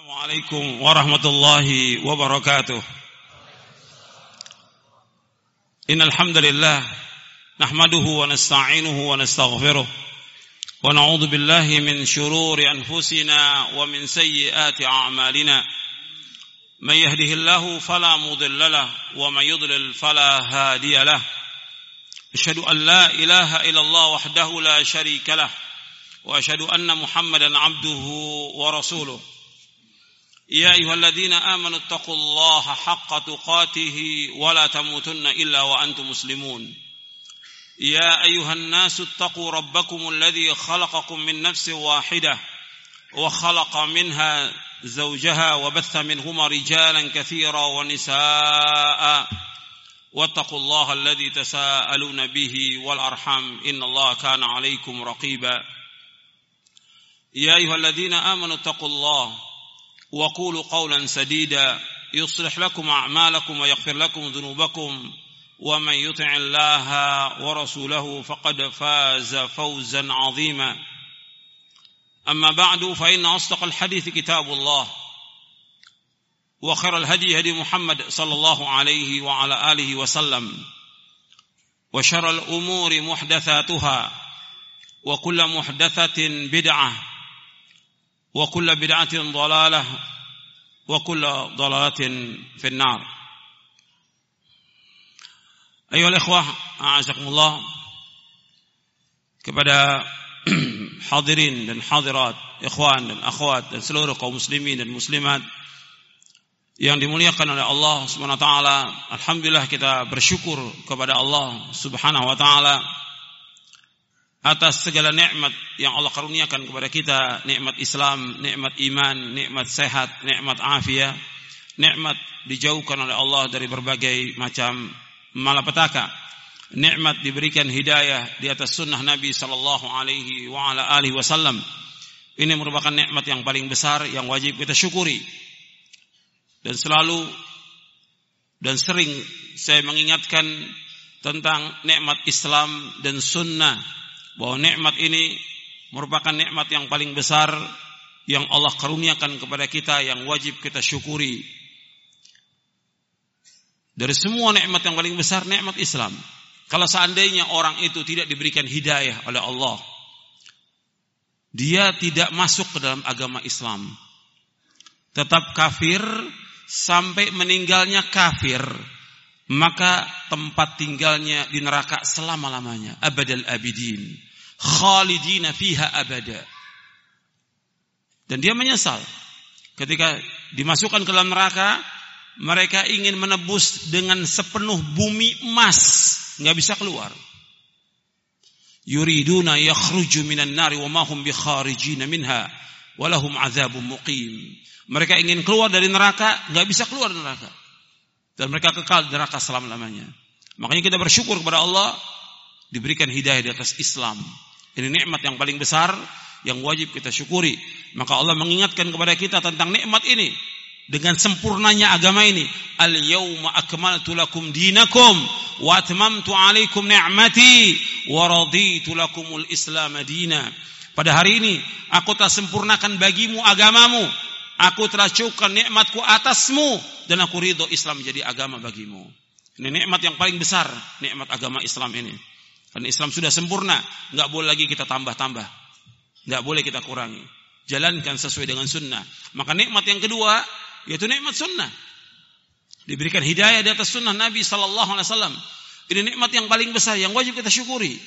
Assalamualaikum warahmatullahi wabarakatuh. Innal hamdalillah nahmaduhu wa nasta'inuhu wa nastaghfiruh wa na'udzu billahi min shururi anfusina wa min sayyiati a'malina. Man yahdihillahu fala mudilla lahu wa man yudlil fala hadiya lahu. Asyhadu an la ilaha illallah wahdahu la syarika lahu wa asyhadu anna Muhammadan 'abduhu wa rasuluh. يا أيها الذين آمنوا اتقوا الله حق تقاته ولا تموتن إلا وأنتم مسلمون يا أيها الناس اتقوا ربكم الذي خلقكم من نفس واحدة وخلق منها زوجها وبث منهما رجالا كثيرا ونساء واتقوا الله الذي تساءلون به والأرحام إن الله كان عليكم رقيبا يا أيها الذين آمنوا اتقوا الله وقولوا قولا سديدا يصلح لكم أعمالكم ويغفر لكم ذنوبكم ومن يطع الله ورسوله فقد فاز فوزا عظيما أما بعد فإن أصدق الحديث كتاب الله وخير الهدي هدي محمد صلى الله عليه وعلى آله وسلم وشر الأمور محدثاتها وكل محدثة بدعة وكل بدعة ضلالة وكل ضلالة في النار. Ayyuhal ikhwah, a'azakumullah, kepada hadirin dan hadirat, ikhwan dan akhwat dan seluruh kaum muslimin dan muslimat yang dimuliakan oleh Allah Subhanahu wa taala. Alhamdulillah, kita bersyukur kepada Allah Subhanahu wa taala atas segala nikmat yang Allah karuniakan kepada kita, nikmat Islam, nikmat iman, nikmat sehat, nikmat afiat, nikmat dijauhkan oleh Allah dari berbagai macam malapetaka, nikmat diberikan hidayah di atas sunnah Nabi sallallahu alaihi wa ala alihi wasallam. Ini merupakan nikmat yang paling besar yang wajib kita syukuri. Dan selalu dan sering saya mengingatkan tentang nikmat Islam dan sunnah, bahwa nikmat ini merupakan nikmat yang paling besar yang Allah karuniakan kepada kita, yang wajib kita syukuri. Dari semua nikmat yang paling besar, nikmat Islam. Kalau seandainya orang itu tidak diberikan hidayah oleh Allah, dia tidak masuk ke dalam agama Islam, tetap kafir sampai meninggalnya kafir, maka tempat tinggalnya di neraka selama-lamanya, abadal abidin, khalidina fiha abada. Dan dia menyesal ketika dimasukkan ke dalam neraka. Mereka ingin menebus dengan sepenuh bumi emas, enggak bisa keluar. Yuriduna yakhruju minan nari wa ma hum bikharijina minha wa lahum adzabun muqim. Mereka ingin keluar dari neraka, enggak bisa keluar dari neraka. Dan mereka kekal di neraka selama-lamanya. Makanya kita bersyukur kepada Allah diberikan hidayah di atas Islam. Ini nikmat yang paling besar yang wajib kita syukuri. Maka Allah mengingatkan kepada kita tentang nikmat ini dengan sempurnanya agama ini. Al-yawma akmaltu lakum dinakum wa atmamtu alaikum ni'mati wa raditu lakumul Islam madina. Pada hari ini aku telah sempurnakan bagimu agamamu. Aku telah cukupkan nikmatku atasmu dan aku ridho Islam menjadi agama bagimu. Ini nikmat yang paling besar, nikmat agama Islam ini. Karena Islam sudah sempurna, enggak boleh lagi kita tambah-tambah. Enggak boleh kita kurangi. Jalankan sesuai dengan sunnah. Maka nikmat yang kedua yaitu nikmat sunnah. Diberikan hidayah di atas sunnah Nabi sallallahu alaihi wasallam. Ini nikmat yang paling besar yang wajib kita syukuri.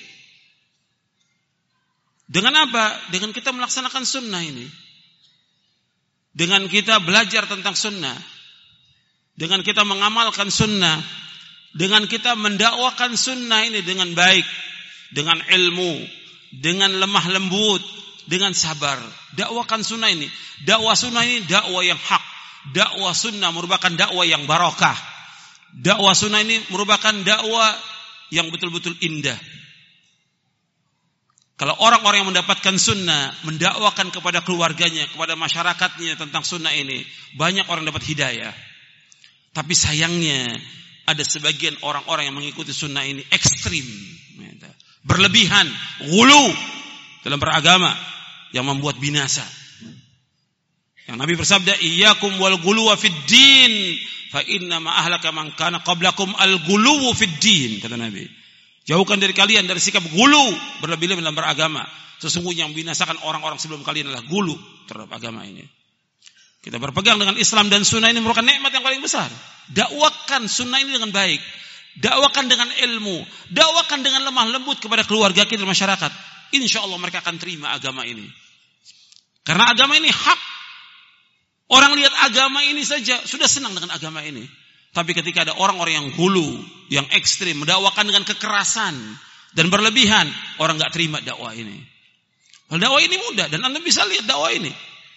Dengan apa? Dengan kita melaksanakan sunnah ini. Dengan kita belajar tentang sunnah, dengan kita mengamalkan sunnah, dengan kita mendakwakan sunnah ini dengan baik, dengan ilmu, dengan lemah lembut, dengan sabar. Dakwakan sunnah ini. Dakwah sunnah ini dakwah yang hak. Dakwah sunnah merupakan dakwah yang barakah. Dakwah sunnah ini merupakan dakwah yang betul-betul indah. Kalau orang-orang yang mendapatkan sunnah, mendakwakan kepada keluarganya, kepada masyarakatnya tentang sunnah ini, banyak orang dapat hidayah. Tapi sayangnya, ada sebagian orang-orang yang mengikuti sunnah ini ekstrim, berlebihan, ghulu dalam beragama, yang membuat binasa. Yang Nabi bersabda, iyyakum wal ghuluwa fid din, fa inna ma ahlaka man kana qablakum al ghuluwu fid din, kata Nabi. Jauhkan dari kalian dari sikap gulu, berlebih-lebih dalam beragama. Sesungguhnya yang membinasakan orang-orang sebelum kalian adalah gulu terhadap agama ini. Kita berpegang dengan Islam dan sunnah ini merupakan nikmat yang paling besar. Dakwakan sunnah ini dengan baik. Dakwakan dengan ilmu. Dakwakan dengan lemah lembut kepada keluarga kita dan masyarakat. Insya Allah mereka akan terima agama ini. Karena agama ini hak. Orang lihat agama ini saja sudah senang dengan agama ini. Tapi ketika ada orang-orang yang hulu, yang ekstrim, mendakwakan dengan kekerasan dan berlebihan, orang nggak terima dakwah ini. Dakwah ini mudah dan Anda bisa lihat dakwah ini.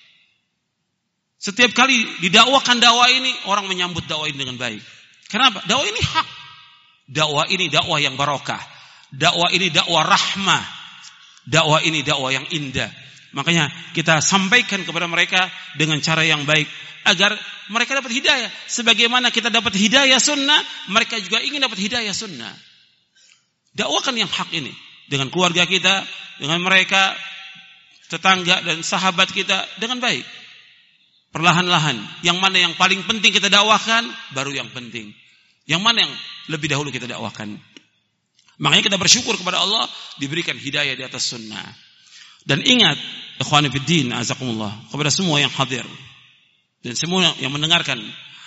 Setiap kali didakwakan dakwah ini, orang menyambut dakwah ini dengan baik. Kenapa? Dakwah ini hak. Dakwah ini dakwah yang barokah. Dakwah ini dakwah rahmah. Dakwah ini dakwah yang indah. Makanya kita sampaikan kepada mereka dengan cara yang baik agar mereka dapat hidayah. Sebagaimana kita dapat hidayah sunnah, mereka juga ingin dapat hidayah sunnah. Dakwakan yang hak ini dengan keluarga kita, dengan mereka, tetangga dan sahabat kita dengan baik. Perlahan-lahan, yang mana yang paling penting kita dakwakan, baru yang penting. Yang mana yang lebih dahulu kita dakwakan. Makanya kita bersyukur kepada Allah diberikan hidayah di atas sunnah. Dan ingat, ikhwani fiddin, azakumullah, kepada semua yang hadir dan semua yang mendengarkan,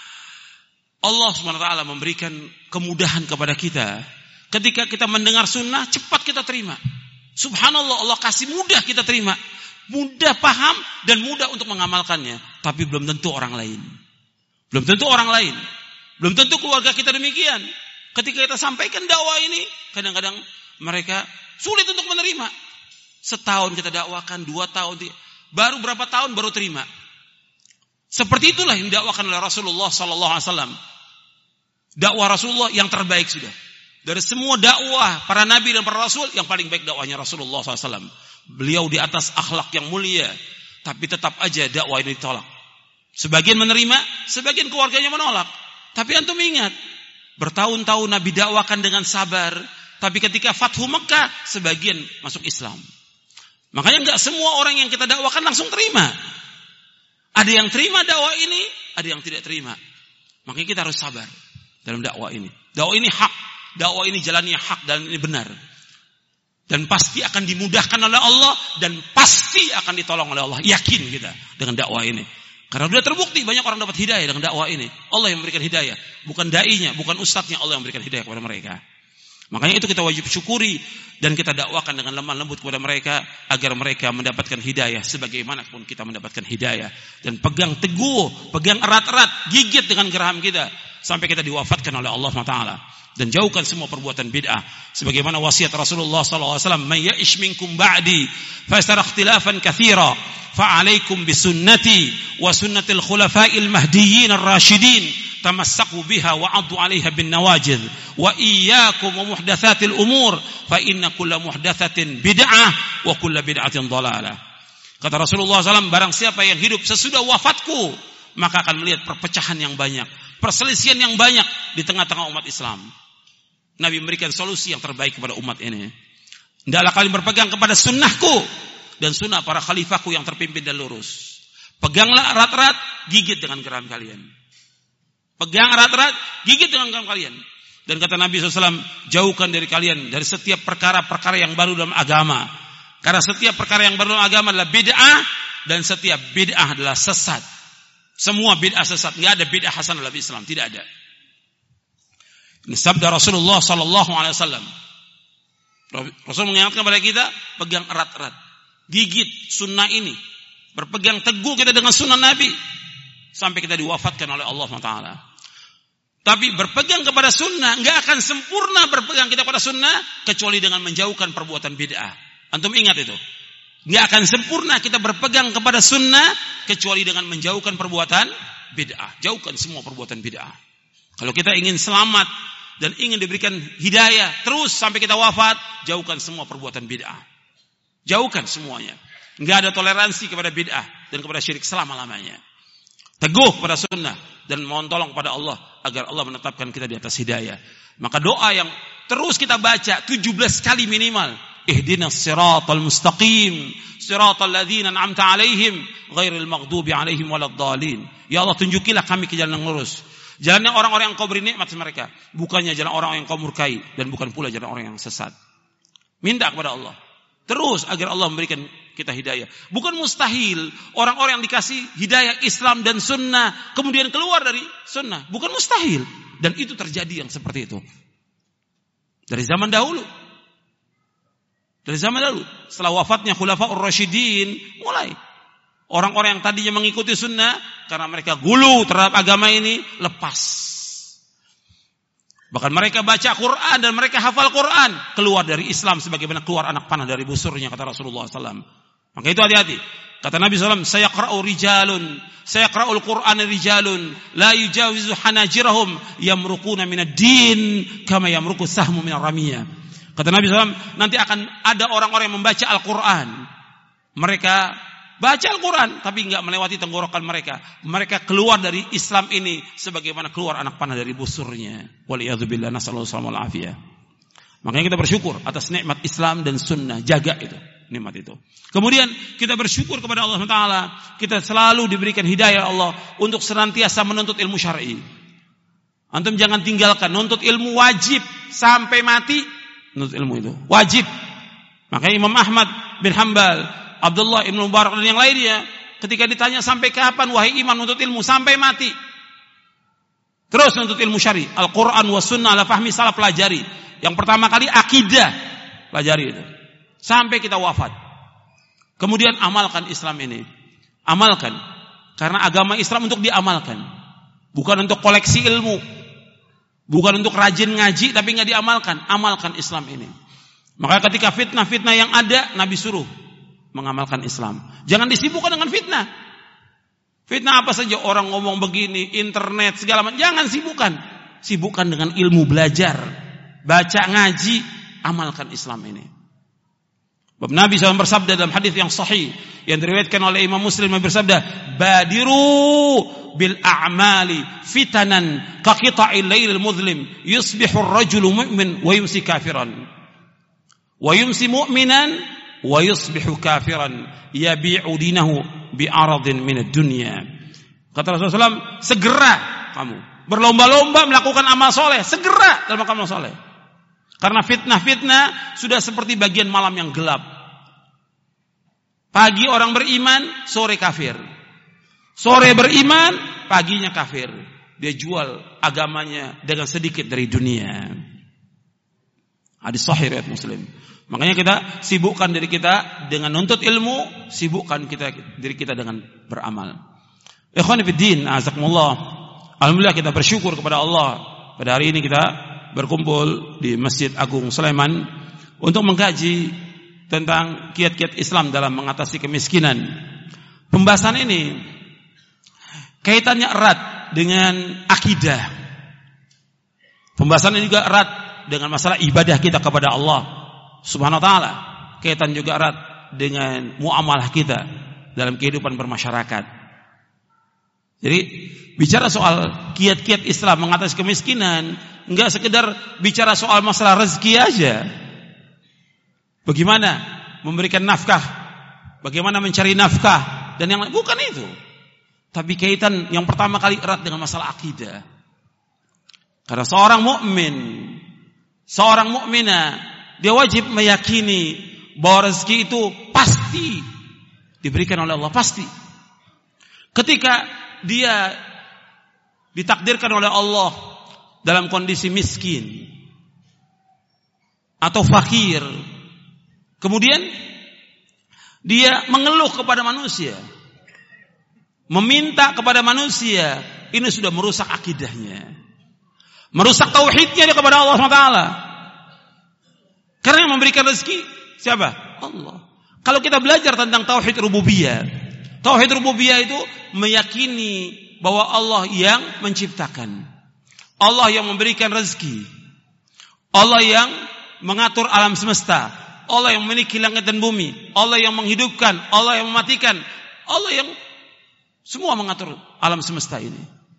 Allah SWT memberikan kemudahan kepada kita. Ketika kita mendengar sunnah, cepat kita terima. Subhanallah, Allah kasih mudah kita terima. Mudah paham dan mudah untuk mengamalkannya. Tapi belum tentu orang lain. Belum tentu orang lain. Belum tentu keluarga kita demikian. Ketika kita sampaikan dakwah ini, kadang-kadang mereka sulit untuk menerima. Setahun kita dakwakan, 2 tahun, baru berapa tahun baru terima. Seperti itulah yang didakwakan oleh Rasulullah SAW. Dakwah Rasulullah yang terbaik sudah. Dari semua dakwah para nabi dan para rasul, yang paling baik dakwahnya Rasulullah SAW. Beliau di atas akhlak yang mulia, tapi tetap aja dakwah ini ditolak. Sebagian menerima, sebagian keluarganya menolak. Tapi antum ingat, bertahun-tahun Nabi dakwakan dengan sabar, tapi ketika Fathu Mekah, sebagian masuk Islam. Makanya enggak semua orang yang kita dakwakan langsung terima. Ada yang terima dakwah ini, ada yang tidak terima. Makanya kita harus sabar dalam dakwah ini. Dakwah ini hak, dakwah ini jalannya hak dan ini benar. Dan pasti akan dimudahkan oleh Allah dan pasti akan ditolong oleh Allah. Yakin kita dengan dakwah ini. Karena sudah terbukti banyak orang dapat hidayah dengan dakwah ini. Allah yang memberikan hidayah, bukan dai-nya, bukan ustadznya, Allah yang memberikan hidayah kepada mereka. Makanya itu kita wajib syukuri dan kita dakwakan dengan lemah lembut kepada mereka agar mereka mendapatkan hidayah sebagaimanapun kita mendapatkan hidayah. Dan pegang teguh, pegang erat-erat, gigit dengan geraham kita sampai kita diwafatkan oleh Allah SWT. Dan jauhkan semua perbuatan bid'ah. Sebagaimana wasiat Rasulullah SAW, "Man ya'ish minkum ba'di fa sayara ikhtilafan katsira, fa 'alaikum bi sunnati wa sunnatil khulafa'il mahdiyyin ar-rasyidin, tamassaku biha wa 'addu 'alaiha bin nawajid, wa iyyakum wa muhdatsatil umur, fa inna kulla muhdatsatin bid'ah wa kulla bid'atin dhalalah." Kata Rasulullah SAW, barang siapa yang hidup sesudah wafatku, maka akan melihat perpecahan yang banyak, perselisihan yang banyak di tengah-tengah umat Islam. Nabi memberikan solusi yang terbaik kepada umat ini. Hendaklah kalian berpegang kepada sunnahku dan sunnah para khalifahku yang terpimpin dan lurus. Peganglah erat-erat, gigit dengan geraham kalian. Pegang erat-erat, gigit dengan geraham kalian. Dan kata Nabi SAW, jauhkan dari kalian dari setiap perkara-perkara yang baru dalam agama. Karena setiap perkara yang baru dalam agama adalah bid'ah, dan setiap bid'ah adalah sesat. Semua bid'ah sesat. Tidak ada bid'ah hasanah dalam Islam, tidak ada. Ini sabda Rasulullah SAW. Rasul mengingatkan kepada kita, pegang erat-erat, gigit sunnah ini, berpegang teguh kita dengan sunnah Nabi sampai kita diwafatkan oleh Allah SWT. Tapi berpegang kepada sunnah enggak akan sempurna berpegang kita pada sunnah kecuali dengan menjauhkan perbuatan bid'ah. Antum ingat itu. Enggak akan sempurna kita berpegang kepada sunnah kecuali dengan menjauhkan perbuatan bid'ah. Jauhkan semua perbuatan bid'ah. Kalau kita ingin selamat dan ingin diberikan hidayah terus sampai kita wafat, jauhkan semua perbuatan bid'ah. Jauhkan semuanya. Enggak ada toleransi kepada bid'ah dan kepada syirik selama-lamanya. Teguh pada sunnah dan mohon tolong pada Allah agar Allah menetapkan kita di atas hidayah. Maka doa yang terus kita baca 17 kali minimal Ihdinas siratal mustaqim, siratal ladzina an'amta 'alaihim, ghairil maghdubi 'alaihim waladdallin. Ya Allah, tunjukilah kami ke jalan yang lurus. Jalannya orang-orang yang Kau beri nikmat mereka, bukannya jalan orang yang Kau murkai, dan bukan pula jalan orang yang sesat. Minta kepada Allah terus agar Allah memberikan kita hidayah. Bukan mustahil orang-orang yang dikasih hidayah Islam dan sunnah kemudian keluar dari sunnah. Bukan mustahil. Dan itu terjadi yang seperti itu. Dari zaman dahulu. Dari zaman dahulu. Setelah wafatnya Khulafaur Rasyidin, mulai. Orang-orang yang tadinya mengikuti sunnah, karena mereka gulu terhadap agama ini, lepas. Bahkan mereka baca Quran dan mereka hafal Quran, keluar dari Islam sebagaimana keluar anak panah dari busurnya, kata Rasulullah SAW. Maka itu hati-hati. Kata Nabi SAW, sayaqra'u rijalun, sayaqra'ul Qur'an rijalun, la yujawizu hanajirahum, yamruquna minad din, kama yamruqu sahmu minar ramiyah. Kata Nabi SAW, nanti akan ada orang-orang yang membaca Al-Quran. Mereka baca Al-Quran, tapi enggak melewati tenggorokan mereka. Mereka keluar dari Islam ini sebagaimana keluar anak panah dari busurnya. Waliyadzubillah, nasallallahu alaihi wal afiyah. Makanya kita bersyukur atas nikmat Islam dan sunnah. Jaga itu, nikmat itu. Kemudian kita bersyukur kepada Allah Taala. Kita selalu diberikan hidayah Allah untuk senantiasa menuntut ilmu syar'i. Antum jangan tinggalkan, nuntut ilmu wajib sampai mati. Nuntut ilmu itu wajib. Makanya Imam Ahmad bin Hanbal, Abdullah ibn Mubarak dan yang lainnya, ketika ditanya sampai kapan wahai imam nuntut ilmu, sampai mati. Terus nuntut ilmu syar'i, Al-Quran wa sunnah ala fahmi salaf, pelajari. Yang pertama kali akidah, pelajari itu sampai kita wafat. Kemudian amalkan Islam ini, amalkan, karena agama Islam untuk diamalkan, bukan untuk koleksi ilmu, bukan untuk rajin ngaji tapi nggak diamalkan. Amalkan Islam ini. Maka ketika fitnah-fitnah yang ada, Nabi suruh mengamalkan Islam. Jangan disibukkan dengan fitnah. Fitnah apa saja, orang ngomong begini, internet segala macam, jangan sibukkan. Sibukkan dengan ilmu, belajar, baca, ngaji, amalkan Islam ini. Bab Nabi SAW bersabda dalam hadis yang sahih yang diriwayatkan oleh Imam Muslim, bersabda, badiru bil a'mali fitanan ka qita'il lailil muzlim yusbihu ar-rajulu mu'min wa yumsi kafiran wa yumsi mu'minan wa yusbihu kafiran yabi'u dinahu bi'aradin minad dunya. Kata Rasulullah SAW, segera kamu berlomba-lomba melakukan amal soleh, segera dalam amal soleh. Karena fitnah-fitnah sudah seperti bagian malam yang gelap. Pagi orang beriman, sore kafir. Sore beriman, paginya kafir. Dia jual agamanya dengan sedikit dari dunia. Hadis sahih riwayat Muslim. Makanya kita sibukkan diri kita dengan nuntut ilmu, sibukkan diri kita dengan beramal. Ikhwani fiddin, azakumullah. Alhamdulillah kita bersyukur kepada Allah. Pada hari ini kita berkumpul di Masjid Agung Sulaiman untuk mengkaji tentang kiat-kiat Islam dalam mengatasi kemiskinan. Pembahasan ini kaitannya erat dengan akidah. Pembahasan ini juga erat dengan masalah ibadah kita kepada Allah Subhanahu wa taala. Kaitan juga erat dengan muamalah kita dalam kehidupan bermasyarakat. Jadi bicara soal kiat-kiat Islam mengatasi kemiskinan, enggak sekedar bicara soal masalah rezeki aja. Bagaimana memberikan nafkah, bagaimana mencari nafkah dan yang lain, bukan itu. Tapi kaitan yang pertama kali erat dengan masalah akidah. Karena seorang mukmin, seorang mukminah, dia wajib meyakini bahwa rezeki itu pasti diberikan oleh Allah, pasti. Ketika dia ditakdirkan oleh Allah dalam kondisi miskin atau fakir, kemudian dia mengeluh kepada manusia, meminta kepada manusia, ini sudah merusak akidahnya, merusak tauhidnya dia kepada Allah SWT. Karena yang memberikan rezeki siapa? Allah. Kalau kita belajar tentang tauhid rububiyah, tauhid rububiyah itu meyakini bahwa Allah yang menciptakan, Allah yang memberikan rezeki, Allah yang mengatur alam semesta, Allah yang memiliki langit dan bumi, Allah yang menghidupkan, Allah yang mematikan, Allah yang semua mengatur alam semesta ini.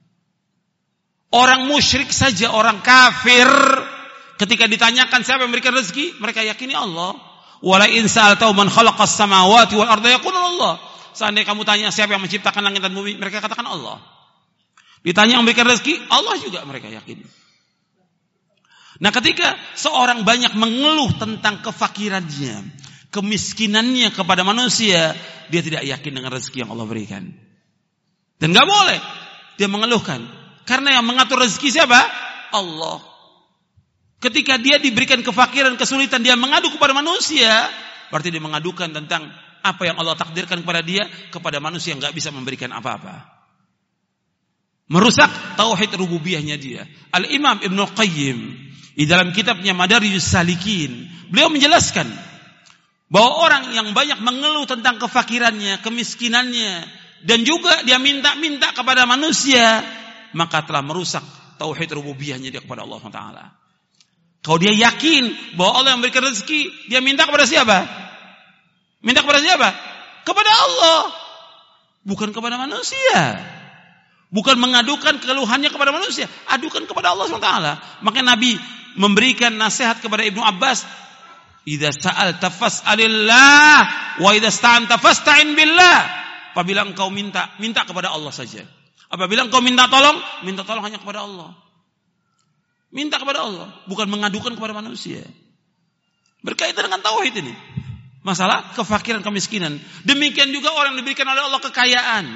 Orang musyrik saja, orang kafir, ketika ditanyakan siapa yang memberikan rezeki, mereka yakini Allah. Wala in sa'altahu man khalaqas samawati wal arda yaquluna Allah. Seandainya kamu tanya siapa yang menciptakan langit dan bumi, mereka katakan Allah. Ditanya yang memberikan rezeki, Allah juga mereka yakin. Nah, ketika seorang banyak mengeluh tentang kefakirannya, kemiskinannya kepada manusia, dia tidak yakin dengan rezeki yang Allah berikan. Dan enggak boleh dia mengeluhkan, karena yang mengatur rezeki siapa? Allah. Ketika dia diberikan kefakiran, kesulitan, dia mengadu kepada manusia, berarti dia mengadukan tentang apa yang Allah takdirkan kepada dia, kepada manusia yang enggak bisa memberikan apa-apa. Merusak tauhid rububiyahnya dia. Al-Imam Ibnu Qayyim di dalam kitabnya Madarijus Salikin, beliau menjelaskan bahwa orang yang banyak mengeluh tentang kefakirannya, kemiskinannya, dan juga dia minta-minta kepada manusia, maka telah merusak tauhid rububiyahnya dia kepada Allah SWT. Kalau dia yakin bahwa Allah yang memberikan rezeki, dia minta kepada siapa? Minta kepada siapa? Kepada Allah, bukan kepada manusia. Bukan mengadukan keluhannya kepada manusia, adukan kepada Allah SWT. Maka Nabi memberikan nasihat kepada Ibnu Abbas, idza sa'alta fas'alillah wa idza sta'anta fasta'in billah. Apabila engkau minta kepada Allah saja. Apabila engkau minta tolong hanya kepada Allah. Minta kepada Allah, bukan mengadukan kepada manusia. Berkaitan dengan tauhid ini. Masalah kefakiran, kemiskinan. Demikian juga orang yang diberikan oleh Allah kekayaan.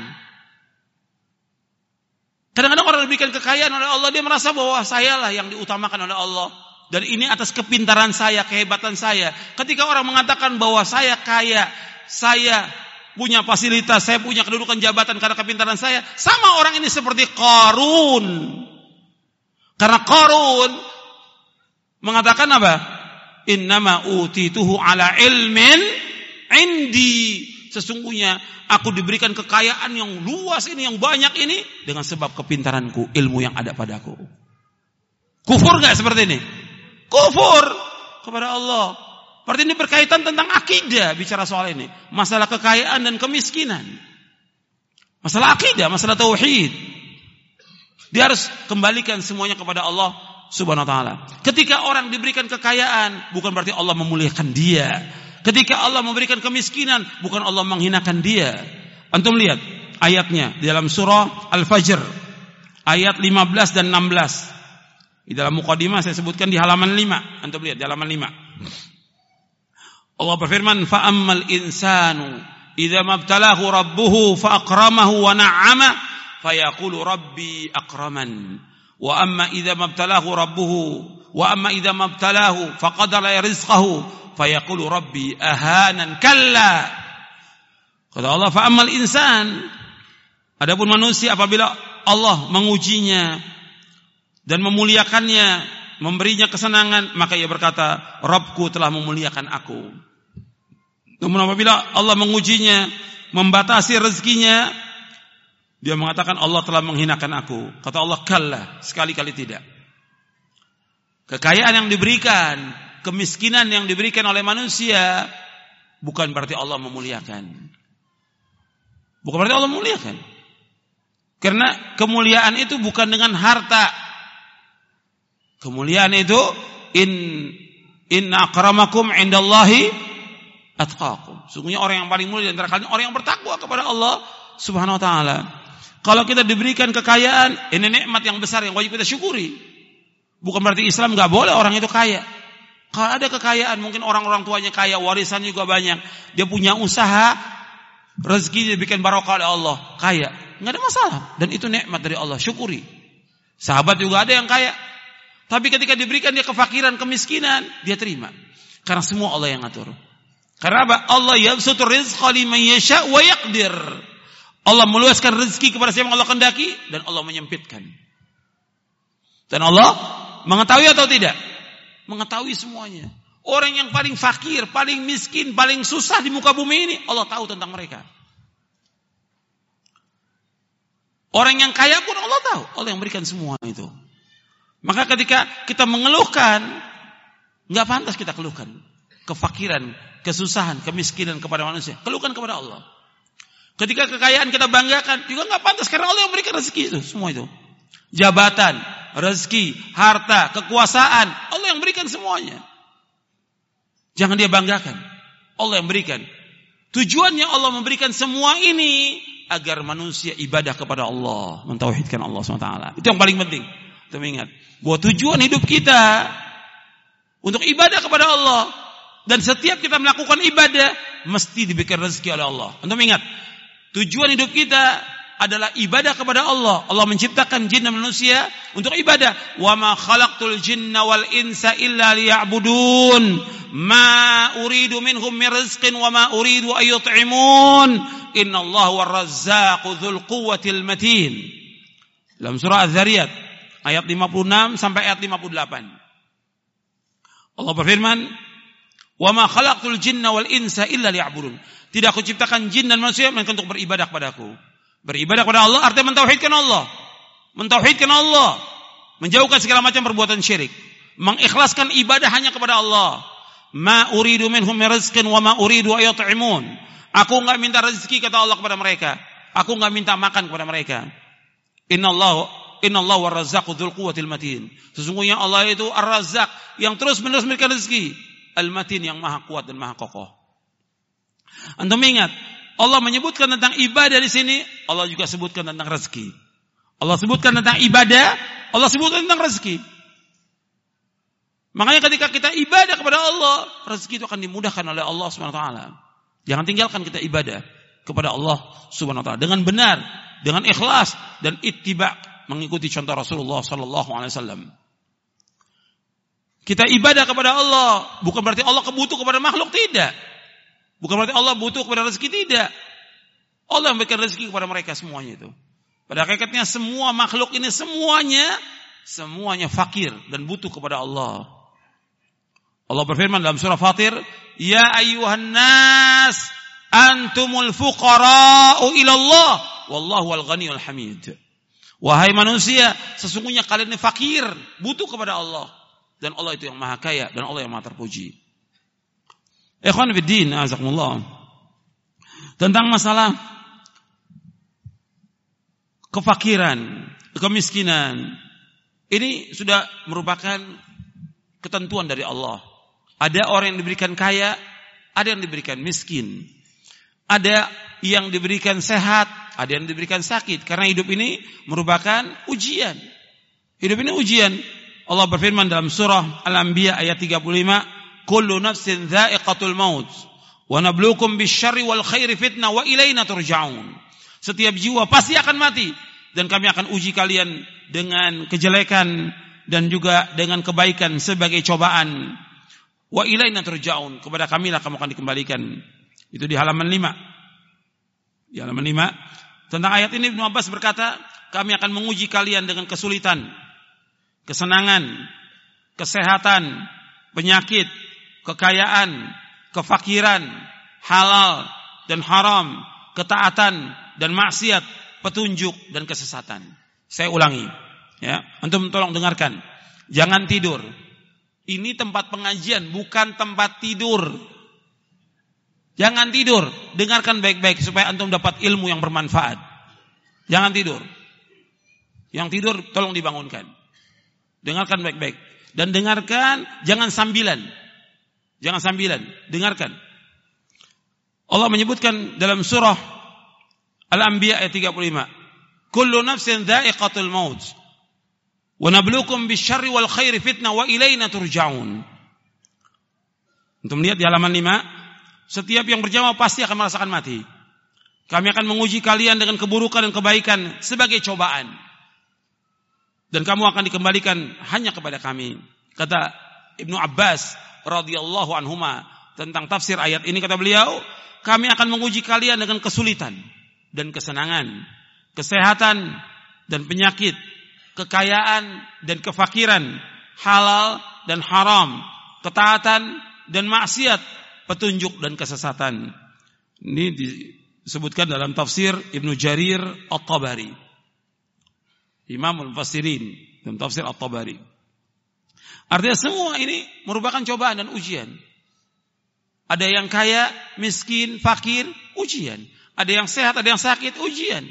Kadang-kadang orang diberikan kekayaan oleh Allah, dia merasa bahwa sayalah yang diutamakan oleh Allah. Dan ini atas kepintaran saya, kehebatan saya. Ketika orang mengatakan bahwa saya kaya, saya punya fasilitas, saya punya kedudukan jabatan karena kepintaran saya, sama orang ini seperti Qarun. Karena Qarun mengatakan apa? Innama utituhu ala ilmin indi. Sesungguhnya aku diberikan kekayaan yang luas ini, yang banyak ini, dengan sebab kepintaranku, ilmu yang ada padaku. Kufur gak seperti ini? Kufur kepada Allah. Berarti ini berkaitan tentang akidah, bicara soal ini. Masalah kekayaan dan kemiskinan. Masalah akidah, masalah tauhid. Dia harus kembalikan semuanya kepada Allah Subhanahu wa taala. Ketika orang diberikan kekayaan, bukan berarti Allah memuliakan dia. Ketika Allah memberikan kemiskinan, bukan Allah menghinakan dia. Antum lihat ayatnya di dalam surah Al-Fajr ayat 15 dan 16. Di dalam muqaddimah saya sebutkan di halaman 5. Antum lihat di halaman 5. Allah berfirman, fa ammal insanu idza mabtalahu rabbuhu fa akramahu wa na'ama fayaqulu rabbi akraman wa amma idza mabtalahu faqadara rizqahu fayaqulu rabbi ahanan kalla. Kata Allah, fa ammal insan, adapun manusia apabila Allah mengujinya dan memuliakannya, memberinya kesenangan, maka ia berkata, Rabbku telah memuliakan aku. Namun apabila Allah mengujinya, membatasi rezekinya, dia mengatakan Allah telah menghinakan aku. Kata Allah, kalla, sekali-kali tidak. Kekayaan yang diberikan, kemiskinan yang diberikan oleh manusia, bukan berarti Allah memuliakan. Bukan berarti Allah memuliakan. Karena kemuliaan itu bukan dengan harta. Kemuliaan itu inna akramakum indallahi atqakum. Sungguhnya orang yang paling mulia di antara kalian orang yang bertakwa kepada Allah Subhanahu wa taala. Kalau kita diberikan kekayaan, ini nikmat yang besar yang wajib kita syukuri. Bukan berarti Islam enggak boleh orang itu kaya. Kalau ada kekayaan, mungkin orang-orang tuanya kaya, warisan juga banyak, dia punya usaha, rezeki diberikan barokah oleh Allah, kaya, enggak ada masalah. Dan itu nikmat dari Allah, syukuri. Sahabat juga ada yang kaya, tapi ketika diberikan dia kefakiran, kemiskinan, dia terima. Karena semua Allah yang ngatur. Karena apa? Allah yabsutur rizqa liman yasha' wa yaqdir. Allah meluaskan rezeki kepada siapa yang Allah kehendaki, dan Allah menyempitkan. Dan Allah mengetahui atau tidak? Mengetahui semuanya. Orang yang paling fakir, paling miskin, paling susah di muka bumi ini, Allah tahu tentang mereka. Orang yang kaya pun Allah tahu. Allah yang berikan semua itu. Maka ketika kita mengeluhkan, enggak pantas kita keluhkan kefakiran, kesusahan, kemiskinan kepada manusia. Keluhkan kepada Allah. Ketika kekayaan kita banggakan, juga enggak pantas karena Allah yang berikan rezeki itu, semua itu. Jabatan, rezeki, harta, kekuasaan, Allah yang berikan semuanya. Jangan dia banggakan. Allah yang berikan. Tujuannya Allah memberikan semua ini agar manusia ibadah kepada Allah, mentauhidkan Allah SWT. Itu yang paling penting. Kita ingat bahwa tujuan hidup kita untuk ibadah kepada Allah, dan setiap kita melakukan ibadah mesti diberikan rezeki oleh Allah. Untuk ingat, tujuan hidup kita adalah ibadah kepada Allah. Allah menciptakan jin dan manusia untuk ibadah. Wa ma khalaqtul jinna wal insa illa liya'budun. Ma uridu minhum min rizqin wa ma uridu an yut'imun. Innallaha war-razzaqu dzul quwwatil matin. Dalam surah Az-Zariyat ayat 56 sampai ayat 58. Allah berfirman, "Wa ma khalaqtul jinna wal insa illa liya'budun." Tidak aku ciptakan jin dan manusia melainkan untuk beribadah kepadaku. Beribadah kepada Allah artinya mentauhidkan Allah. Mentauhidkan Allah, menjauhkan segala macam perbuatan syirik, mengikhlaskan ibadah hanya kepada Allah. Ma uridu minhum min rizqin wa ma uridu an yut'imun. Aku enggak minta rezeki kata Allah kepada mereka. Aku enggak minta makan kepada mereka. Innallaha war-razzaqu dzul quwwatil matin. Sesungguhnya Allah itu Ar-Razzaq yang terus-menerus memberikan rezeki, Al-Matin yang maha kuat dan maha kokoh. Antum ingat, Allah menyebutkan tentang ibadah di sini, Allah juga sebutkan tentang rezeki. Allah sebutkan tentang ibadah, Allah sebutkan tentang rezeki. Makanya ketika kita ibadah kepada Allah, rezeki itu akan dimudahkan oleh Allah SWT. Jangan tinggalkan kita ibadah kepada Allah SWT dengan benar, dengan ikhlas dan ittiba, mengikuti contoh Rasulullah SAW. Kita ibadah kepada Allah bukan berarti Allah butuh kepada makhluk, tidak. Bukan berarti Allah butuh kepada rezeki, tidak. Allah memberikan rezeki kepada mereka semuanya itu. Pada hakikatnya semua makhluk ini semuanya fakir dan butuh kepada Allah. Allah berfirman dalam surah Fatir, "Ya ayyuhan nas, antumul fuqara'u ila Allah, wallahu al-ghaniyyul hamid." Wahai manusia, sesungguhnya kalian ini fakir, butuh kepada Allah, dan Allah itu yang maha kaya dan Allah yang maha terpuji. Ikhwan fiddin, azakumullah. Tentang masalah kefakiran, kemiskinan, ini sudah merupakan ketentuan dari Allah. Ada orang yang diberikan kaya, ada yang diberikan miskin. Ada yang diberikan sehat, ada yang diberikan sakit. Karena hidup ini merupakan ujian. Hidup ini ujian. Allah berfirman dalam surah Al-Anbiya ayat 35, "Kullu nafsin dha'iqatul maut, wa nabluukum bisyarri wal khairi fitnah wa ilaina turja'un." Setiap jiwa pasti akan mati, dan kami akan uji kalian dengan kejelekan dan juga dengan kebaikan sebagai cobaan. Wa ilaina turja'un, kepada kamilah kamu akan dikembalikan. Itu di halaman 5. Di halaman 5 tentang ayat ini Ibnu Abbas berkata, kami akan menguji kalian dengan kesulitan, kesenangan, kesehatan, penyakit, kekayaan, kefakiran, halal dan haram, ketaatan dan maksiat, petunjuk dan kesesatan. Saya ulangi, ya. Antum tolong dengarkan. Jangan tidur. Ini tempat pengajian, bukan tempat tidur. Jangan tidur. Dengarkan baik-baik supaya antum dapat ilmu yang bermanfaat. Jangan tidur. Yang tidur tolong dibangunkan. Dengarkan baik-baik. Dan dengarkan, jangan sambilan. Jangan sambilan. Dengarkan. Allah menyebutkan dalam surah Al-Anbiya ayat 35. Kullu nafsin dha'iqatul maut. Wa nabluukum bisyarri wal khairi fitnah wa ilaina turja'un. Untuk melihat di halaman 5, setiap yang berjamaah pasti akan merasakan mati. Kami akan menguji kalian dengan keburukan dan kebaikan sebagai cobaan. Dan kamu akan dikembalikan hanya kepada kami. Kata Ibnu Abbas radhiyallahu anhuma tentang tafsir ayat ini, kata beliau, kami akan menguji kalian dengan kesulitan dan kesenangan, kesehatan dan penyakit, kekayaan dan kefakiran, halal dan haram, ketaatan dan maksiat, petunjuk dan kesesatan. Ini disebutkan dalam tafsir Ibnu Jarir At-Tabari, Imamul Mufassirin, dalam tafsir At-Tabari. Artinya semua ini merupakan cobaan dan ujian. Ada yang kaya, miskin, fakir, ujian. Ada yang sehat, ada yang sakit, ujian.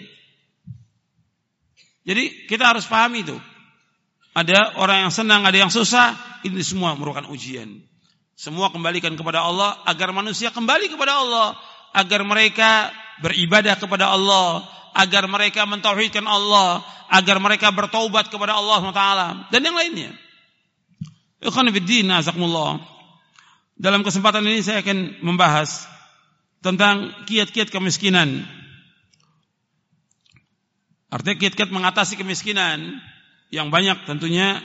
Jadi kita harus pahami itu. Ada orang yang senang, ada yang susah, ini semua merupakan ujian. Semua kembalikan kepada Allah agar manusia kembali kepada Allah, agar mereka beribadah kepada Allah, agar mereka mentauhidkan Allah, agar mereka bertaubat kepada Allah Taala dan yang lainnya. Ikhwan fiddin, azakumullah. Dalam kesempatan ini saya akan membahas tentang kiat-kiat kemiskinan. Artinya kiat-kiat mengatasi kemiskinan yang banyak tentunya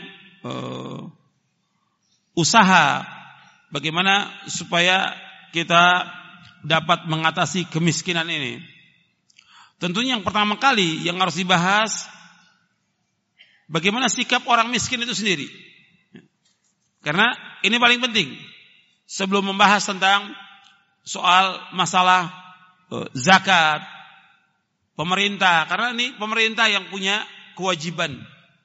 usaha bagaimana supaya kita dapat mengatasi kemiskinan ini. Tentunya yang pertama kali yang harus dibahas bagaimana sikap orang miskin itu sendiri. Karena ini paling penting. Sebelum membahas tentang soal masalah zakat, pemerintah, karena ini pemerintah yang punya kewajiban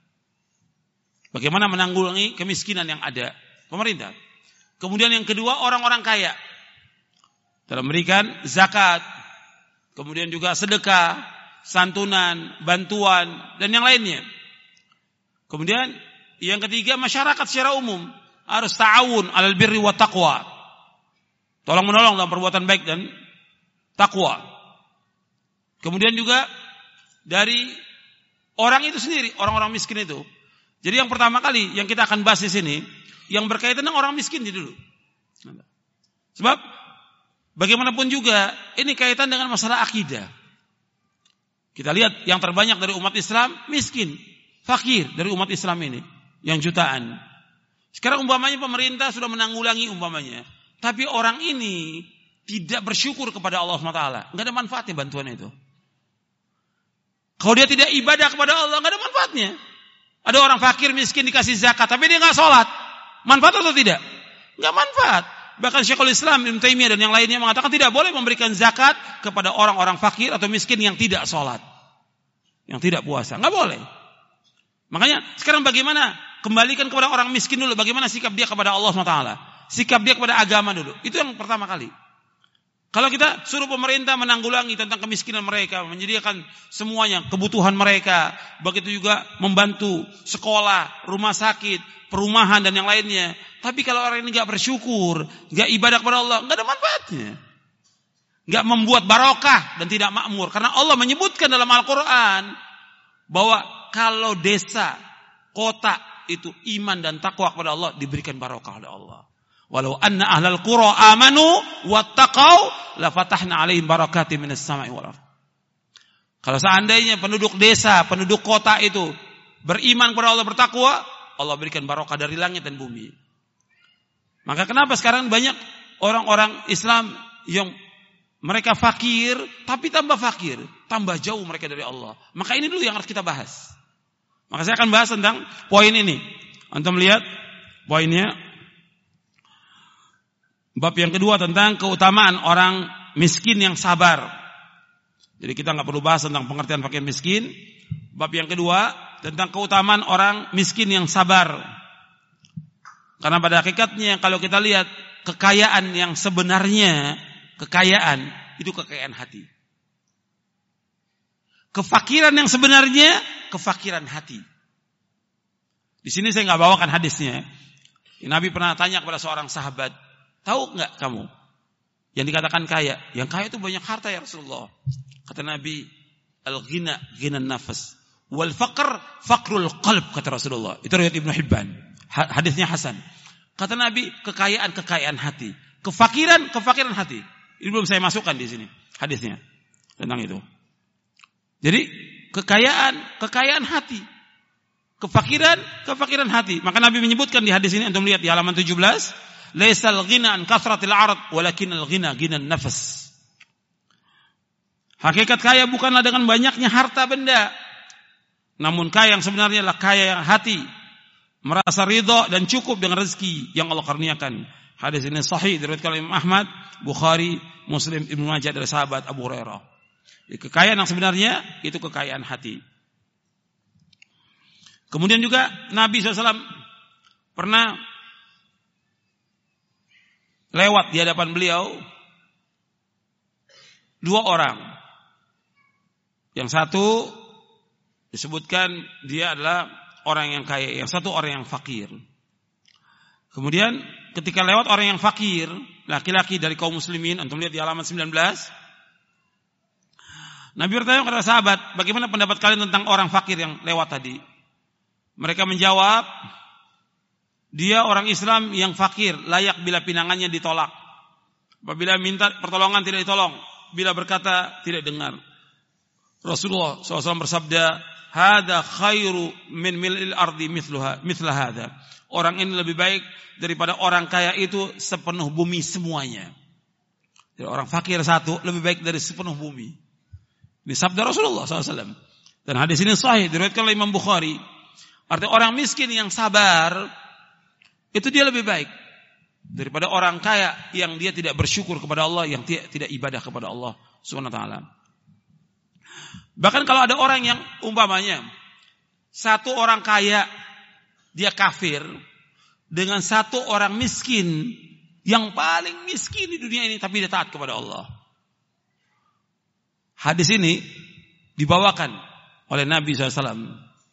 bagaimana menanggulangi kemiskinan yang ada, pemerintah. Kemudian yang kedua, orang-orang kaya dalam memberikan zakat, kemudian juga sedekah, santunan, bantuan dan yang lainnya. Kemudian yang ketiga, masyarakat secara umum harus ta'awun 'alal birri wa taqwa. Tolong menolong dalam perbuatan baik dan takwa. Kemudian juga dari orang itu sendiri, orang-orang miskin itu. Jadi yang pertama kali yang kita akan bahas di sini yang berkaitan dengan orang miskin dulu. Sebab bagaimanapun juga ini kaitan dengan masalah akidah. Kita lihat yang terbanyak dari umat Islam miskin, fakir dari umat Islam ini yang jutaan. Sekarang umpamanya pemerintah sudah menanggulangi umpamanya, tapi orang ini tidak bersyukur kepada Allah SWT. Enggak ada manfaatnya bantuan itu. Kalau dia tidak ibadah kepada Allah, enggak ada manfaatnya. Ada orang fakir miskin dikasih zakat, tapi dia enggak sholat. Manfaat atau tidak? Enggak manfaat. Bahkan Syekhul Islam Ibnu Taimiyah dan yang lainnya mengatakan tidak boleh memberikan zakat kepada orang-orang fakir atau miskin yang tidak sholat, yang tidak puasa. Enggak boleh. Makanya sekarang bagaimana? Kembalikan kepada orang miskin dulu. Bagaimana sikap dia kepada Allah SWT. Sikap dia kepada agama dulu. Itu yang pertama kali. Kalau kita suruh pemerintah menanggulangi tentang kemiskinan mereka, menyediakan semuanya, kebutuhan mereka, begitu juga membantu sekolah, rumah sakit, perumahan dan yang lainnya. Tapi kalau orang ini gak bersyukur, gak ibadah kepada Allah, gak ada manfaatnya. Gak membuat barokah dan tidak makmur. Karena Allah menyebutkan dalam Al-Quran bahwa kalau desa, kota itu iman dan takwa kepada Allah, diberikan barokah oleh Allah. Walau anna ahlal qura amanu wattaqau la fatahna alaihim barakatin minas sama'i wal ardh. Kalau seandainya penduduk desa, penduduk kota itu beriman kepada Allah, bertakwa, Allah berikan barokah dari langit dan bumi. Maka kenapa sekarang banyak orang-orang Islam yang mereka fakir, tapi tambah fakir, tambah jauh mereka dari Allah. Maka ini dulu yang harus kita bahas. Maka saya akan bahas tentang poin ini. Antum lihat poinnya. Bab yang kedua tentang keutamaan orang miskin yang sabar. Jadi kita nggak perlu bahas tentang pengertian fakir miskin. Bab yang kedua tentang keutamaan orang miskin yang sabar. Karena pada hakikatnya kalau kita lihat kekayaan yang sebenarnya, kekayaan itu kekayaan hati. Kefakiran yang sebenarnya kefakiran hati. Di sini saya nggak bawakan hadisnya. Nabi pernah tanya kepada seorang sahabat, tahu nggak kamu yang dikatakan kaya? Yang kaya itu banyak harta ya Rasulullah. Kata Nabi, al-ghina ghinan nafas, wal faqr faqrul qalb, kata Rasulullah. Itu riwayat Ibnu Hibban. Hadisnya hasan. Kata Nabi, kekayaan hati, kefakiran hati. Ini belum saya masukkan di sini hadisnya tentang itu. Jadi kekayaan hati, kefakiran hati. Maka Nabi menyebutkan di hadis ini, antum lihat di halaman 17, laisal ghina an kathratil 'ard walakinal ghina ghinan nafas. Hakikat kaya bukanlah dengan banyaknya harta benda, namun kaya yang sebenarnya adalah kaya yang hati, merasa ridha dan cukup dengan rezeki yang Allah karuniakan. Hadis ini sahih diriwayatkan oleh Imam Ahmad, Bukhari, Muslim, Ibnu Majah dari sahabat Abu Hurairah. Kekayaan yang sebenarnya itu kekayaan hati. Kemudian juga Nabi SAW pernah lewat di hadapan beliau dua orang. Yang satu disebutkan dia adalah orang yang kaya, yang satu orang yang fakir. Kemudian ketika lewat orang yang fakir, laki-laki dari kaum muslimin, antum lihat di halaman 19. Nabi bertanya kepada sahabat, bagaimana pendapat kalian tentang orang fakir yang lewat tadi? Mereka menjawab, dia orang Islam yang fakir, layak bila pinangannya ditolak. Apabila minta pertolongan tidak ditolong, bila berkata tidak dengar. Rasulullah SAW bersabda, hada khairu min mil'il ardi mithla hada. Orang ini lebih baik daripada orang kaya itu sepenuh bumi semuanya. Jadi orang fakir satu lebih baik dari sepenuh bumi. Ini sabda Rasulullah SAW. Dan hadis ini sahih, diriwayatkan oleh Imam Bukhari. Artinya orang miskin yang sabar, itu dia lebih baik daripada orang kaya yang dia tidak bersyukur kepada Allah, yang tidak ibadah kepada Allah Subhanahu wa taala. Bahkan kalau ada orang yang umpamanya satu orang kaya dia kafir dengan satu orang miskin yang paling miskin di dunia ini tapi dia taat kepada Allah. Hadis ini dibawakan oleh Nabi SAW.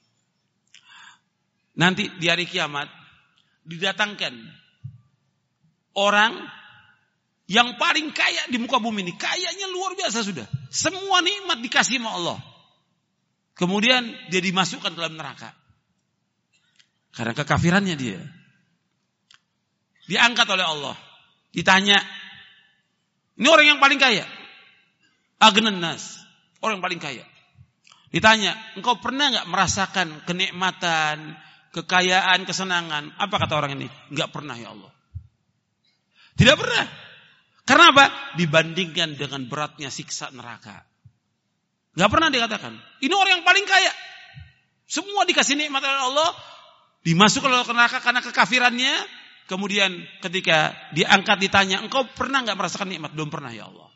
Nanti di hari kiamat didatangkan orang yang paling kaya di muka bumi ini. Kayanya luar biasa sudah. Semua nikmat dikasih sama Allah. Kemudian dia dimasukkan ke dalam neraka. Karena kekafirannya dia. Diangkat oleh Allah. Ditanya, ini orang yang paling kaya. Agnan nas, orang yang paling kaya. Ditanya, engkau pernah enggak merasakan kenikmatan, kekayaan, kesenangan? Apa kata orang ini? Enggak pernah ya Allah. Tidak pernah. Karena apa? Dibandingkan dengan beratnya siksa neraka. Enggak pernah dikatakan. Ini orang yang paling kaya. Semua dikasih nikmat oleh Allah, dimasukkan ke neraka karena kekafirannya. Kemudian ketika diangkat ditanya, engkau pernah enggak merasakan nikmat? Belum pernah ya Allah.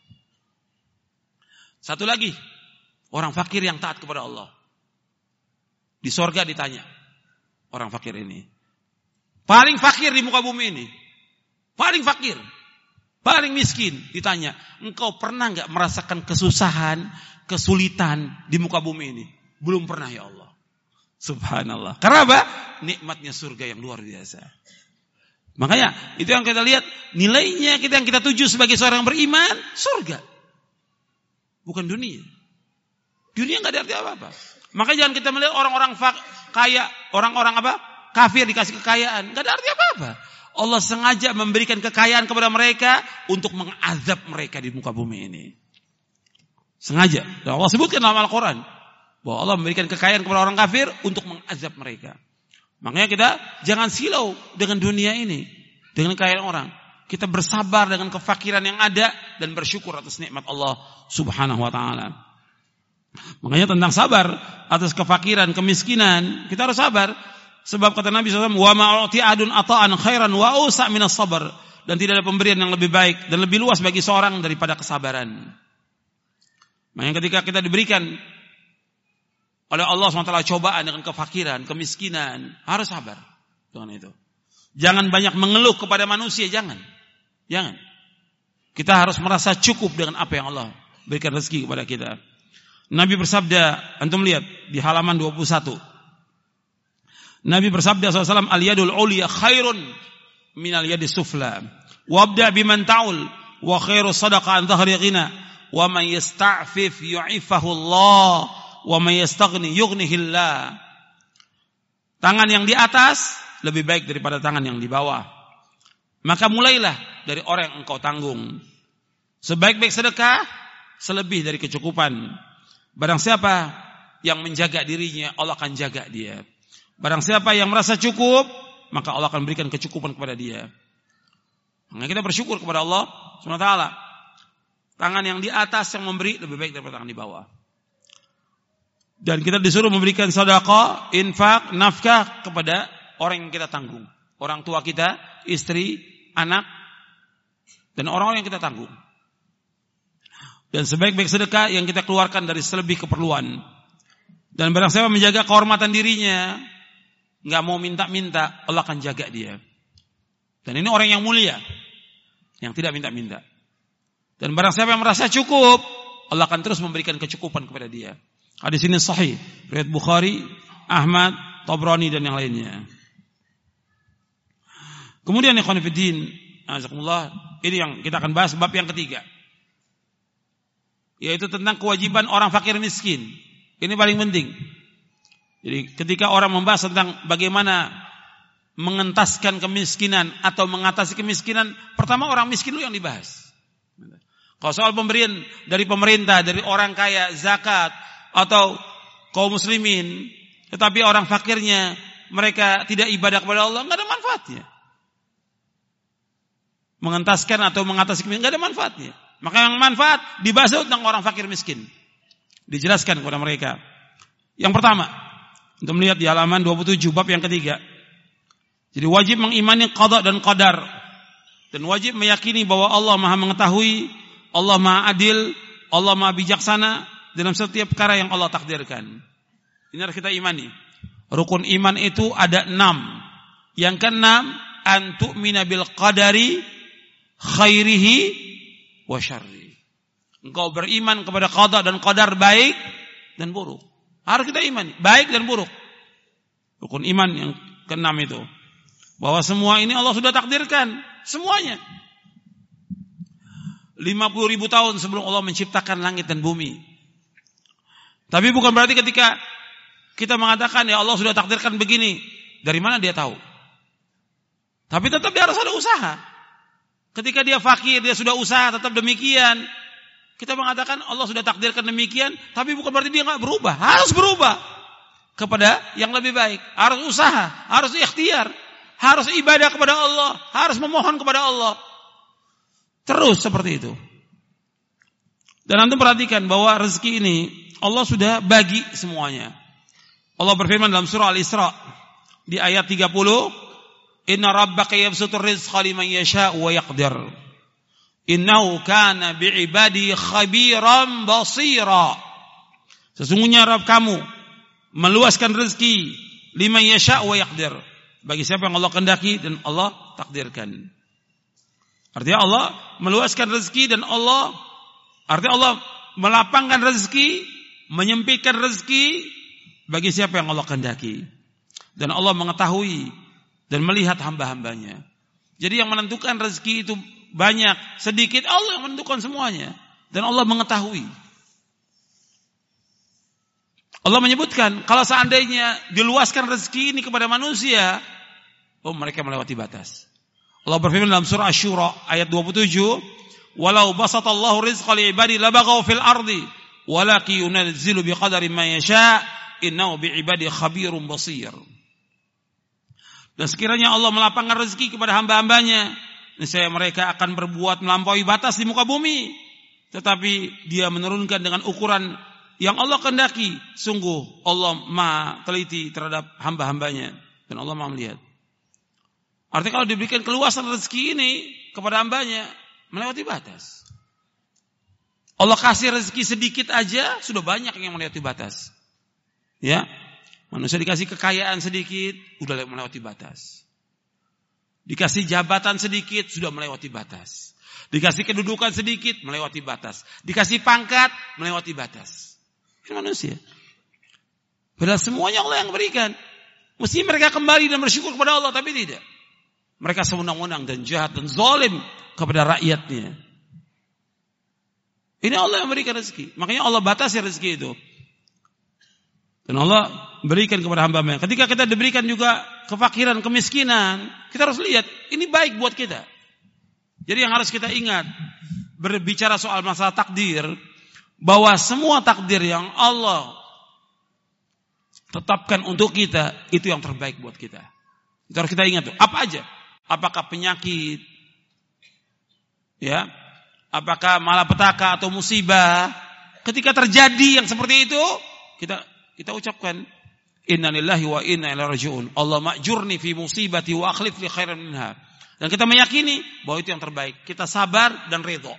Satu lagi, orang fakir yang taat kepada Allah. Di sorga ditanya, orang fakir ini. Paling fakir di muka bumi ini. Paling fakir. Paling miskin. Ditanya, engkau pernah enggak merasakan kesusahan, kesulitan di muka bumi ini? Belum pernah ya Allah. Subhanallah. Karena apa? Nikmatnya surga yang luar biasa. Makanya, itu yang kita lihat. Nilainya kita yang kita tuju sebagai seorang beriman, surga. Bukan dunia. Dunia enggak ada arti apa-apa. Maka jangan kita melihat orang-orang kaya, orang-orang apa? Kafir dikasih kekayaan, enggak ada arti apa-apa. Allah sengaja memberikan kekayaan kepada mereka untuk mengazab mereka di muka bumi ini. Sengaja. Dan Allah sebutkan dalam Al-Quran bahwa Allah memberikan kekayaan kepada orang kafir untuk mengazab mereka. Makanya kita jangan silau dengan dunia ini, dengan kekayaan orang. Kita bersabar dengan kefakiran yang ada dan bersyukur atas nikmat Allah Subhanahu wa taala. Makanya tentang sabar atas kefakiran, kemiskinan, kita harus sabar. Sebab kata Nabi SAW, "Wa ma'uti adun ata'an khairan wa usa' minas sabar." Dan tidak ada pemberian yang lebih baik dan lebih luas bagi seorang daripada kesabaran. Makanya ketika kita diberikan oleh Allah SWT cobaan dengan kefakiran, kemiskinan, harus sabar dengan itu. Jangan banyak mengeluh kepada manusia, jangan. Kita harus merasa cukup dengan apa yang Allah berikan rezeki kepada kita. Nabi bersabda, antum lihat di halaman 21. Nabi bersabda SAW, al-yadul ulya khairun minal yadis sufla. Wabda biman ta'ul wa khairu sadaqa an dhahri ghina. Wa man yasta'fif yu'ifahu Allah wa man yastaghni yughnihillah. Tangan yang di atas lebih baik daripada tangan yang di bawah. Maka mulailah dari orang yang engkau tanggung. Sebaik-baik sedekah, selebih dari kecukupan. Barang siapa yang menjaga dirinya, Allah akan jaga dia. Barang siapa yang merasa cukup, maka Allah akan berikan kecukupan kepada dia. Maka kita bersyukur kepada Allah SWT. Tangan yang di atas yang memberi lebih baik daripada tangan di bawah. Dan kita disuruh memberikan sedekah, infak, nafkah kepada orang yang kita tanggung. Orang tua kita, istri, anak, dan orang-orang yang kita tanggung. Dan sebaik-baik sedekah yang kita keluarkan dari selebih keperluan. Dan barang siapa menjaga kehormatan dirinya, nggak mau minta-minta, Allah akan jaga dia. Dan ini orang yang mulia, yang tidak minta-minta. Dan barang siapa yang merasa cukup, Allah akan terus memberikan kecukupan kepada dia. Hadis ini sahih, riwayat Bukhari, Ahmad, Tabrani dan yang lainnya. Kemudian ikhwan fillah, azakumullah, ini yang kita akan bahas bab yang ketiga, yaitu tentang kewajiban orang fakir miskin. Ini paling penting. Jadi ketika orang membahas tentang bagaimana mengentaskan kemiskinan atau mengatasi kemiskinan, pertama orang miskin dulu yang dibahas. Kalau soal pemberian dari pemerintah, dari orang kaya, zakat, atau kaum muslimin, tetapi orang fakirnya mereka tidak ibadah kepada Allah, nggak ada manfaatnya. Mengentaskan atau mengatasi kemiskinan nggak ada manfaatnya. Maka yang manfaat dibahas tentang orang fakir miskin, dijelaskan kepada mereka. Yang pertama, untuk melihat di halaman 27 bab yang ketiga. Jadi wajib mengimani qada dan qadar, dan wajib meyakini bahwa Allah Maha mengetahui, Allah Maha adil, Allah Maha bijaksana dalam setiap perkara yang Allah takdirkan. Ini harus kita imani. Rukun iman itu ada 6. Yang keenam, an tu'mina bil qadari khairihi wa syarri. Engkau beriman kepada qada dan qadar, baik dan buruk. Harus kita imani, baik dan buruk. Rukun iman yang keenam itu, bahwa semua ini Allah sudah takdirkan, semuanya. 50.000 tahun sebelum Allah menciptakan langit dan bumi. Tapi bukan berarti ketika kita mengatakan ya Allah sudah takdirkan begini, dari mana dia tahu? Tapi tetap dia harus ada usaha. Ketika dia fakir, dia sudah usaha, tetap demikian. Kita mengatakan Allah sudah takdirkan demikian, tapi bukan berarti dia nggak berubah. Harus berubah kepada yang lebih baik. Harus usaha, harus ikhtiar, harus ibadah kepada Allah, harus memohon kepada Allah. Terus seperti itu. Dan antum perhatikan bahwa rezeki ini Allah sudah bagi semuanya. Allah berfirman dalam surah Al-Isra di ayat 30, "Inna rabbaka yabsutur rizqa liman yasha'u wa yaqdir. Innahu kana bi'ibadi khabiran basira." Sesungguhnya Rabb kamu meluaskan rezeki liman yasha'u wa yaqdir, bagi siapa yang Allah kehendaki dan Allah takdirkan. Artinya Allah meluaskan rezeki dan artinya Allah melapangkan rezeki, menyempitkan rezeki bagi siapa yang Allah kehendaki. Dan Allah mengetahui dan melihat hamba-hambanya. Jadi yang menentukan rezeki itu banyak, sedikit, Allah yang menentukan semuanya. Dan Allah mengetahui. Allah menyebutkan, kalau seandainya diluaskan rezeki ini kepada manusia, mereka melewati batas. Allah berfirman dalam surah Asy-Syura ayat 27, "Walau basatallahu rizqa li'ibadi labaghaw fil ardi, walakin yunazzilu biqadari ma yasha, innahu bi'ibadi khabirum basir." Dan sekiranya Allah melapangkan rezeki kepada hamba-hambanya, niscaya mereka akan berbuat melampaui batas di muka bumi, tetapi Dia menurunkan dengan ukuran yang Allah kehendaki. Sungguh Allah Maha teliti terhadap hamba-hambanya, dan Allah Maha melihat. Artinya kalau diberikan keluasan rezeki ini kepada hambanya, melewati batas. Allah kasih rezeki sedikit aja, sudah banyak yang melewati batas. Ya, manusia dikasih kekayaan sedikit, udah melewati batas. Dikasih jabatan sedikit, sudah melewati batas. Dikasih kedudukan sedikit, melewati batas. Dikasih pangkat, melewati batas. Ini manusia. Padahal semuanya Allah yang berikan. Mesti mereka kembali dan bersyukur kepada Allah, tapi tidak. Mereka sewenang-wenang dan jahat dan zalim kepada rakyatnya. Ini Allah yang berikan rezeki. Makanya Allah batasi rezeki itu. Dan Allah berikan kepada hamba-hamba. Ketika kita diberikan juga kefakiran, kemiskinan, kita harus lihat, ini baik buat kita. Jadi yang harus kita ingat, berbicara soal masalah takdir, bahwa semua takdir yang Allah tetapkan untuk kita, itu yang terbaik buat kita. Itu harus kita ingat tuh. Apa aja? Apakah penyakit, ya, apakah malapetaka atau musibah, ketika terjadi yang seperti itu, kita ucapkan inna lillahi wa inna ilaihi raji'un. Allah ma'jurni fi musibati wa akhlif li khairan minha. Dan kita meyakini bahwa itu yang terbaik. Kita sabar dan redha.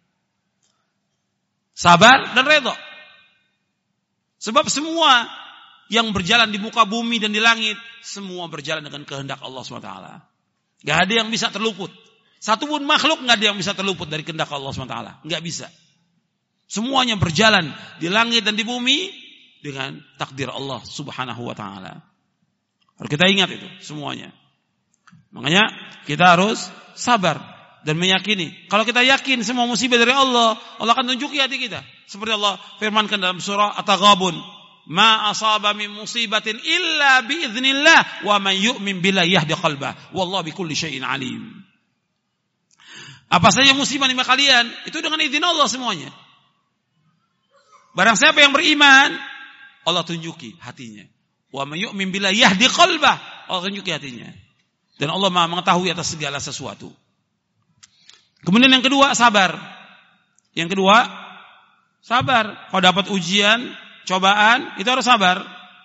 Sabar dan redha. Sebab semua yang berjalan di muka bumi dan di langit, semua berjalan dengan kehendak Allah SWT. Gak ada yang bisa terluput. Satu pun makhluk gak ada yang bisa terluput dari kehendak Allah SWT. Gak bisa. Semuanya berjalan di langit dan di bumi dengan takdir Allah Subhanahu wa ta'ala. Harus kita ingat itu semuanya. Makanya kita harus sabar dan meyakini. Kalau kita yakin semua musibah dari Allah, Allah akan tunjuki hati kita. Seperti Allah firmankan dalam surah At-Taghabun, "Ma asaba min musibatin illa bi idznillah wa man yu'min billahi yahdi qalbah. Wallahu bikulli syai'in alim." Apa saja musibah menimpa kalian, itu dengan izin Allah semuanya. Barang siapa yang beriman, Allah tunjuki hatinya. Wa man yu'min billahi yahdi qalbah. Allah tunjuki hatinya. Dan Allah Maha mengetahui atas segala sesuatu. Kemudian yang kedua, sabar. Yang kedua, sabar. Kalau dapat ujian, cobaan, itu harus sabar.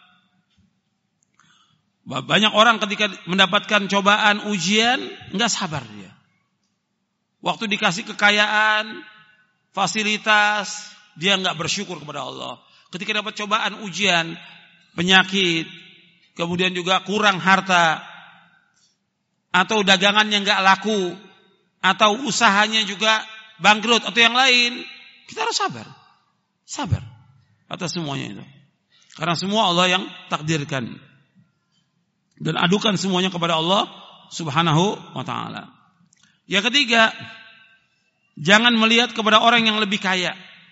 Banyak orang ketika mendapatkan cobaan, ujian, enggak sabar dia. Waktu dikasih kekayaan, fasilitas, dia enggak bersyukur kepada Allah. Ketika dapat cobaan, ujian, penyakit, kemudian juga kurang harta, atau dagangannya enggak laku, atau usahanya juga bangkrut, atau yang lain, kita harus sabar. Sabar atas semuanya itu. Karena semua Allah yang takdirkan. Dan adukan semuanya kepada Allah Subhanahu wa ta'ala. Yang ketiga, jangan melihat kepada orang yang lebih kaya.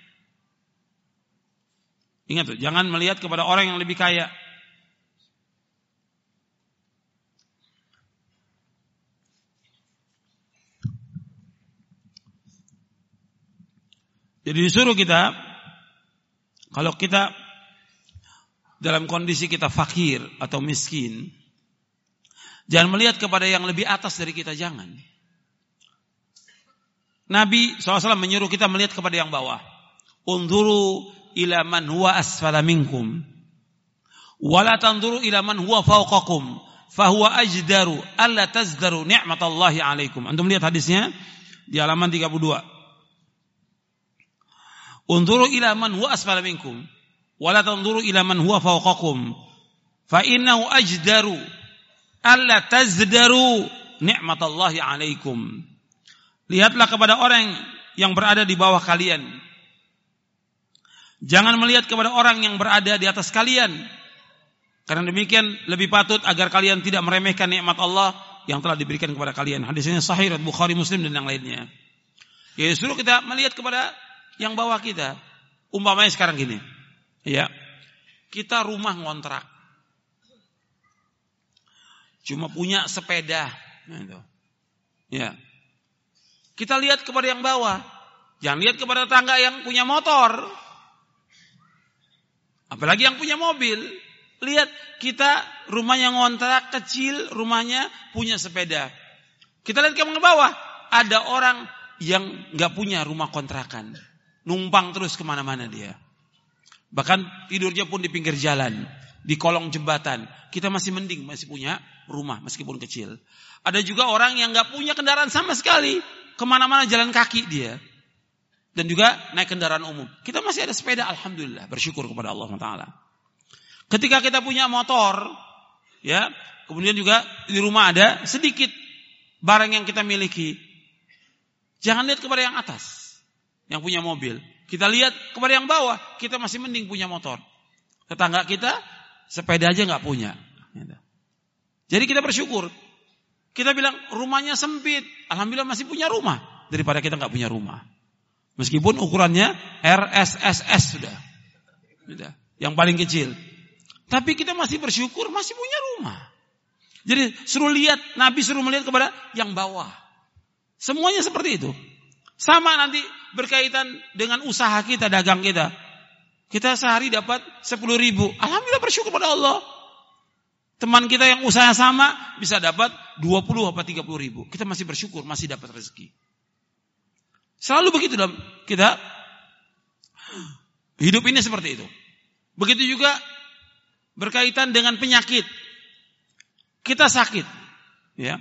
Ingat tuh, jangan melihat kepada orang yang lebih kaya. Jadi disuruh kita, kalau kita dalam kondisi kita fakir atau miskin, jangan melihat kepada yang lebih atas dari kita, jangan. Nabi SAW menyuruh kita melihat kepada yang bawah. Unzuru ila man huwa asfala minkum, wala tanzuru ila man huwa fawqakum, fahuwa ajdaru alla tazdaru ni'matallahi alaikum. Antum lihat hadisnya di halaman 32. Unzuru ila man huwa asfala minkum wala tanzuru ila man huwa fawqakum fa innahu ajdaru alla tazdaru ni'matallahi alaikum. Lihatlah kepada orang yang berada di bawah kalian. Jangan melihat kepada orang yang berada di atas kalian. Karena demikian lebih patut agar kalian tidak meremehkan nikmat Allah yang telah diberikan kepada kalian. Hadisnya sahih riwayat Bukhari, Muslim dan yang lainnya. Ya, suruh kita melihat kepada yang bawah kita. Umpamanya sekarang gini, ya, kita rumah ngontrak, cuma punya sepeda, gitu. Ya, kita lihat kepada yang bawah, jangan lihat kepada tetangga yang punya motor, apalagi yang punya mobil. Lihat kita rumahnya ngontrak kecil, rumahnya punya sepeda. Kita lihat ke bawah, ada orang yang nggak punya rumah kontrakan. Numpang terus kemana-mana dia. Bahkan tidurnya pun di pinggir jalan, di kolong jembatan. Kita masih mending, masih punya rumah meskipun kecil. Ada juga orang yang gak punya kendaraan sama sekali. Kemana-mana jalan kaki dia. Dan juga naik kendaraan umum. Kita masih ada sepeda, alhamdulillah. Bersyukur kepada Allah Ta'ala. Ketika kita punya motor, ya, kemudian juga di rumah ada sedikit barang yang kita miliki. Jangan lihat kepada yang atas, yang punya mobil. Kita lihat kepada yang bawah, kita masih mending punya motor. Tetangga kita sepeda aja gak punya. Jadi kita bersyukur. Kita bilang rumahnya sempit, alhamdulillah masih punya rumah, daripada kita gak punya rumah. Meskipun ukurannya RSSS sudah, yang paling kecil. Tapi kita masih bersyukur, masih punya rumah. Jadi suruh lihat, Nabi suruh melihat kepada yang bawah. Semuanya seperti itu. Sama nanti berkaitan dengan usaha kita, dagang kita. Kita sehari dapat 10.000. Alhamdulillah bersyukur pada Allah. Teman kita yang usaha sama bisa dapat 20 atau 30.000. Kita masih bersyukur, masih dapat rezeki. Selalu begitu dalam kita hidup ini seperti itu. Begitu juga berkaitan dengan penyakit. Kita sakit, ya,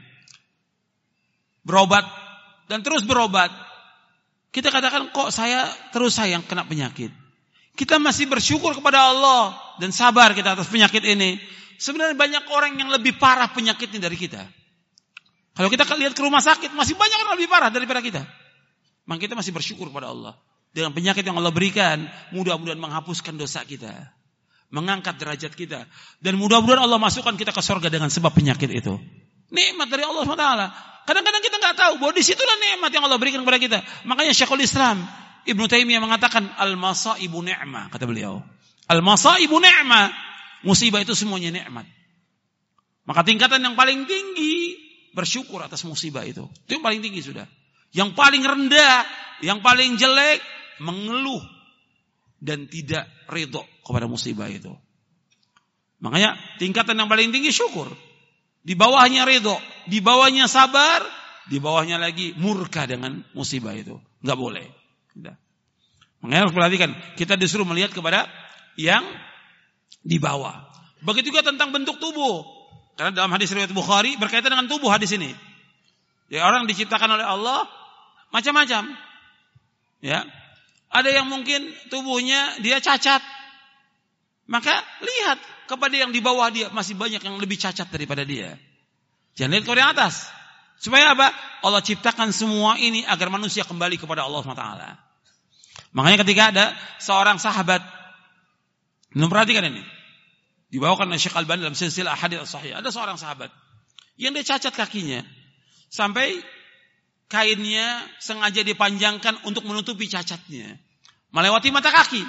berobat dan terus berobat. Kita katakan, kok saya terus sayang kena penyakit. Kita masih bersyukur kepada Allah dan sabar kita atas penyakit ini. Sebenarnya banyak orang yang lebih parah penyakitnya dari kita. Kalau kita lihat ke rumah sakit, masih banyak yang lebih parah daripada kita. Maka kita masih bersyukur kepada Allah. Dengan penyakit yang Allah berikan, mudah-mudahan menghapuskan dosa kita, mengangkat derajat kita. Dan mudah-mudahan Allah masukkan kita ke surga dengan sebab penyakit itu. Nikmat dari Allah SWT. Kadang-kadang kita nggak tahu bahwa disitulah nikmat yang Allah berikan kepada kita. Makanya Syekhul Islam Ibnu Taimiyah mengatakan al-masaibu ni'mah, kata beliau. Al-masaibu ni'mah, musibah itu semuanya nikmat. Maka tingkatan yang paling tinggi bersyukur atas musibah itu. Itu yang paling tinggi sudah. Yang paling rendah, yang paling jelek mengeluh dan tidak ridho kepada musibah itu. Makanya tingkatan yang paling tinggi syukur. Di bawahnya ridho, di bawahnya sabar, di bawahnya lagi murka dengan musibah itu. Enggak boleh. Udah. Makanya harus perhatikan, kita disuruh melihat kepada yang di bawah. Begitu juga tentang bentuk tubuh. Karena dalam hadis riwayat Bukhari berkaitan dengan tubuh hadis ini. Ya, orang diciptakan oleh Allah macam-macam. Ya. Ada yang mungkin tubuhnya dia cacat. Maka lihat kepada yang di bawah dia, masih banyak yang lebih cacat daripada dia. Jangan lihat kepada yang atas. Supaya apa? Allah ciptakan semua ini agar manusia kembali kepada Allah SWT. Makanya ketika ada seorang sahabat, perhatikan ini, dibawakan oleh Syekh Al-Albani dalam silsilah ahadits as-sahih. Ada seorang sahabat yang dia cacat kakinya sampai kainnya sengaja dipanjangkan untuk menutupi cacatnya, melewati mata kaki.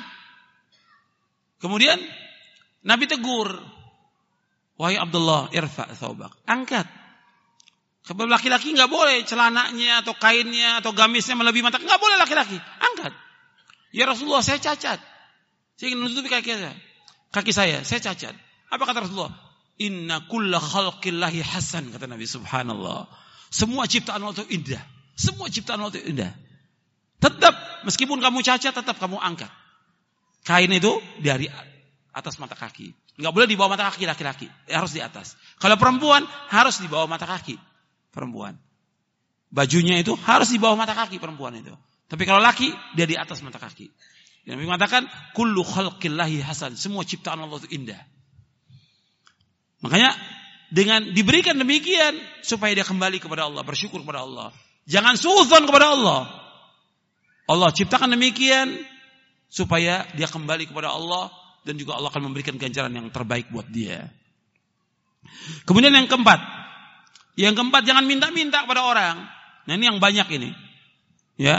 Kemudian Nabi tegur, wahai Abdullah, irfa' thawbak, angkat. Sebab laki-laki enggak boleh celananya atau kainnya atau gamisnya melebihi mata, enggak boleh laki-laki, angkat. Ya Rasulullah, saya cacat, saya ingin menutupi kaki saya cacat. Apa kata Rasulullah? Inna kulla khalqillahi hasan, kata Nabi. Subhanallah. Semua ciptaan Allah itu indah. Semua ciptaan Allah itu indah. Tetap, meskipun kamu cacat, tetap kamu angkat kain itu dari atas mata kaki. Enggak boleh di bawah mata kaki laki-laki, harus di atas. Kalau perempuan harus di bawah mata kaki. Perempuan, bajunya itu harus di bawah mata kaki perempuan itu. Tapi kalau laki, dia di atas mata kaki. Yang mengatakan kullu khalqillahi hasan, semua ciptaan Allah itu indah. Makanya dengan diberikan demikian supaya dia kembali kepada Allah, bersyukur kepada Allah. Jangan suudzon kepada Allah. Allah ciptakan demikian supaya dia kembali kepada Allah dan juga Allah akan memberikan ganjaran yang terbaik buat dia. Kemudian yang keempat jangan minta-minta kepada orang. Nah, ini yang banyak ini. Ya.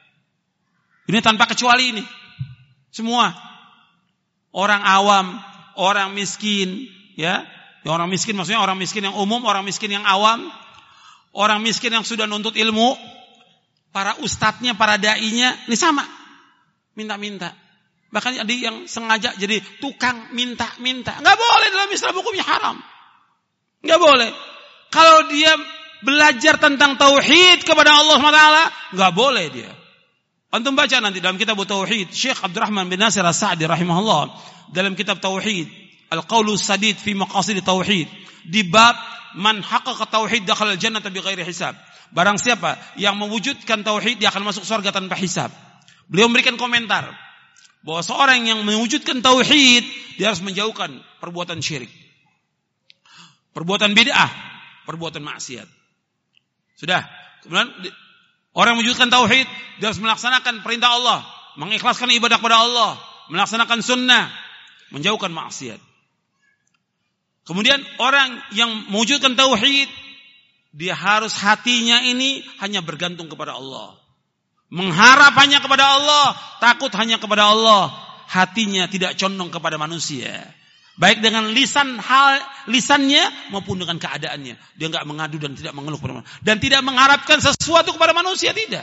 Ini tanpa kecuali ini. Semua orang awam, orang miskin, ya. Orang miskin maksudnya orang miskin yang umum, orang miskin yang awam, orang miskin yang sudah nuntut ilmu, para ustadznya, para dai-nya, ini sama. Minta-minta. Bahkan ada yang sengaja jadi tukang minta-minta. Enggak boleh, dalam Islam hukumnya haram. Enggak boleh. Kalau dia belajar tentang tauhid kepada Allah SWT, enggak boleh dia. Antum baca nanti dalam kitab Tauhid, Syekh Abdurrahman bin Nasir As-Sa'di rahimahullah, dalam kitab Tauhid, Al-Qaulus Sadid fi Maqasid Tauhid, di bab man haqqaqa tauhid dakhala al-jannata bighairi hisab. Barang siapa yang mewujudkan tauhid, dia akan masuk surga tanpa hisab. Beliau memberikan komentar bahwa seorang yang mewujudkan tauhid, dia harus menjauhkan perbuatan syirik, perbuatan bid'ah, perbuatan maksiat. Sudah. Kemudian orang yang mewujudkan tauhid, dia harus melaksanakan perintah Allah, mengikhlaskan ibadah kepada Allah, melaksanakan sunnah, menjauhkan maksiat. Kemudian orang yang mewujudkan tauhid, dia harus hatinya ini hanya bergantung kepada Allah, mengharap hanya kepada Allah, takut hanya kepada Allah, hatinya tidak condong kepada manusia, baik dengan lisannya maupun dengan keadaannya. Dia enggak mengadu dan tidak mengeluh kepada manusia, dan tidak mengharapkan sesuatu kepada manusia, tidak.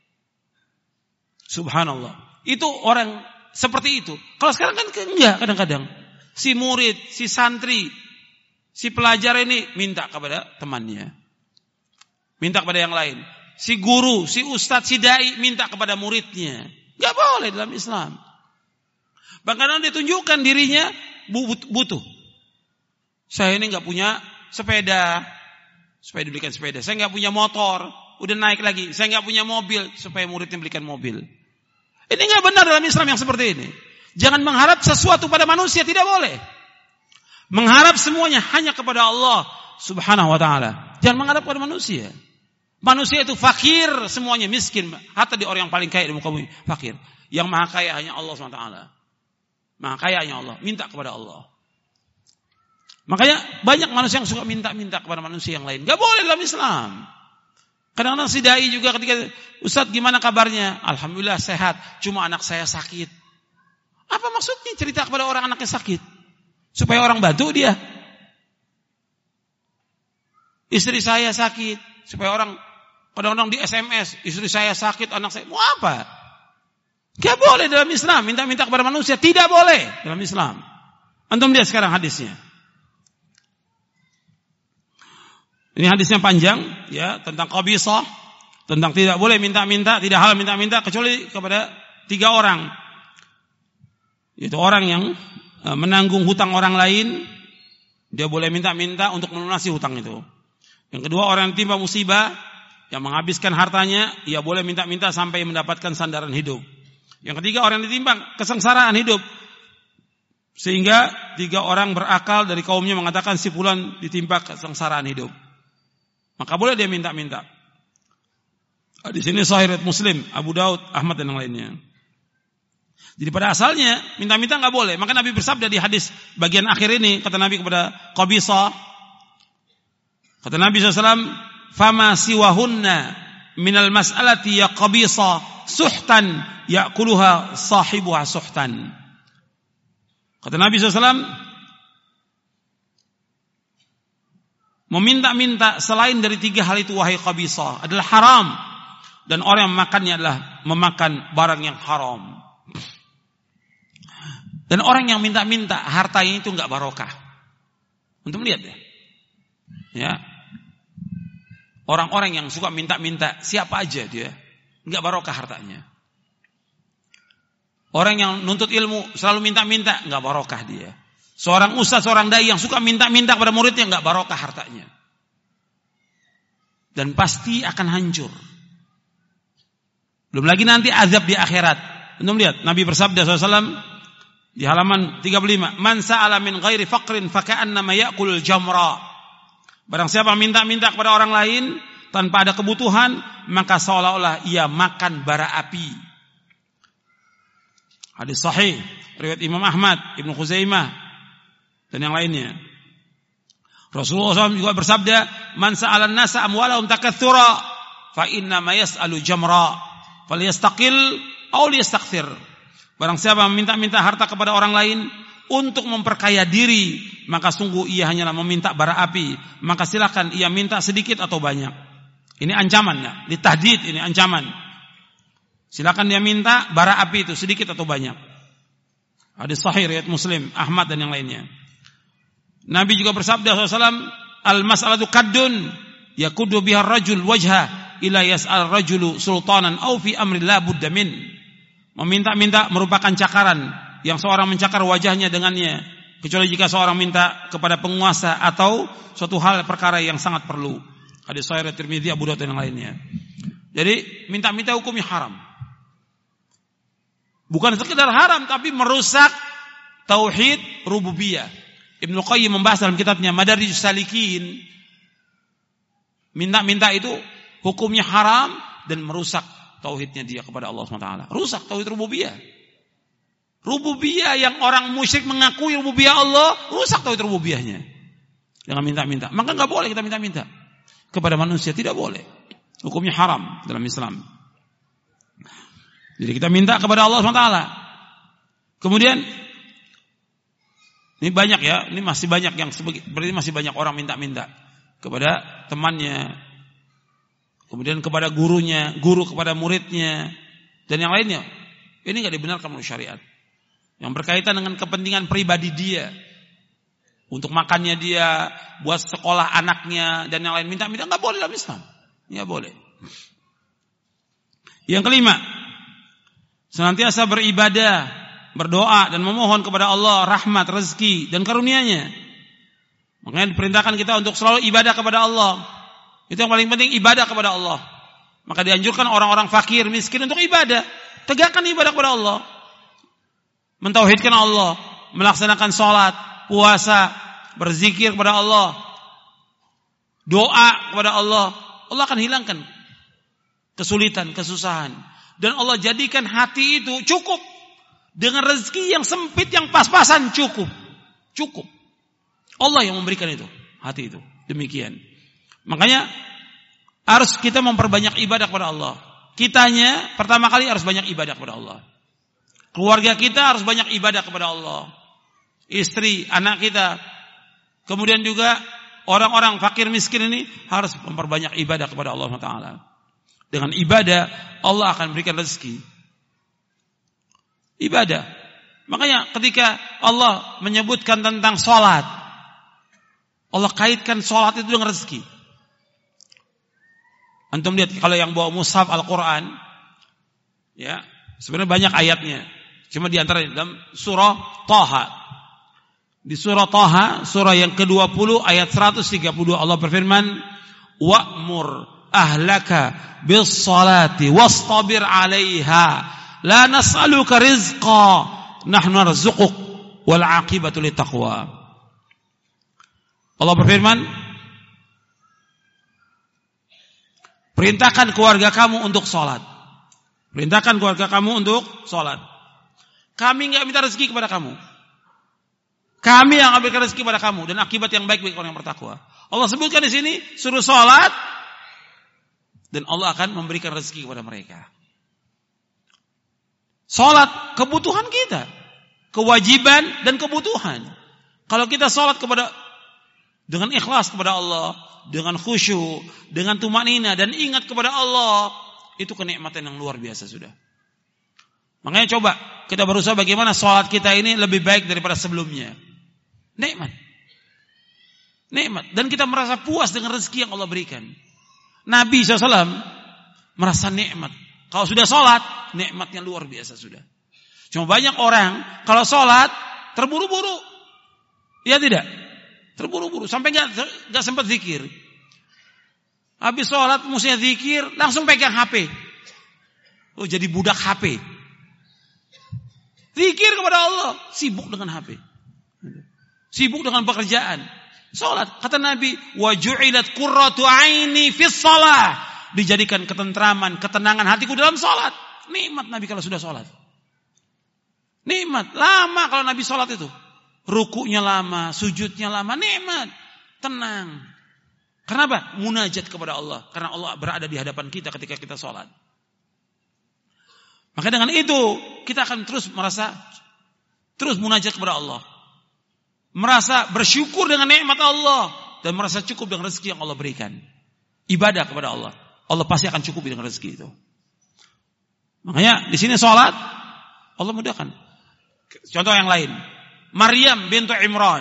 Subhanallah. Itu orang seperti itu. Kalau sekarang kan enggak, kadang-kadang si murid, si santri, si pelajar ini minta kepada temannya, minta kepada yang lain. Si guru, si ustadz, si dai minta kepada muridnya. Enggak boleh dalam Islam. Bahkan ditunjukkan dirinya butuh. Saya ini enggak punya sepeda, supaya dibelikan sepeda. Saya enggak punya motor, udah naik lagi. Saya enggak punya mobil, supaya muridnya belikan mobil. Ini enggak benar dalam Islam yang seperti ini. Jangan mengharap sesuatu pada manusia, tidak boleh. Mengharap semuanya hanya kepada Allah Subhanahu wa ta'ala. Jangan mengharap kepada manusia. Manusia itu fakir, semuanya miskin. Hatta di orang yang paling kaya di muka bumi, fakir. Yang maha kaya hanya Allah SWT. Maha kaya hanya Allah. Minta kepada Allah. Makanya banyak manusia yang suka minta-minta kepada manusia yang lain. Gak boleh dalam Islam. Kadang-kadang si dai juga ketika, Ustadz gimana kabarnya? Alhamdulillah sehat, cuma anak saya sakit. Apa maksudnya cerita kepada orang anaknya sakit? Supaya orang bantu dia. Istri saya sakit, supaya orang kadang-kadang di SMS, istri saya sakit, anak saya, mau apa? Gak boleh dalam Islam, minta-minta kepada manusia, tidak boleh dalam Islam. Antum lihat sekarang hadisnya. Ini hadisnya panjang, ya, tentang qabisah, tentang tidak boleh minta-minta, tidak halal minta-minta kecuali kepada 3 orang. Itu orang yang menanggung hutang orang lain, dia boleh minta-minta untuk melunasi hutang itu. Yang kedua, orang yang timpa musibah, yang menghabiskan hartanya, ia boleh minta-minta sampai mendapatkan sandaran hidup. Yang ketiga, orang yang ditimpa kesengsaraan hidup, sehingga 3 orang berakal dari kaumnya mengatakan si fulan ditimpa kesengsaraan hidup. Maka boleh dia minta-minta. Di sini sahih riwayat Muslim, Abu Daud, Ahmad dan yang lainnya. Jadi pada asalnya minta-minta enggak boleh. Maka Nabi bersabda di hadis bagian akhir ini, kata Nabi kepada Qabisah, kata Nabi SAW, "Fama siwahunna minal mas'alati ya Qabisah suhtan ya'kuluha sahibuha suhtan." Kata Nabi SAW, meminta-minta selain dari 3 hal itu wahai Qabisah adalah haram, dan orang yang memakannya adalah memakan barang yang haram. Dan orang yang minta-minta hartanya itu enggak barokah. Untuk melihat ya. Ya. Orang-orang yang suka minta-minta, siapa aja dia, enggak barokah hartanya. Orang yang nuntut ilmu selalu minta-minta, enggak barokah dia. Seorang ustaz, seorang dai yang suka minta-minta kepada muridnya, enggak barokah hartanya. Dan pasti akan hancur. Belum lagi nanti azab di akhirat. Untuk lihat, Nabi bersabda SAW di halaman 35, "Man sa'ala min ghairi faqrin faka'annama ya'kulul jamra." Barang siapa minta-minta kepada orang lain tanpa ada kebutuhan, maka seolah-olah ia makan bara api. Hadis sahih riwayat Imam Ahmad, Ibnu Khuzaimah dan yang lainnya. Rasulullah SAW juga bersabda, "Man sa'alan nasa amwalahum takatsura fa inna ma yas'alu jamra falyastaqil aw liyastakthir." Barang siapa meminta-minta harta kepada orang lain untuk memperkaya diri, maka sungguh ia hanyalah meminta bara api. Maka silakan ia minta sedikit atau banyak. Ini ancaman ya, ditahdid, ini ancaman. Silakan dia minta bara api itu sedikit atau banyak. Hadis sahih riwayat Muslim, Ahmad dan yang lainnya. Nabi juga bersabda SAW, "Al-mas'alatu kaddun yakuddu biha ar-rajul wajha ila yas'al rajulu sultanan aw fi amri la budda min." Meminta-minta merupakan cakaran yang seorang mencakar wajahnya dengannya, kecuali jika seorang minta kepada penguasa atau suatu hal perkara yang sangat perlu. Hadis sahih Tirmidzi, Abu Daud dan yang lainnya. Jadi minta-minta hukumnya haram. Bukan sekedar haram, tapi merusak tauhid rububiyah. Ibnu Qayyim membahas dalam kitabnya Madarijus Salikin, minta-minta itu hukumnya haram dan merusak tauhidnya dia kepada Allah SWT. Rusak tauhid rububiyah. Rububiyah yang orang musyrik mengakui rububiyah Allah, rusak tauhid rububiyahnya dengan minta-minta. Maka enggak boleh kita minta-minta kepada manusia, tidak boleh. Hukumnya haram dalam Islam. Jadi kita minta kepada Allah SWT. Kemudian ini banyak ya, ini masih banyak yang berarti masih banyak orang minta-minta kepada temannya, kemudian kepada gurunya, guru kepada muridnya, dan yang lainnya. Ini enggak dibenarkan menurut syariat. Yang berkaitan dengan kepentingan pribadi dia, untuk makannya dia, buat sekolah anaknya, dan yang lain minta-minta enggak boleh dalam Islam. Enggak boleh. Yang kelima, senantiasa beribadah, berdoa dan memohon kepada Allah rahmat, rezeki dan karunia-Nya. Makanya diperintahkan kita untuk selalu ibadah kepada Allah. Itu yang paling penting, ibadah kepada Allah. Maka dianjurkan orang-orang fakir, miskin untuk ibadah. Tegakkan ibadah kepada Allah. Mentauhidkan Allah, melaksanakan sholat, puasa, berzikir kepada Allah, doa kepada Allah. Allah akan hilangkan kesulitan, kesusahan. Dan Allah jadikan hati itu cukup. Dengan rezeki yang sempit, yang pas-pasan cukup. Cukup. Allah yang memberikan itu, hati itu. Demikian. Makanya harus kita memperbanyak ibadah kepada Allah. Kitanya pertama kali harus banyak ibadah kepada Allah. Keluarga kita harus banyak ibadah kepada Allah. Istri, anak kita. Kemudian juga orang-orang fakir miskin ini harus memperbanyak ibadah kepada Allah Taala. Dengan ibadah Allah akan berikan rezeki. Ibadah. Makanya ketika Allah menyebutkan tentang sholat, Allah kaitkan sholat itu dengan rezeki. Antum lihat kalau yang bawa mushaf Al-Quran, ya sebenarnya banyak ayatnya. Cuma di antara dalam surah Taha. Di surah Taha, surah yang ke-20 ayat 132 Allah berfirman, "Wa'mur ahlaka bis salati wastabir 'alaiha la nas'aluka rizqa nahnu narzuquk wal 'aqibatu littaqwa." Allah berfirman, perintahkan keluarga kamu untuk sholat. Perintahkan keluarga kamu untuk sholat. Kami enggak minta rezeki kepada kamu. Kami yang akan berikan rezeki kepada kamu dan akibat yang baik bagi orang yang bertakwa. Allah sebutkan di sini suruh sholat dan Allah akan memberikan rezeki kepada mereka. Sholat kebutuhan kita, kewajiban dan kebutuhan. Kalau kita sholat dengan ikhlas kepada Allah, dengan khusyuk, dengan tumanina dan ingat kepada Allah, itu kenikmatan yang luar biasa sudah. Makanya coba kita berusaha bagaimana sholat kita ini lebih baik daripada sebelumnya. Nikmat. Dan kita merasa puas dengan rezeki yang Allah berikan. Nabi SAW merasa nikmat. Kalau sudah sholat, nikmatnya luar biasa sudah. Cuma banyak orang kalau sholat terburu-buru. Ya tidak? Terburu-buru sampai gak sempat zikir. Habis sholat mustinya zikir, langsung pegang HP. Oh, jadi budak HP. Zikir kepada Allah, sibuk dengan HP. Sibuk dengan pekerjaan. Sholat, kata Nabi, wa ju'ilat qurratu aini fis shalah. Dijadikan ketentraman, ketenangan hatiku dalam sholat. Nikmat Nabi kalau sudah sholat. Nikmat, lama kalau Nabi sholat itu. Rukuknya lama, sujudnya lama, nikmat, tenang. Kenapa? Munajat kepada Allah. Karena Allah berada di hadapan kita ketika kita sholat. Maka dengan itu kita akan terus munajat kepada Allah. Merasa bersyukur dengan nikmat Allah dan merasa cukup dengan rezeki yang Allah berikan. Ibadah kepada Allah. Allah pasti akan cukup dengan rezeki itu. Makanya di sini sholat Allah mudahkan. Contoh yang lain. Maryam bintu Imran.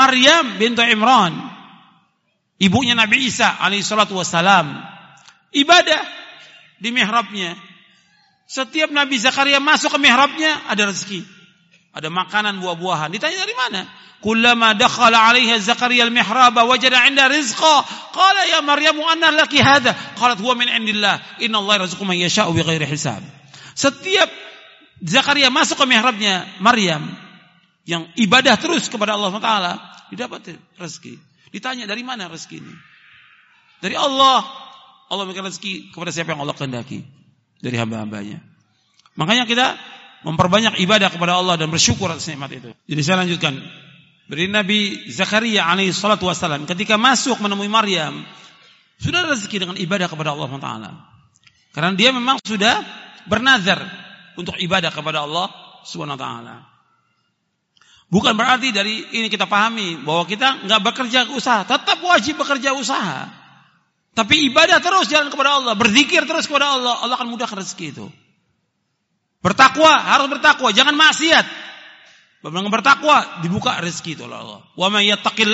Ibunya Nabi Isa alaihi salatu wassalam. Ibadah di mihrabnya. Setiap Nabi Zakaria masuk ke mihrabnya ada rezeki. Ada makanan buah-buahan. Ditanya dari mana? Kullama dakhala 'alaiha Zakaria al-mihraba wajada 'inda rizqa. Qala ya Maryam anna laki hadha? Qalat huwa min 'indillah. Innallaha yarzuqu man yasha'u bighairi hisab. Setiap Zakaria masuk ke mihrabnya Maryam yang ibadah terus kepada Allah Taala, didapat rezeki. Ditanya dari mana rezeki ini? Dari Allah. Allah memberikan rezeki kepada siapa yang Allah kehendaki dari hamba-hambanya. Makanya kita memperbanyak ibadah kepada Allah dan bersyukur atas nikmat itu. Jadi saya lanjutkan. Dari Nabi Zakaria alaihi salatu wassalam ketika masuk menemui Maryam, sudah rezeki dengan ibadah kepada Allah Taala. Karena dia memang sudah bernazar untuk ibadah kepada Allah Subhanahu wa taala. Bukan berarti dari ini kita pahami bahwa kita enggak bekerja usaha, tetap wajib bekerja usaha. Tapi ibadah terus jalan kepada Allah, berzikir terus kepada Allah, Allah akan mudahkan rezeki itu. Bertakwa, harus bertakwa, jangan maksiat. Dengan bertakwa dibuka rezeki itu oleh Allah. Wa may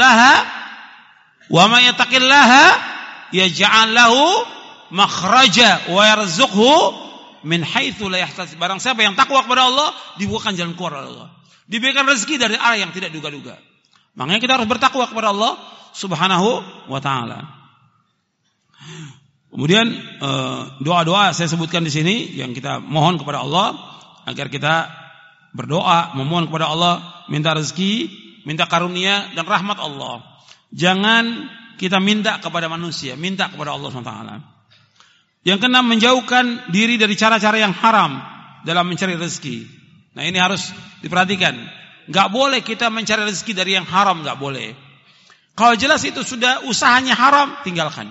yattaqillaha yaj'al lahu makhraja wa yarzuqhu min haitsu la yahtasib. Barang siapa yang takwa kepada Allah, dibukakan jalan keluar oleh Allah. Diberikan rezeki dari arah yang tidak duga-duga. Makanya kita harus bertakwa kepada Allah Subhanahu wa taala. Kemudian doa-doa saya sebutkan di sini yang kita mohon kepada Allah agar kita berdoa, memohon kepada Allah, minta rezeki, minta karunia dan rahmat Allah. Jangan kita minta kepada manusia, minta kepada Allah SWT. Yang keenam, menjauhkan diri dari cara-cara yang haram dalam mencari rezeki. Nah ini harus diperhatikan. Gak boleh kita mencari rezeki dari yang haram, gak boleh. Kalau jelas itu sudah usahanya haram, tinggalkan.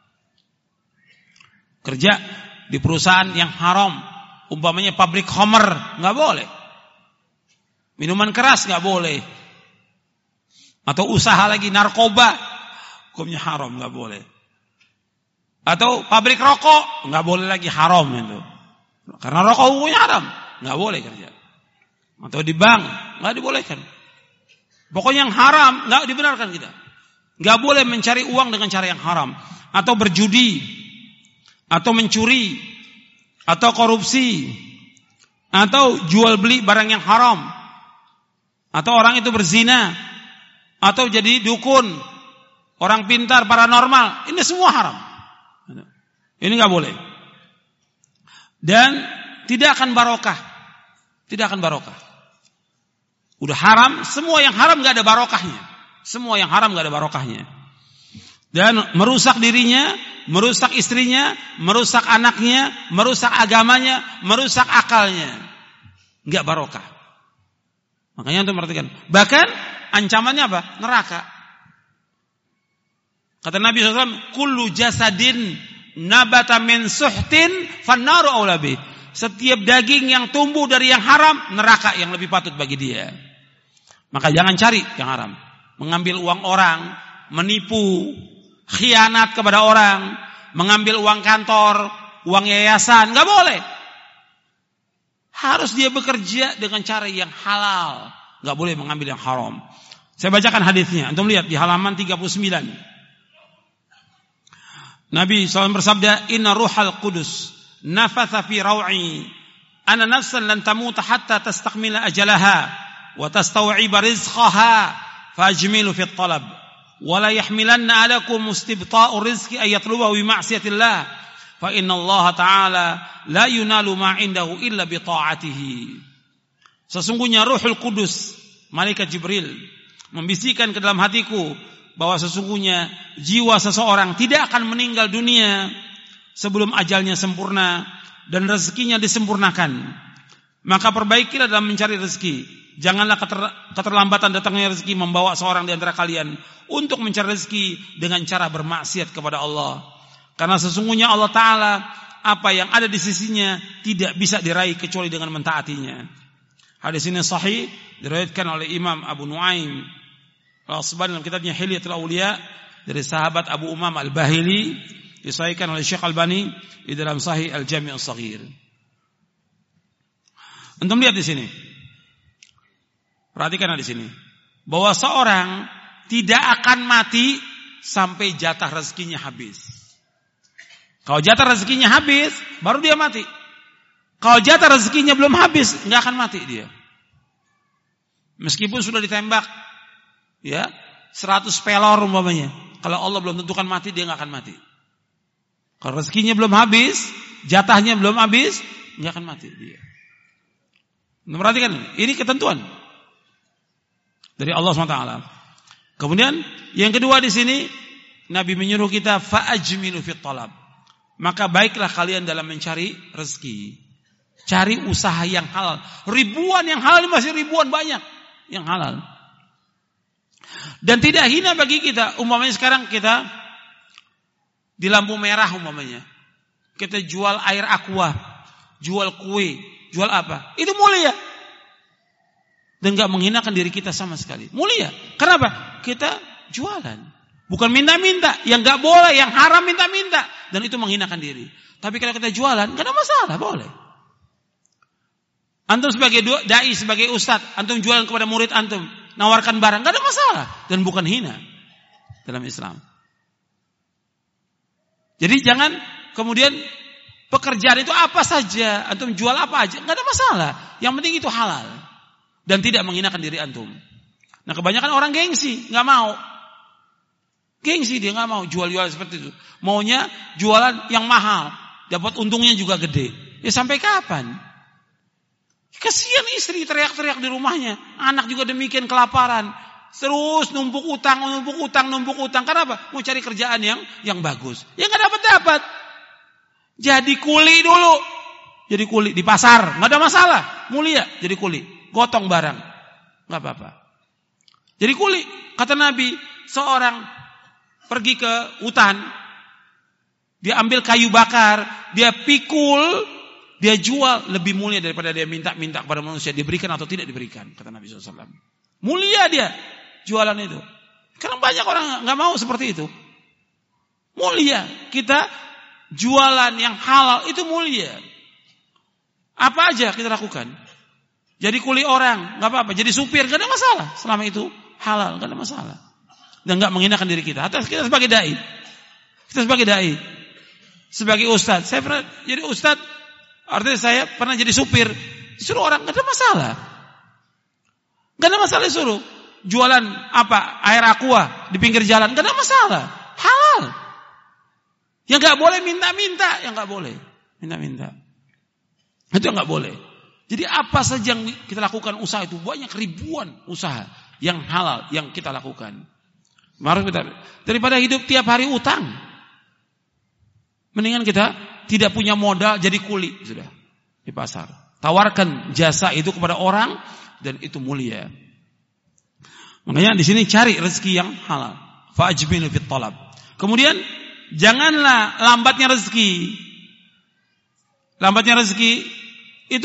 Kerja di perusahaan yang haram, umpamanya pabrik khamr, nggak boleh. Minuman keras nggak boleh. Atau usaha lagi narkoba, hukumnya haram, nggak boleh. Atau pabrik rokok, nggak boleh lagi, haram itu. Karena rokok hukumnya haram, nggak boleh kerja. Atau di bank, nggak dibolehkan. Pokoknya yang haram nggak dibenarkan kita. Nggak boleh mencari uang dengan cara yang haram, atau berjudi, atau mencuri, atau korupsi, atau jual beli barang yang haram, atau orang itu berzina, atau jadi dukun, orang pintar, paranormal. Ini semua haram. Ini nggak boleh. Dan tidak akan barokah. Tidak akan barokah. Udah haram, semua yang haram nggak ada barokahnya. Semua yang haram nggak ada barokahnya. Dan merusak dirinya, merusak istrinya, merusak anaknya, merusak agamanya, merusak akalnya. Nggak barokah. Makanya untuk perhatikan. Bahkan ancamannya apa? Neraka. Kata Nabi SAW, kullu jasadin nabata min suhtin fannaru aula bih. Setiap daging yang tumbuh dari yang haram, neraka yang lebih patut bagi dia. Maka jangan cari yang haram. Mengambil uang orang, menipu, khianat kepada orang, mengambil uang kantor, uang yayasan, nggak boleh. Harus dia bekerja dengan cara yang halal, nggak boleh mengambil yang haram. Saya bacakan hadisnya. Antum lihat di halaman 39. Nabi SAW bersabda, Inna ruhal qudus nafatha fi raw'i anna nafsan lan tamuta hatta tastakmila ajalaha wa tastaw'iba rizqaha fajmilu fi talab wa la yahmilanna alakum istibta'u rizqi ay yatlubahu bi ma'siyatillah fa inna Allah ta'ala la yunalu ma 'indahu illa bi ta'atihi. Sesungguhnya Ruhul Qudus, malaikat Jibril, membisikkan ke dalam hatiku bahwa sesungguhnya jiwa seseorang tidak akan meninggal dunia sebelum ajalnya sempurna dan rezekinya disempurnakan. Maka perbaikilah dalam mencari rezeki. Janganlah keterlambatan datangnya rezeki membawa seorang di antara kalian untuk mencari rezeki dengan cara bermaksiat kepada Allah. Karena sesungguhnya Allah Ta'ala, apa yang ada di sisinya tidak bisa diraih kecuali dengan mentaatinya. Hadis ini sahih, diriwayatkan oleh Imam Abu Nuaim Al-Asbahani dalam kitabnya Hilyatul Auliya dari sahabat Abu Umam Al-Bahili, disahihkan oleh Syekh Albani di dalam Sahih Al-Jami' As-Shaghir. Antum lihat di sini. Perhatikan di sini bahwa seorang tidak akan mati sampai jatah rezekinya habis. Kalau jatah rezekinya habis, baru dia mati. Kalau jatah rezekinya belum habis, nggak akan mati dia. Meskipun sudah ditembak, ya 100 pelor umpamanya, kalau Allah belum tentukan mati, dia nggak akan mati. Kalau rezekinya belum habis, jatahnya belum habis, nggak akan mati dia. Perhatikan, ini ketentuan dari Allah SWT. Kemudian yang kedua di sini, Nabi menyuruh kita fa'ajmilu fit talab. Maka baiklah kalian dalam mencari rezeki. Cari usaha yang halal. Ribuan yang halal, masih ribuan banyak yang halal. Dan tidak hina bagi kita. Umpamanya sekarang kita di lampu merah umpamanya, kita jual air aqua, jual kue, jual apa? Itu mulia. Dan gak menghinakan diri kita sama sekali. Mulia. Kenapa? Kita jualan. Bukan minta-minta. Yang gak boleh, yang haram minta-minta. Dan itu menghinakan diri. Tapi kalau kita jualan, gak ada masalah, boleh. Antum sebagai dai, sebagai ustadz, antum jualan kepada murid antum, nawarkan barang, gak ada masalah. Dan bukan hina dalam Islam. Jadi jangan kemudian pekerjaan itu apa saja, antum jual apa aja, gak ada masalah. Yang penting itu halal. Dan tidak menghinakan diri antum. Nah kebanyakan orang gengsi, gak mau. Gengsi dia gak mau jual-jual seperti itu. Maunya jualan yang mahal, dapat untungnya juga gede. Ya sampai kapan? Kasihan istri teriak-teriak di rumahnya, anak juga demikian kelaparan. Terus numpuk utang. Kenapa? Mau cari kerjaan yang bagus. Ya gak dapat. Jadi kuli dulu. Jadi kuli di pasar, gak ada masalah. Mulia jadi kuli. Gotong barang, nggak apa-apa. Jadi kuli, kata Nabi, seorang pergi ke hutan, dia ambil kayu bakar, dia pikul, dia jual, lebih mulia daripada dia minta kepada manusia diberikan atau tidak diberikan, kata Nabi SAW. Mulia dia jualan itu. Karena banyak orang nggak mau seperti itu. Mulia kita jualan yang halal itu mulia. Apa aja kita lakukan. Jadi kuli orang nggak apa-apa, jadi supir nggak ada masalah. Selama itu halal nggak ada masalah. Dan nggak menghinakan diri kita. Atas kita sebagai dai, sebagai ustadz. Saya pernah jadi ustadz, artinya saya pernah jadi supir. Disuruh orang nggak ada masalah. Nggak ada masalah disuruh jualan apa air aqua di pinggir jalan, nggak ada masalah. Halal. Yang nggak boleh minta-minta, yang nggak boleh minta-minta. Itu yang nggak boleh. Jadi apa saja yang kita lakukan usaha itu banyak ribuan usaha yang halal yang kita lakukan. Mari kita daripada hidup tiap hari utang, mendingan kita tidak punya modal jadi kuli sudah di pasar. Tawarkan jasa itu kepada orang dan itu mulia. Makanya di sini cari rezeki yang halal. Fa'ajmilu fit talab. Kemudian janganlah lambatnya rezeki. Lambatnya rezeki itu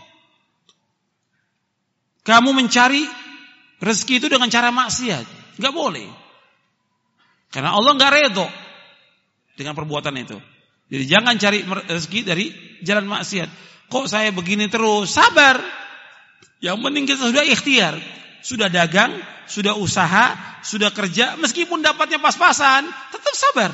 kamu mencari rezeki itu dengan cara maksiat. Enggak boleh. Karena Allah enggak redho dengan perbuatan itu. Jadi jangan cari rezeki dari jalan maksiat. Kok saya begini terus? Sabar. Yang penting kita sudah ikhtiar. Sudah dagang, sudah usaha, sudah kerja. Meskipun dapatnya pas-pasan, tetap sabar.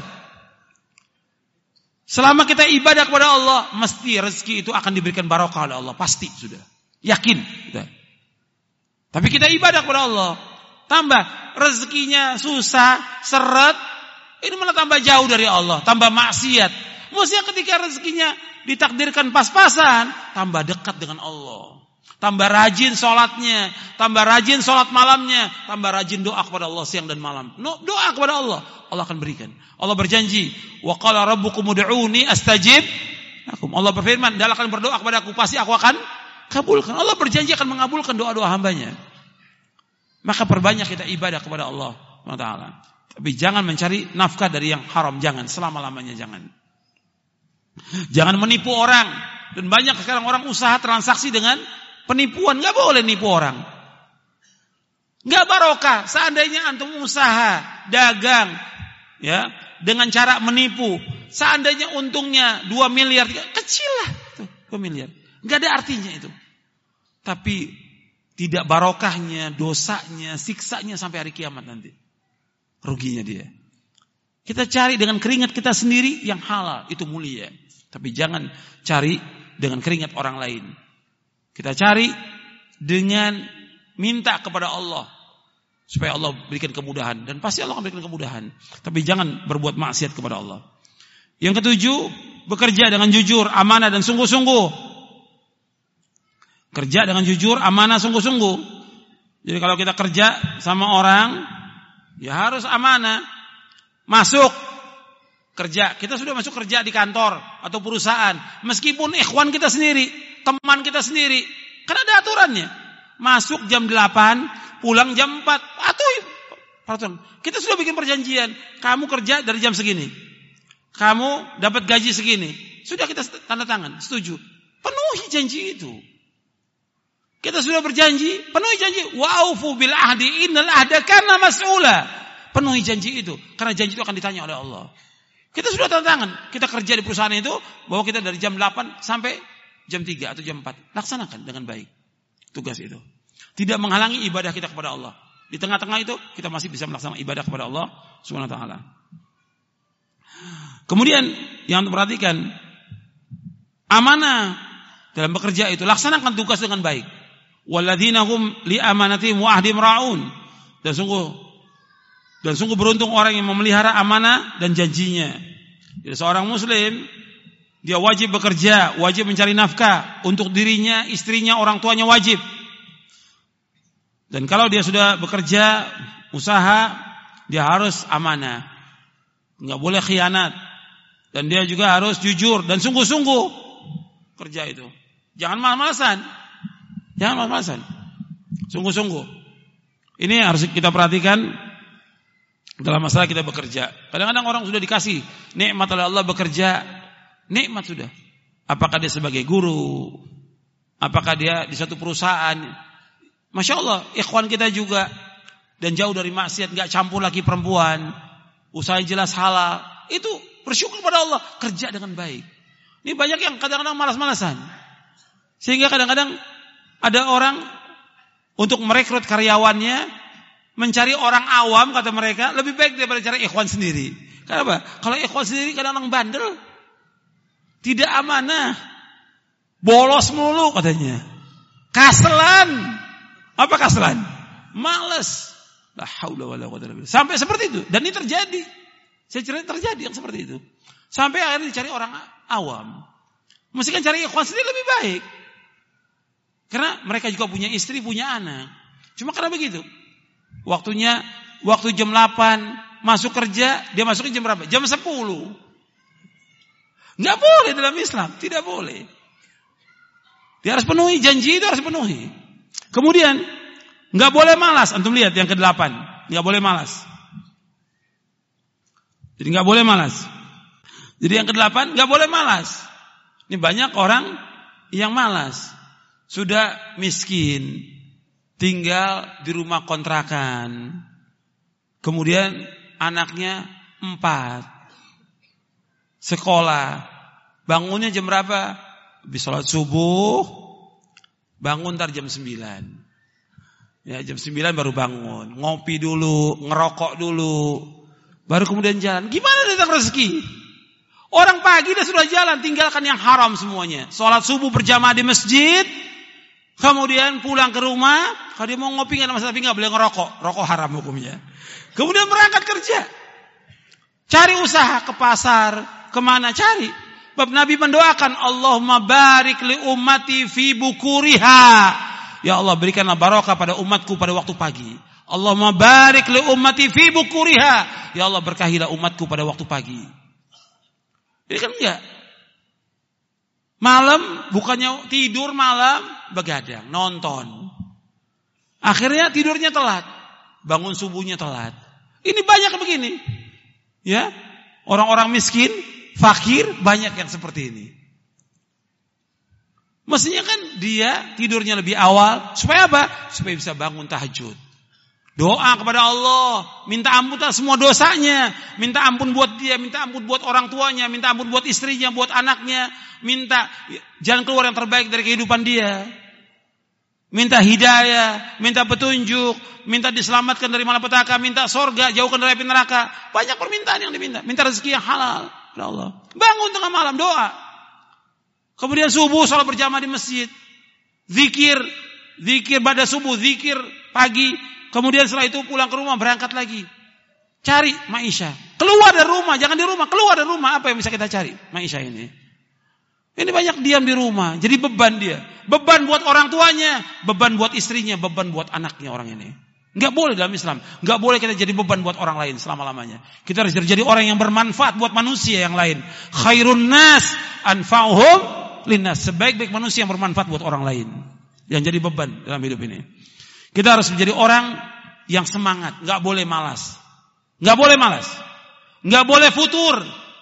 Selama kita ibadah kepada Allah, mesti rezeki itu akan diberikan barokah oleh Allah. Pasti sudah. Yakin. Sudah. Tapi kita ibadah kepada Allah. Tambah rezekinya susah, seret. Ini malah tambah jauh dari Allah. Tambah maksiat. Maksudnya ketika rezekinya ditakdirkan pas-pasan, tambah dekat dengan Allah. Tambah rajin sholatnya. Tambah rajin sholat malamnya. Tambah rajin doa kepada Allah siang dan malam. Doa kepada Allah. Allah akan berikan. Allah berjanji. Wa qala rabbukum ud'uni astajib lakum. Allah berfirman, "Dia akan berdoa kepada aku, pasti aku akan kabulkan." Allah berjanji akan mengabulkan doa-doa hambanya. Maka perbanyak kita ibadah kepada Allah SWT. Tapi jangan mencari nafkah dari yang haram. Jangan, selama-lamanya jangan. Jangan menipu orang. Dan banyak sekarang orang usaha transaksi dengan penipuan. Gak boleh nipu orang. Gak barokah. Seandainya antum usaha, dagang, ya, dengan cara menipu. Seandainya untungnya 2 miliar, kecil lah. 2 miliar. Gak ada artinya itu. Tapi tidak barokahnya, dosanya, siksanya sampai hari kiamat nanti. Ruginya dia. Kita cari dengan keringat kita sendiri yang halal, itu mulia. Tapi jangan cari dengan keringat orang lain. Kita cari dengan minta kepada Allah. Supaya Allah berikan kemudahan. Dan pasti Allah akan berikan kemudahan. Tapi jangan berbuat maksiat kepada Allah. Yang ketujuh, bekerja dengan jujur, amanah dan sungguh-sungguh. Kerja dengan jujur, amanah, sungguh-sungguh. Jadi kalau kita kerja sama orang, ya harus amanah. Masuk kerja, kita sudah masuk kerja di kantor atau perusahaan. Meskipun ikhwan kita sendiri, teman kita sendiri, kan ada aturannya. Masuk jam 8, pulang jam 4. Atau kita sudah bikin perjanjian. Kamu kerja dari jam segini, kamu dapat gaji segini. Sudah kita tanda tangan, setuju. Penuhi janji itu. Kita sudah berjanji, penuhi janji. Wa'ufu bil ahdi innal ahda kana mas'ula. Penuhi janji itu, karena janji itu akan ditanya oleh Allah. Kita sudah tanda tangan, kita kerja di perusahaan itu, bahwa kita dari jam 8 sampai jam 3 atau jam 4. Laksanakan dengan baik tugas itu. Tidak menghalangi ibadah kita kepada Allah. Di tengah-tengah itu, kita masih bisa melaksanakan ibadah kepada Allah Subhanahu wa ta'ala. Kemudian, yang perhatikan, amanah dalam bekerja itu, laksanakan tugas dengan baik. Walladzina hum li amanatihim wa ahdihim ra'un. Dan sungguh beruntung orang yang memelihara amanah dan janjinya. Jadi seorang muslim, dia wajib bekerja, wajib mencari nafkah untuk dirinya, istrinya, orang tuanya wajib. Dan kalau dia sudah bekerja, usaha, dia harus amanah. Enggak boleh khianat. Dan dia juga harus jujur dan sungguh-sungguh kerja itu. Jangan malas-malasan. Jangan malas-malasan. Sungguh-sungguh. Ini harus kita perhatikan dalam masalah kita bekerja. Kadang-kadang orang sudah dikasih nikmat oleh Allah bekerja, nikmat sudah. Apakah dia sebagai guru? Apakah dia di satu perusahaan? Masya Allah, ikhwan kita juga. Dan jauh dari maksiat, gak campur lagi perempuan. Usaha jelas halal. Itu bersyukur pada Allah, kerja dengan baik. Ini banyak yang kadang-kadang malas-malasan. Sehingga kadang-kadang ada orang untuk merekrut karyawannya, mencari orang awam kata mereka, lebih baik daripada cari ikhwan sendiri. Kenapa? Kalau ikhwan sendiri kadang-kadang bandel. Tidak amanah. Bolos mulu katanya. Kaselan. Apa kaselan? Males. La haula wala quwwata illa billah. Sampai seperti itu. Dan ini terjadi. Saya cerita terjadi yang seperti itu. Sampai akhirnya dicari orang awam. Mesti kan cari ikhwan sendiri lebih baik. Karena mereka juga punya istri, punya anak. Cuma karena begitu. Waktu jam 8 masuk kerja, dia masuknya jam berapa? Jam 10. Enggak boleh dalam Islam, tidak boleh. Dia harus penuhi janji itu, harus penuhi. Kemudian enggak boleh malas. Antum lihat yang ke-8, enggak boleh malas. Jadi enggak boleh malas. Jadi yang ke-8 enggak boleh malas. Ini banyak orang yang malas. Sudah miskin, tinggal di rumah kontrakan. Kemudian anaknya 4. Sekolah. Bangunnya jam berapa? Habis sholat subuh, bangun ntar jam 9. Ya, jam 9 baru bangun. Ngopi dulu, ngerokok dulu. Baru kemudian jalan. Gimana datang rezeki? Orang pagi dia sudah jalan, tinggalkan yang haram semuanya. Sholat subuh berjamaah di masjid. Kemudian pulang ke rumah, kalau dia mau ngopi nggak ada masalah, tapi nggak boleh ngerokok, rokok haram hukumnya. Kemudian berangkat kerja, cari usaha ke pasar, kemana cari. Bab Nabi mendoakan, Allahumma barik li ummati fi bukuriha. Ya Allah berikanlah barokah pada umatku pada waktu pagi. Allahumma barik li ummati fi bukuriha. Ya Allah berkahilah umatku pada waktu pagi. Ini kan enggak. Malam bukannya tidur malam, begadang, nonton. Akhirnya tidurnya telat, bangun subuhnya telat. Ini banyak begini. Ya, orang-orang miskin, fakir banyak yang seperti ini. Mestinya kan dia tidurnya lebih awal supaya apa? Supaya bisa bangun tahajud. Doa kepada Allah, minta ampun atas semua dosanya, minta ampun buat dia, minta ampun buat orang tuanya, minta ampun buat istrinya, buat anaknya, minta jalan keluar yang terbaik dari kehidupan dia. Minta hidayah, minta petunjuk, minta diselamatkan dari malapetaka, minta sorga, jauhkan dari api neraka. Banyak permintaan yang diminta, minta rezeki yang halal kepada Allah. Bangun tengah malam doa. Kemudian subuh salat berjamaah di masjid. Zikir pada subuh, zikir pagi. Kemudian setelah itu pulang ke rumah, berangkat lagi. Cari maisha. Keluar dari rumah, jangan di rumah. Keluar dari rumah, apa yang bisa kita cari? Maisha ini. Ini banyak diam di rumah, jadi beban dia. Beban buat orang tuanya, beban buat istrinya, beban buat anaknya orang ini. Enggak boleh dalam Islam. Enggak boleh kita jadi beban buat orang lain selama-lamanya. Kita harus jadi orang yang bermanfaat buat manusia yang lain. Khairun nas anfa'uhum linnas. Sebaik-baik manusia yang bermanfaat buat orang lain. Yang jadi beban dalam hidup ini. Kita harus menjadi orang yang semangat, enggak boleh malas. Enggak boleh malas. Enggak boleh futur.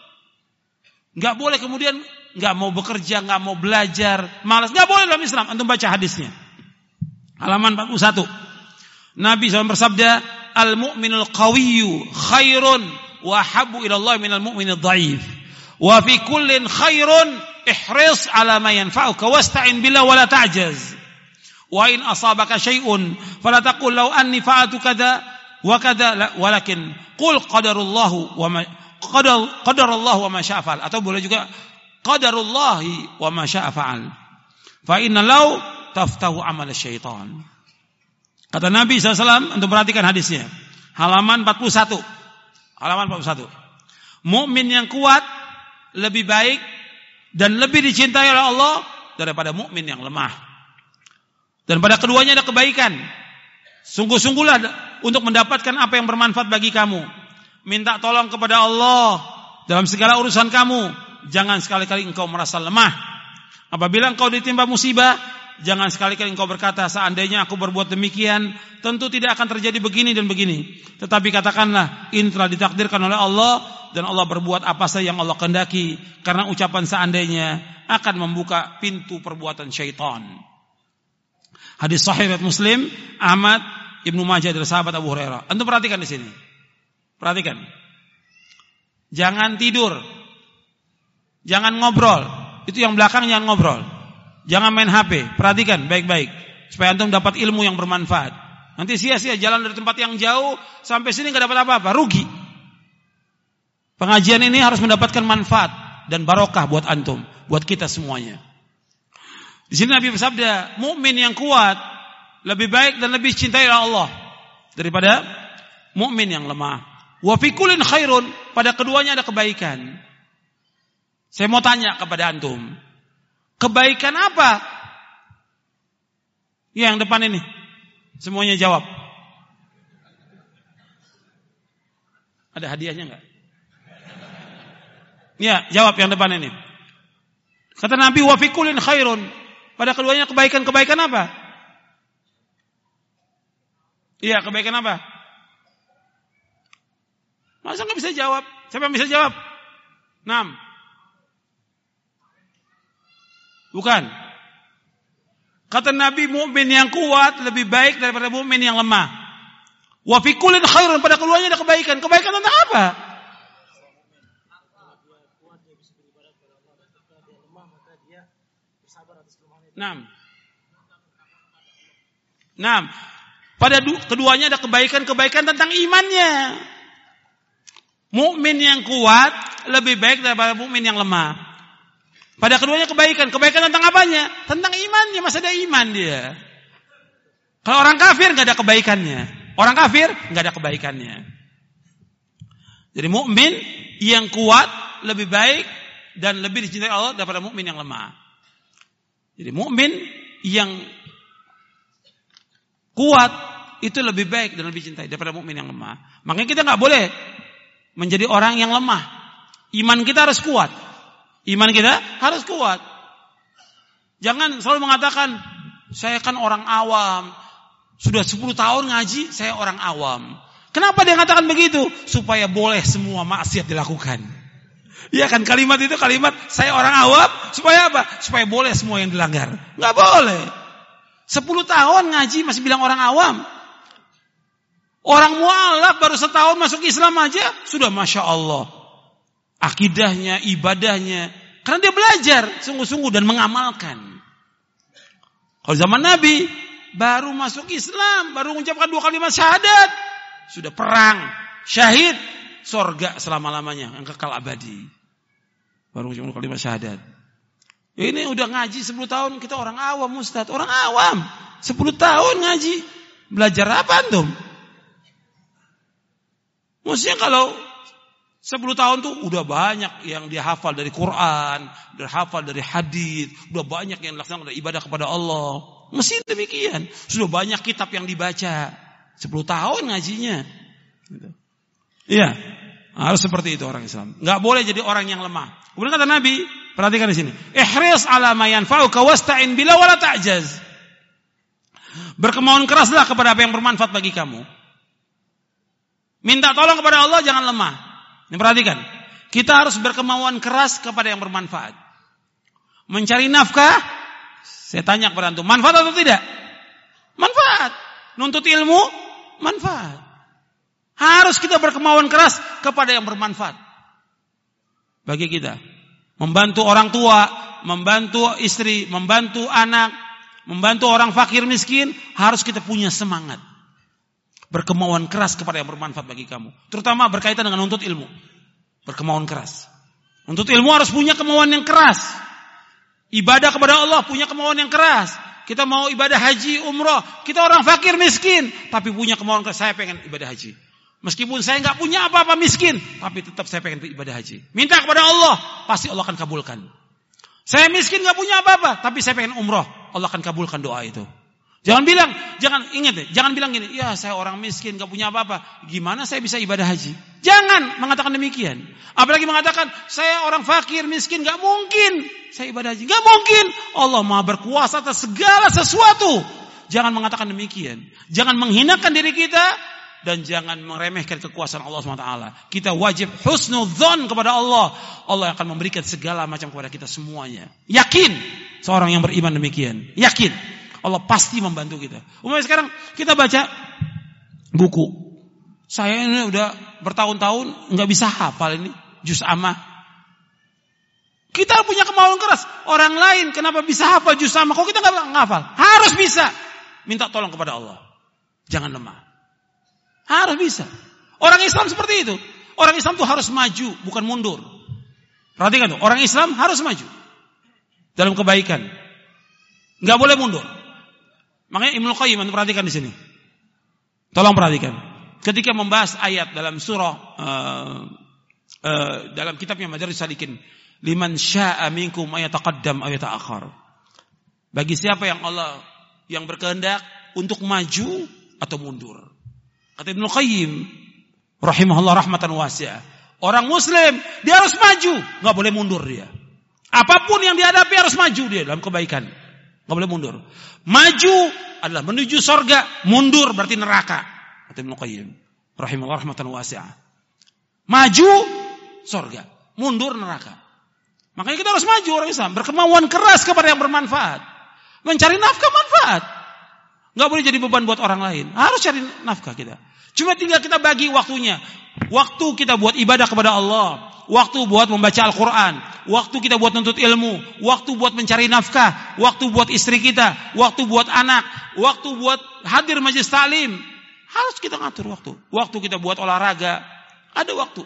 Enggak boleh kemudian enggak mau bekerja, enggak mau belajar, malas. Enggak boleh dalam Islam. Antum baca hadisnya. Halaman 41. Nabi SAW bersabda, "Al-mu'minul qawiyyu khairun wa habbu ila Allah minal mu'minid dha'if. Wa fi kullin khairun ihris ala ma yanfa'uka wasta'in billah wa la ta'jaz. Wa in asabaka syai'un fala taqul law anni fa'altu kadza wa kadza walakin qul qadarullahu wa ma qadarullahu wa ma syaa fa'al." Atau boleh juga qadarullahi wa ma syaa fa'al. Fa inna law taftahu amal syaitan. Kata Nabi SAW, untuk perhatikan hadisnya. Halaman 41. Halaman 41. Mukmin yang kuat lebih baik dan lebih dicintai oleh Allah daripada mukmin yang lemah. Dan pada keduanya ada kebaikan. Sungguh-sungguhlah untuk mendapatkan apa yang bermanfaat bagi kamu. Minta tolong kepada Allah dalam segala urusan kamu. Jangan sekali-kali engkau merasa lemah. Apabila engkau ditimpa musibah, jangan sekali-kali engkau berkata, seandainya aku berbuat demikian, tentu tidak akan terjadi begini dan begini. Tetapi katakanlah, ini telah ditakdirkan oleh Allah, dan Allah berbuat apa saja yang Allah kehendaki. Karena ucapan seandainya akan membuka pintu perbuatan syaitan. Hadis sahih riwayat Muslim, Ahmad, Ibnu Majah dari sahabat Abu Hurairah. Antum perhatikan di sini. Perhatikan. Jangan tidur. Jangan ngobrol. Itu yang belakang jangan ngobrol. Jangan main HP. Perhatikan baik-baik supaya antum dapat ilmu yang bermanfaat. Nanti sia-sia jalan dari tempat yang jauh sampai sini enggak dapat apa-apa, rugi. Pengajian ini harus mendapatkan manfaat dan barokah buat antum, buat kita semuanya. Di sini Nabi bersabda, mukmin yang kuat lebih baik dan lebih cintai Allah daripada mukmin yang lemah. Wa fi kullin khairun, pada keduanya ada kebaikan. Saya mau tanya kepada antum, kebaikan apa? Ya, yang depan ini. Semuanya jawab. Ada hadiahnya enggak? Ya, jawab yang depan ini. Kata Nabi, wa fi kullin khairun. Pada keduanya kebaikan. Kebaikan apa? Iya, kebaikan apa? Masa enggak bisa jawab? Siapa yang bisa jawab? 6. Bukan. Kata Nabi, mukmin yang kuat lebih baik daripada mukmin yang lemah. Wa fi kullin khairun, pada keduanya ada kebaikan. Kebaikan tentang apa? Nah, pada keduanya ada kebaikan tentang imannya. Mukmin yang kuat lebih baik daripada mukmin yang lemah. Pada keduanya kebaikan tentang apanya? Tentang imannya, masih ada iman dia. Kalau orang kafir enggak ada kebaikannya. Orang kafir enggak ada kebaikannya. Jadi mukmin yang kuat lebih baik dan lebih dicintai Allah daripada mukmin yang lemah. Jadi mukmin yang kuat itu lebih baik dan lebih cintai daripada mukmin yang lemah. Makanya kita enggak boleh menjadi orang yang lemah. Iman kita harus kuat. Iman kita harus kuat. Jangan selalu mengatakan, saya kan orang awam. Sudah 10 tahun ngaji, saya orang awam. Kenapa dia mengatakan begitu? Supaya boleh semua maksiat dilakukan. Iya kan, kalimat itu kalimat saya orang awam. Supaya apa? Supaya boleh semua yang dilanggar. Nggak boleh. 10 tahun ngaji masih bilang orang awam. Orang mualaf baru setahun masuk Islam aja sudah Masya Allah. Akidahnya, ibadahnya. Karena dia belajar sungguh-sungguh dan mengamalkan. Kalau zaman Nabi, baru masuk Islam, baru mengucapkan 2 kalimat syahadat, sudah perang, syahid, surga selama-lamanya, yang kekal abadi. Baru mengucapkan 2 kalimat syahadat. Ini udah ngaji 10 tahun, kita orang awam Ustaz. Orang awam, 10 tahun ngaji. Belajar apa antum? Maksudnya kalau 10 tahun tuh udah banyak yang dia hafal dari Quran, udah hafal dari hadis, udah banyak yang dilaksanakan dari ibadah kepada Allah. Mesti demikian. Sudah banyak kitab yang dibaca. 10 tahun ngajinya. Iya, harus seperti itu orang Islam. Enggak boleh jadi orang yang lemah. Kemudian kata Nabi, perhatikan di sini. Ihris ala ma yanfa'uka wasta'in bila wala ta'jaz. Berkemauan keraslah kepada apa yang bermanfaat bagi kamu. Minta tolong kepada Allah, jangan lemah. Ini perhatikan, kita harus berkemauan keras kepada yang bermanfaat. Mencari nafkah, saya tanya kepada antum, manfaat atau tidak? Manfaat. Nuntut ilmu, manfaat. Harus kita berkemauan keras kepada yang bermanfaat bagi kita. Membantu orang tua, membantu istri, membantu anak, membantu orang fakir miskin, harus kita punya semangat. Berkemauan keras kepada yang bermanfaat bagi kamu. Terutama berkaitan dengan nuntut ilmu. Berkemauan keras. Nuntut ilmu harus punya kemauan yang keras. Ibadah kepada Allah punya kemauan yang keras. Kita mau ibadah haji, umrah. Kita orang fakir miskin. Tapi punya kemauan keras. Saya pengen ibadah haji. Meskipun saya nggak punya apa-apa miskin. Tapi tetap saya pengen ibadah haji. Minta kepada Allah. Pasti Allah akan kabulkan. Saya miskin nggak punya apa-apa. Tapi saya pengen umrah. Allah akan kabulkan doa itu. Jangan bilang gini, ya saya orang miskin, gak punya apa-apa. Gimana saya bisa ibadah haji? Jangan mengatakan demikian. Apalagi mengatakan, saya orang fakir, miskin, gak mungkin saya ibadah haji. Gak mungkin. Allah Maha berkuasa atas segala sesuatu. Jangan mengatakan demikian. Jangan menghinakan diri kita, dan jangan meremehkan kekuasaan Allah SWT. Kita wajib husnudzon kepada Allah. Allah akan memberikan segala macam kepada kita semuanya. Yakin seorang yang beriman demikian. Yakin Allah pasti membantu kita. Umpamanya sekarang kita baca buku. Saya ini udah bertahun-tahun nggak bisa hafal ini juz amma. Kita punya kemauan keras. Orang lain kenapa bisa hafal juz amma? Kok kita nggak hafal? Harus bisa. Minta tolong kepada Allah. Jangan lemah. Harus bisa. Orang Islam seperti itu. Orang Islam tuh harus maju, bukan mundur. Perhatikan tuh, orang Islam harus maju dalam kebaikan. Nggak boleh mundur. Makanya Ibnu Qayyim, anda perhatikan di sini. Tolong perhatikan. Ketika membahas ayat dalam surah dalam kitabnya Madarijus Salikin, liman syaa'a minkum ayataqaddam ayata'akhir. Bagi siapa yang Allah yang berkehendak untuk maju atau mundur. Kata Ibnu Qayyim rahimahullah rahmatan wasi'ah, orang muslim dia harus maju, enggak boleh mundur dia. Apapun yang dihadapi harus maju dia dalam kebaikan. Enggak boleh mundur. Maju adalah menuju surga, mundur berarti neraka. Kata Ibnu Qayyim rahimahullah rahmatan wasi'ah. Maju surga, mundur neraka. Makanya kita harus maju orang Islam, berkemauan keras kepada yang bermanfaat. Mencari nafkah manfaat. Enggak boleh jadi beban buat orang lain. Harus cari nafkah kita. Cuma tinggal kita bagi waktunya. Waktu kita buat ibadah kepada Allah, waktu buat membaca Al-Quran, waktu kita buat nuntut ilmu, waktu buat mencari nafkah, waktu buat istri kita, waktu buat anak, waktu buat hadir majelis taklim. Harus kita ngatur waktu. Waktu kita buat olahraga, ada waktu.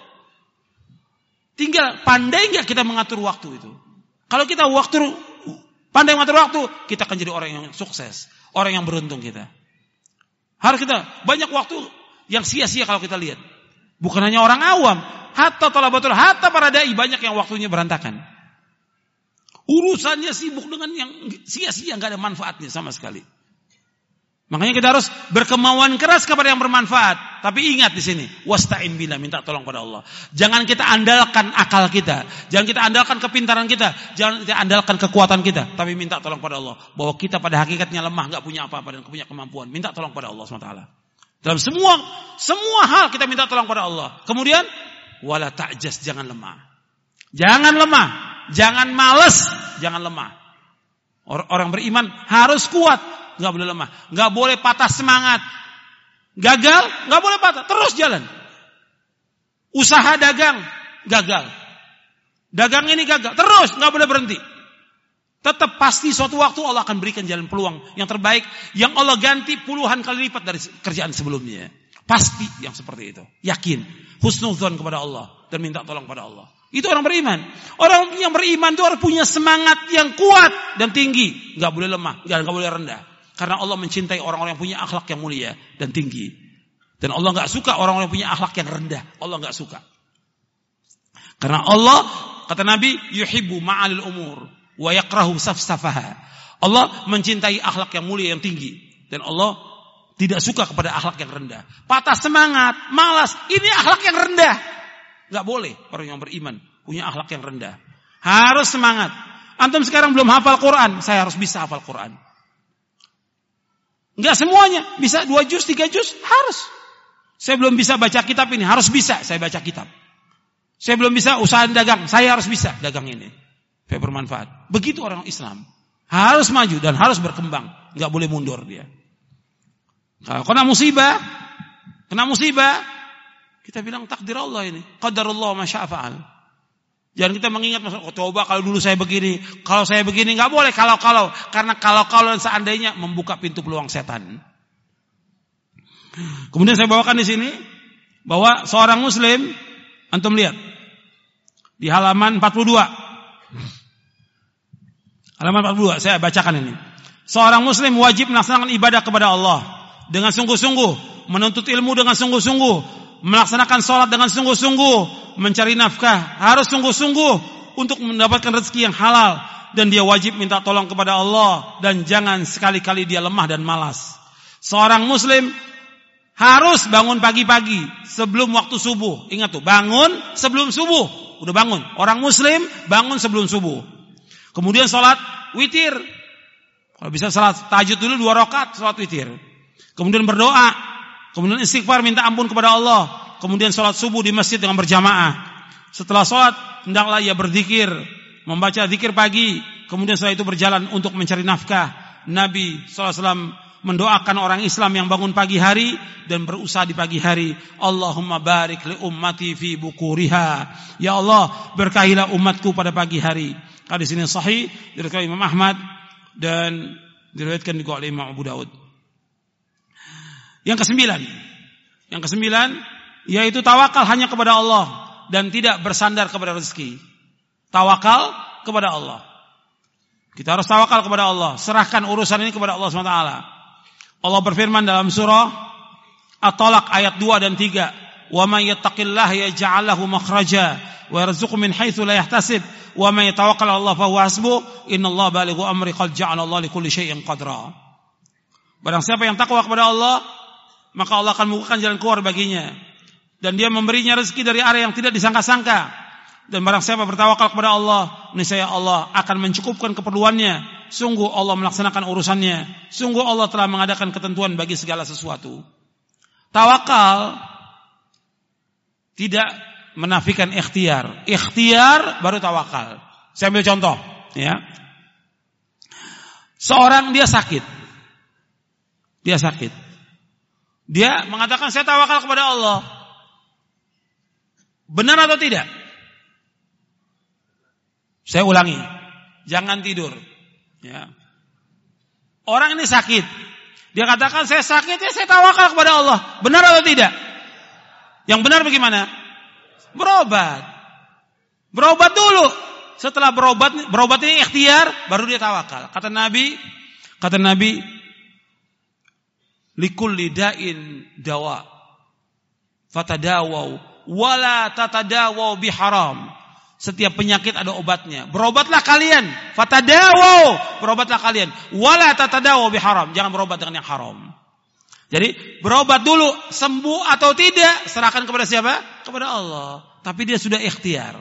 Tinggal pandai enggak kita mengatur waktu itu. Kalau kita pandai mengatur waktu, kita akan jadi orang yang sukses, orang yang beruntung kita. Harus kita banyak waktu yang sia-sia kalau kita lihat. Bukan hanya orang awam, hatta talabatul, hatta para dai banyak yang waktunya berantakan. Urusannya sibuk dengan yang sia-sia, enggak ada manfaatnya sama sekali. Makanya kita harus berkemauan keras kepada yang bermanfaat. Tapi ingat di sini, wasta'in billah, minta tolong pada Allah. Jangan kita andalkan akal kita, jangan kita andalkan kepintaran kita, jangan kita andalkan kekuatan kita, tapi minta tolong pada Allah bahwa kita pada hakikatnya lemah, enggak punya apa-apa dan punya kemampuan. Minta tolong pada Allah SWT. Dalam semua hal kita minta tolong pada Allah. Kemudian wala ta'jas, jangan lemah. Jangan lemah, jangan malas, jangan lemah. Orang beriman harus kuat, enggak boleh lemah, enggak boleh patah semangat. Gagal, enggak boleh patah, terus jalan. Usaha dagang gagal. Dagang ini gagal, terus enggak boleh berhenti. Tetap pasti suatu waktu Allah akan berikan jalan peluang yang terbaik, yang Allah ganti puluhan kali lipat dari kerjaan sebelumnya. Pasti yang seperti itu. Yakin, husnudzon kepada Allah dan minta tolong kepada Allah. Itu orang beriman. Orang yang beriman itu harus punya semangat yang kuat dan tinggi, enggak boleh lemah, enggak boleh rendah. Karena Allah mencintai orang-orang yang punya akhlak yang mulia dan tinggi. Dan Allah enggak suka orang-orang yang punya akhlak yang rendah. Allah enggak suka. Karena Allah, kata Nabi, yuhibbu ma'alil umur wa yakrahu safsafaha. Allah mencintai akhlak yang mulia yang tinggi, dan Allah tidak suka kepada akhlak yang rendah. Patah semangat, malas, ini akhlak yang rendah. Enggak boleh orang yang beriman punya akhlak yang rendah. Harus semangat. Antum sekarang belum hafal Quran, saya harus bisa hafal Quran. Enggak semuanya, bisa 2 juz, 3 juz, harus. Saya belum bisa baca kitab ini, harus bisa saya baca kitab. Saya belum bisa usaha dagang, saya harus bisa dagang ini. Supaya bermanfaat. Begitu orang Islam. Harus maju dan harus berkembang. Enggak boleh mundur dia. Kalau kena musibah, kita bilang takdir Allah ini. Qadarullah ma syaa fa'al. Jangan kita mengingat, coba kalau dulu saya begini, kalau saya begini, enggak boleh kalau-kalau. Karena kalau-kalau dan seandainya membuka pintu peluang setan. Kemudian saya bawakan di sini bahwa seorang muslim, antum lihat di halaman 42. Halaman 42, saya bacakan ini. Seorang muslim wajib melaksanakan ibadah kepada Allah dengan sungguh-sungguh, menuntut ilmu dengan sungguh-sungguh, melaksanakan sholat dengan sungguh-sungguh, mencari nafkah harus sungguh-sungguh, untuk mendapatkan rezeki yang halal, dan dia wajib minta tolong kepada Allah, dan jangan sekali-kali dia lemah dan malas. Seorang muslim harus bangun pagi-pagi sebelum waktu subuh. Ingat tuh, bangun sebelum subuh. Udah bangun. Orang muslim bangun sebelum subuh. Kemudian sholat witir. Kalau bisa sholat tahajud dulu 2 rakaat, sholat witir. Kemudian berdoa. Kemudian istighfar, minta ampun kepada Allah. Kemudian sholat subuh di masjid dengan berjamaah. Setelah sholat, hendaklah ia berzikir, membaca zikir pagi. Kemudian setelah itu berjalan untuk mencari nafkah. Nabi SAW mendoakan orang Islam yang bangun pagi hari dan berusaha di pagi hari. Allahumma barik li ummati fi bukuriha. Ya Allah, berkahilah umatku pada pagi hari. Hadis ini sahih diriwayatkan Imam Ahmad dan diriwayatkan juga oleh Imam Abu Daud. Yang kesembilan yaitu tawakal hanya kepada Allah dan tidak bersandar kepada rezeki. Tawakal kepada Allah. Kita harus tawakal kepada Allah. Serahkan urusan ini kepada Allah SWT. Allah berfirman dalam surah At-Talaq ayat 2 dan 3. Wa may yattaqillaha yaj'al lahu makhraja wa yarzuqhu min haitsu la yahtasib wa may yatawakkal 'ala Allah fa huwa hasbuh innallaha balighu amri qad ja'ala Allah likulli syai'in qadra. Barang siapa yang takwa kepada Allah, maka Allah akan membukakan jalan keluar baginya, dan dia memberinya rezeki dari arah yang tidak disangka-sangka. Dan barang siapa bertawakal kepada Allah, niscaya Allah akan mencukupkan keperluannya. Sungguh Allah melaksanakan urusannya. Sungguh Allah telah mengadakan ketentuan bagi segala sesuatu. Tawakal tidak menafikan ikhtiar. Ikhtiar baru tawakal. Saya ambil contoh, ya. Seorang dia sakit. Dia mengatakan saya tawakal kepada Allah. Benar atau tidak? Saya ulangi, jangan tidur. Ya. Orang ini sakit, dia katakan saya sakit, ya saya tawakal kepada Allah. Benar atau tidak? Yang benar bagaimana? Berobat dulu. Setelah berobat ini ikhtiar, baru dia tawakal. Kata Nabi, likulli da'in dawa, fatadawau, wala tatadawau biharam. Setiap penyakit ada obatnya. Berobatlah kalian. Fatadawau. Berobatlah kalian. Wala tatadawau biharam. Jangan berobat dengan yang haram. Jadi berobat dulu. Sembuh atau tidak, serahkan kepada siapa? Kepada Allah. Tapi dia sudah ikhtiar.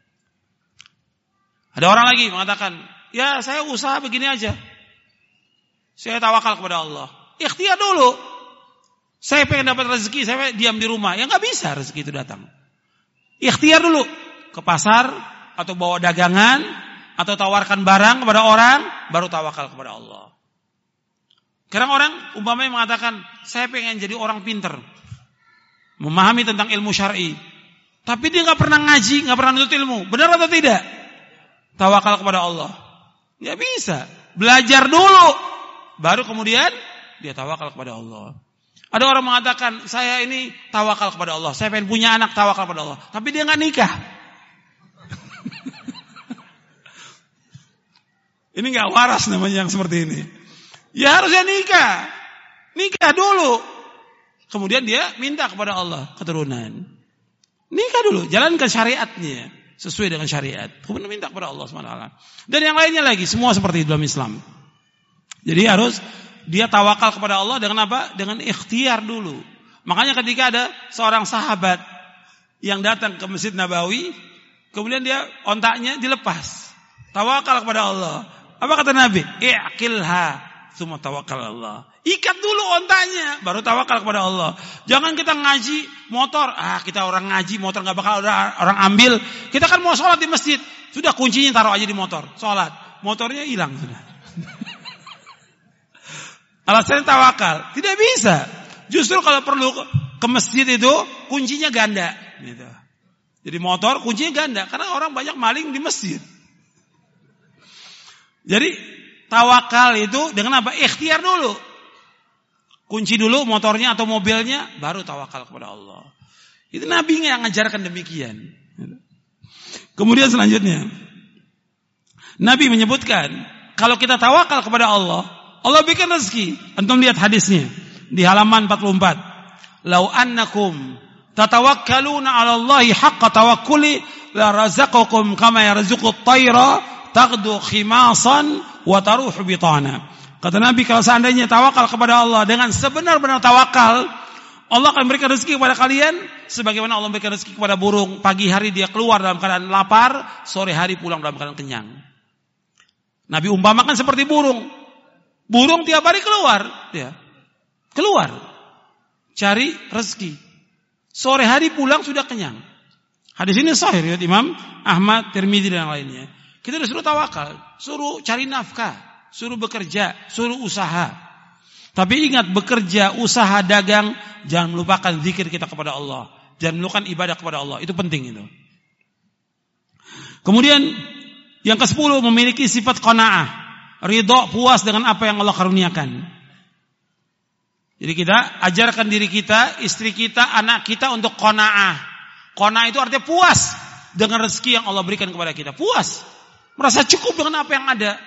Ada orang lagi mengatakan, ya saya usaha begini aja. Saya tawakal kepada Allah. Ikhtiar dulu. Saya pengen dapat rezeki, saya diam di rumah. Ya gak bisa rezeki itu datang. Ikhtiar dulu. Ke pasar atau bawa dagangan atau tawarkan barang kepada orang, baru tawakal kepada Allah. Kadang orang umpamanya mengatakan, saya pengen jadi orang pinter, memahami tentang ilmu syar'i, tapi dia nggak pernah ngaji, nggak pernah nuntut ilmu. Benar atau tidak? Tawakal kepada Allah. Nggak bisa. Belajar dulu, baru kemudian dia tawakal kepada Allah. Ada orang mengatakan, saya ini tawakal kepada Allah, saya pengen punya anak, tawakal kepada Allah, tapi dia nggak nikah. Ini gak waras namanya yang seperti ini. Ya harusnya nikah dulu. Kemudian dia minta kepada Allah keturunan. Nikah dulu, jalankan syariatnya sesuai dengan syariat. Kemudian minta kepada Allah SWT. Dan yang lainnya lagi, semua seperti dalam Islam. Jadi harus dia tawakal kepada Allah dengan apa? Dengan ikhtiar dulu. Makanya ketika ada seorang sahabat yang datang ke Masjid Nabawi, kemudian dia ontaknya dilepas. Tawakal kepada Allah. Apa kata Nabi? I'qilha tsumma tawakkal Allah. Ikat dulu ontanya, baru tawakal kepada Allah. Jangan kita ngaji motor, kita orang ngaji motor enggak bakal ada orang ambil. Kita kan mau sholat di masjid, sudah kuncinya taruh aja di motor, sholat. Motornya hilang sudah. Alasan tawakal, tidak bisa. Justru kalau perlu ke masjid itu kuncinya ganda, gitu. Jadi motor kuncinya ganda karena orang banyak maling di masjid. Jadi tawakal itu dengan apa? Ikhtiar dulu. Kunci dulu motornya atau mobilnya, baru tawakal kepada Allah. Itu Nabi yang mengajarkan demikian. Kemudian selanjutnya, Nabi menyebutkan, kalau kita tawakal kepada Allah, Allah bikin rezeki. Antum lihat hadisnya di halaman 44. Lau annakum tatawakkaluna 'ala Allahi haqqa tawakkuli la razaqakum kama yarzuqut tayra taghdu khimasan wa taruhu bitana. Kata Nabi, kalau seandainya tawakal kepada Allah dengan sebenar-benar tawakal, Allah akan memberikan rezeki kepada kalian sebagaimana Allah memberikan rezeki kepada burung. Pagi hari dia keluar dalam keadaan lapar, sore hari pulang dalam keadaan kenyang. Nabi umpamakan seperti burung. Burung tiap hari keluar, keluar cari rezeki. Sore hari pulang sudah kenyang. Hadis ini sahih riwayat Imam Ahmad, Tirmidzi dan yang lainnya. Kita disuruh tawakal, suruh cari nafkah, suruh bekerja, suruh usaha. Tapi ingat, bekerja, usaha, dagang, jangan melupakan zikir kita kepada Allah, jangan melupakan ibadah kepada Allah. Itu penting itu. Kemudian yang ke-10, memiliki sifat qanaah, ridha, puas dengan apa yang Allah karuniakan. Jadi kita ajarkan diri kita, istri kita, anak kita untuk qanaah. Qanaah itu artinya puas dengan rezeki yang Allah berikan kepada kita. Puas, merasa cukup dengan apa yang ada.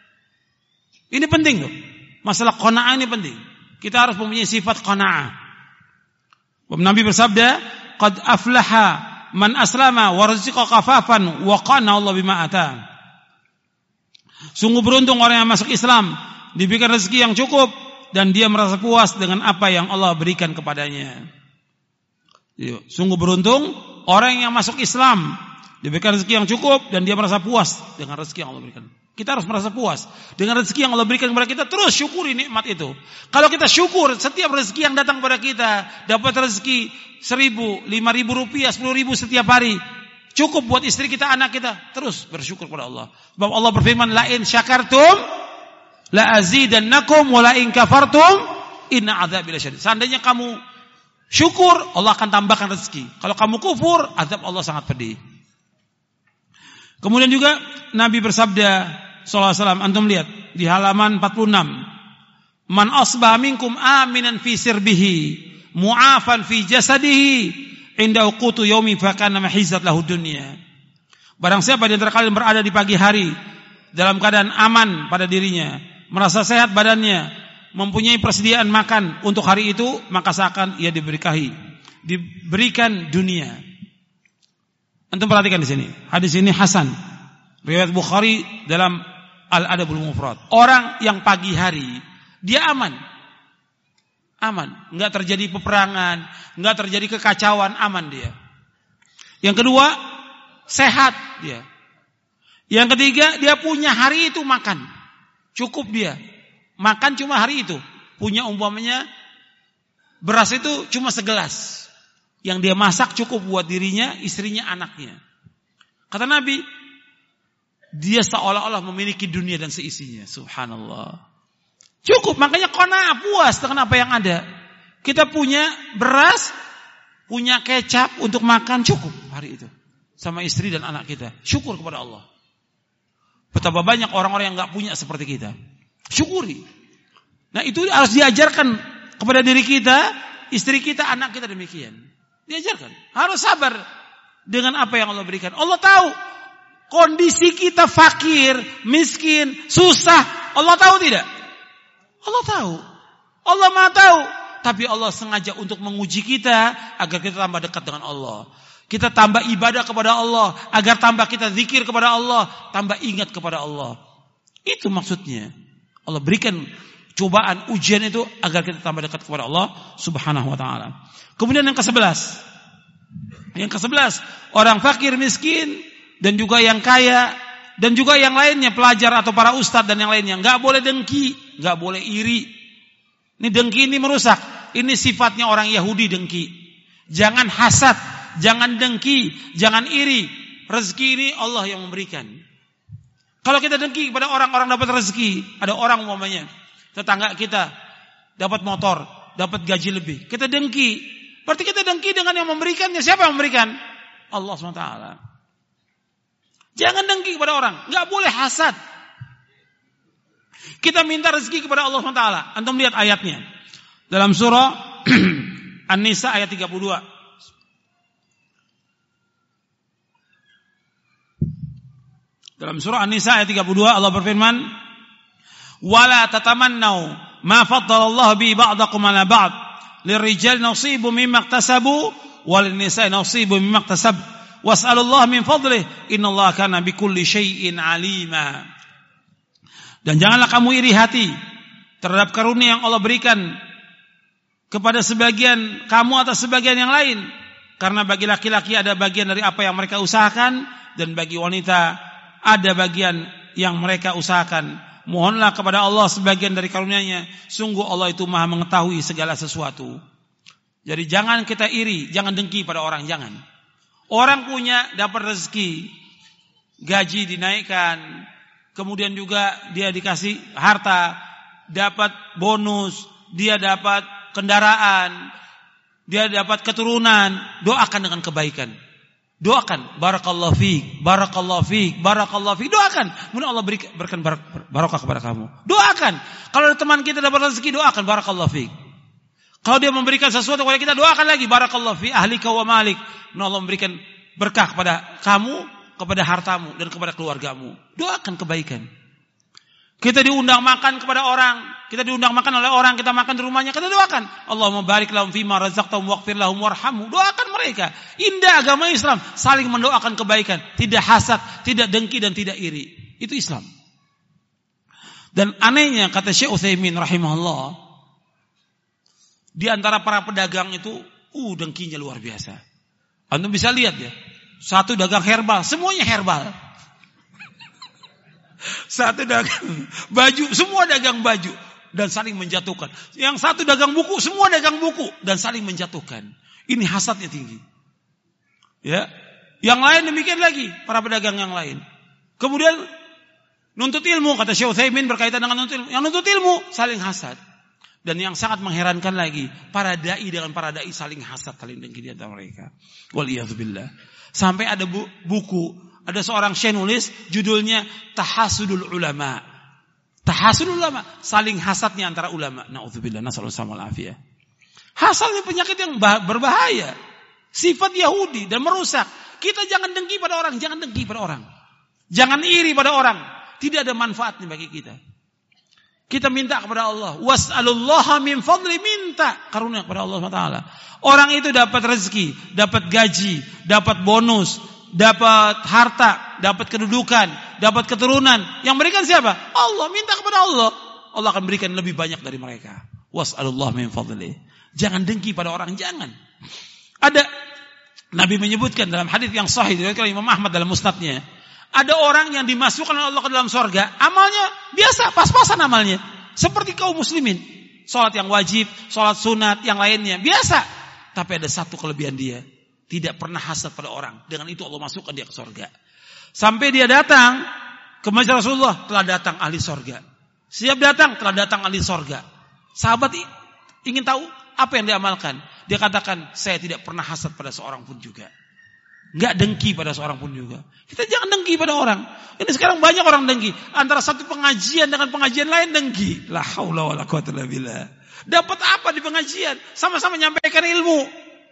Ini penting tuh. Masalah qanaah ini penting. Kita harus mempunyai sifat qanaah. Nabi bersabda, "Qad aflaha man aslama wa rizqa kafafan wa qana Allah bima ata." Sungguh beruntung orang yang masuk Islam, diberikan rezeki yang cukup dan dia merasa puas dengan apa yang Allah berikan kepadanya. Sungguh beruntung orang yang masuk Islam, diberikan rezeki yang cukup dan dia merasa puas dengan rezeki yang Allah berikan. Kita harus merasa puas dengan rezeki yang Allah berikan kepada kita. Terus syukuri nikmat itu. Kalau kita syukur setiap rezeki yang datang kepada kita, dapat rezeki 1.000, 5.000 rupiah, 10.000 setiap hari, cukup buat istri kita, anak kita, terus bersyukur kepada Allah. Sebab Allah berfirman, la in syakartum la azidannakum wa la in kafartum inna adzabi lasyadid. Seandainya kamu syukur, Allah akan tambahkan rezeki. Kalau kamu kufur, azab Allah sangat pedih. Kemudian juga Nabi bersabda sallallahu alaihi wasallam, antum lihat di halaman 46, man asbaha minkum aminan fi sirbihi mu'afan fi jasadihi inda uqutu yaumi fa kana mahizat lahu dunya. Barang siapa di antara kalian berada di pagi hari dalam keadaan aman pada dirinya, merasa sehat badannya, mempunyai persediaan makan untuk hari itu, maka seakan ia diberikan dunia. Antum perhatikan di sini. Hadis ini hasan. Riwayat Bukhari dalam Al-Adabul Mufrad. Orang yang pagi hari dia aman. Aman, enggak terjadi peperangan, enggak terjadi kekacauan, aman dia. Yang kedua, sehat dia. Yang ketiga, dia punya hari itu makan. Cukup dia. Makan cuma hari itu. Punya umpamanya beras itu cuma segelas. Yang dia masak cukup buat dirinya, istrinya, anaknya. Kata Nabi, dia seolah-olah memiliki dunia dan seisinya. Subhanallah. Cukup, makanya qanaah, puas dengan apa yang ada. Kita punya beras, punya kecap untuk makan, cukup hari itu. Sama istri dan anak kita. Syukur kepada Allah. Betapa banyak orang-orang yang gak punya seperti kita. Syukuri. Nah itu harus diajarkan kepada diri kita, istri kita, anak kita demikian. Diajarkan. Harus sabar dengan apa yang Allah berikan. Allah tahu kondisi kita fakir, miskin, susah. Allah tahu tidak? Allah tahu. Allah Maha tahu. Tapi Allah sengaja untuk menguji kita agar kita tambah dekat dengan Allah. Kita tambah ibadah kepada Allah, agar tambah kita zikir kepada Allah, tambah ingat kepada Allah. Itu maksudnya. Allah berikan cobaan, ujian itu agar kita tambah dekat kepada Allah Subhanahu wa taala. Kemudian yang ke-11. Yang ke-11, orang fakir, miskin dan juga yang kaya dan juga yang lainnya, pelajar atau para ustadz dan yang lainnya, enggak boleh dengki, enggak boleh iri. Ini dengki ini merusak. Ini sifatnya orang Yahudi, dengki. Jangan hasad, jangan dengki, jangan iri. Rezeki ini Allah yang memberikan. Kalau kita dengki kepada orang-orang dapat rezeki, ada orang umpamanya tetangga kita dapat motor, dapat gaji lebih, kita dengki. Berarti kita dengki dengan yang memberikannya. Siapa yang memberikan? Allah SWT. Jangan dengki kepada orang, enggak boleh hasad. Kita minta rezeki kepada Allah SWT. Antum lihat ayatnya dalam surah An-Nisa ayat 32. Dalam surah An-Nisa ayat 32 Allah berfirman, "Wala tatamannau ma faddalallahu bi ba'dakum 'ala ba'd, lirrijali nasibu mimma iktasabu walin nisa'i nasibu mimma iktasab Was'alullaha min fadlih, innallaha kana bikulli syai'in alima. Dan janganlah kamu iri hati terhadap karunia yang Allah berikan kepada sebagian kamu atas sebagian yang lain. Karena bagi laki-laki ada bagian dari apa yang mereka usahakan, dan bagi wanita ada bagian yang mereka usahakan. Mohonlah kepada Allah sebagian dari karunia-Nya. Sungguh Allah itu Maha mengetahui segala sesuatu. Jadi jangan kita iri, jangan dengki pada orang, jangan. Orang punya dapat rezeki, gaji dinaikkan, kemudian juga dia dikasih harta, dapat bonus, dia dapat kendaraan, dia dapat keturunan, doakan dengan kebaikan. Doakan, barakallahu fiik, barakallahu fiik, barakallahu fiik. Doakan, mudah Allah berikan barokah kepada kamu. Doakan. Kalau ada teman kita dapat rezeki, doakan barakallahu fiik. Kalau dia memberikan sesuatu kepada kita, doakan lagi barakallahu fi ahlika wa malik. Mudah Allah memberikan berkah kepada kamu, kepada hartamu dan kepada keluargamu. Doakan kebaikan. Kita diundang makan kepada orang, kita diundang makan oleh orang, kita makan di rumahnya, kita doakan. Allahumma barik lahum fima razaqtahum waghfir lahum warhamhum. Doakan mereka. Indah agama Islam, saling mendoakan kebaikan, tidak hasad, tidak dengki dan tidak iri. Itu Islam. Dan anehnya kata Syekh Utsaimin rahimahullah, di antara para pedagang itu dengkinya luar biasa. Anda bisa lihat ya, satu dagang herbal, semuanya herbal. Satu dagang baju, semua dagang baju dan saling menjatuhkan. Yang satu dagang buku, semua dagang buku dan saling menjatuhkan. Ini hasadnya tinggi. Ya, yang lain demikian lagi, para pedagang yang lain. Kemudian nuntut ilmu, kata Syekh Utsaimin berkaitan dengan nuntut ilmu. Yang nuntut ilmu saling hasad. Dan yang sangat mengherankan lagi, para dai dengan para dai saling hasad, saling dengki di antara mereka. Waliyadzubillah. Sampai ada buku, ada seorang syekh nulis, judulnya Tahasudul Ulama. Tahasudul Ulama, saling hasadnya antara ulama. Na'udzubillah, nasallallahu alaihi wasallam. Hasad ini penyakit yang berbahaya, sifat Yahudi dan merusak. Kita jangan dengki pada orang, jangan dengki pada orang. Jangan iri pada orang. Tidak ada manfaatnya bagi kita. Kita minta kepada Allah, was'alullaha min fadli, minta karunia kepada Allah SWT. Orang itu dapat rezeki, dapat gaji, dapat bonus, dapat harta, dapat kedudukan, dapat keturunan. Yang berikan siapa? Allah. Minta kepada Allah, Allah akan berikan lebih banyak dari mereka. Was'alullaha min fadli. Jangan dengki pada orang, jangan. Ada Nabi menyebutkan dalam hadis yang sahih diriwayatkan Imam Ahmad dalam musnadnya. Ada orang yang dimasukkan oleh Allah ke dalam surga, amalnya biasa, pas-pasan amalnya. Seperti kaum muslimin. Salat yang wajib, salat sunat, yang lainnya, biasa. Tapi ada satu kelebihan dia. Tidak pernah hasad pada orang. Dengan itu Allah masukkan dia ke surga. Sampai dia datang ke masjid Rasulullah, telah datang ahli surga. Siap datang, telah datang ahli surga. Sahabat ingin tahu apa yang diamalkan. Dia katakan, saya tidak pernah hasad pada seorang pun juga. Enggak dengki pada seorang pun juga. Kita jangan dengki pada orang. Ini sekarang banyak orang dengki. Antara satu pengajian dengan pengajian lain dengki. La haula wala quwwata illa billah. Dapat apa di pengajian? Sama-sama menyampaikan ilmu.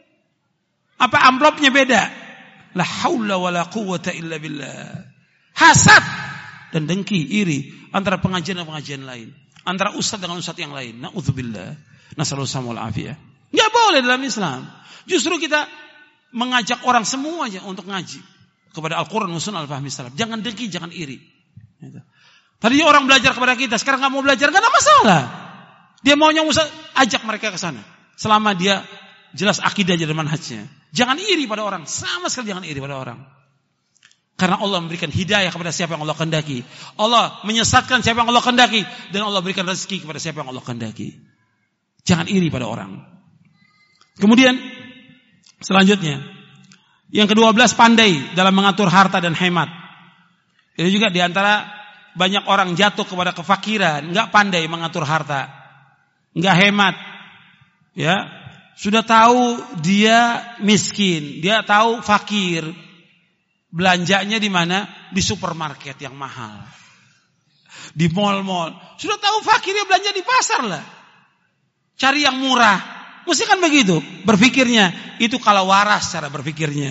Apa amplopnya beda? La haula wala quwwata illa billah. Hasad dan dengki, iri antara pengajian dan pengajian lain. Antara ustaz dengan ustaz yang lain. Na'udzubillah. Nasallallahu alaihi wasallam. Enggak boleh dalam Islam. Justru kita mengajak orang semuanya untuk ngaji kepada Al-Quran wa Sunnah al-fahmi salaf. Jangan dengki, jangan iri. Tadinya orang belajar kepada kita, sekarang nggak mau belajar, nggak ada masalah. Dia maunya ajak mereka ke sana. Selama dia jelas akidah dan manhajnya. Jangan iri pada orang, sama sekali jangan iri pada orang. Karena Allah memberikan hidayah kepada siapa yang Allah kehendaki. Allah menyesatkan siapa yang Allah kehendaki, dan Allah berikan rezeki kepada siapa yang Allah kehendaki. Jangan iri pada orang. Kemudian selanjutnya, yang ke-12, pandai dalam mengatur harta dan hemat. Itu juga diantara banyak orang jatuh kepada kefakiran, enggak pandai mengatur harta, enggak hemat. Ya, sudah tahu dia miskin, dia tahu fakir. Belanjanya di mana? Di supermarket yang mahal, di mall-mall. Sudah tahu fakirnya belanja di pasar lah. Cari yang murah. Mesti kan begitu berpikirnya. Itu kalau waras cara berpikirnya.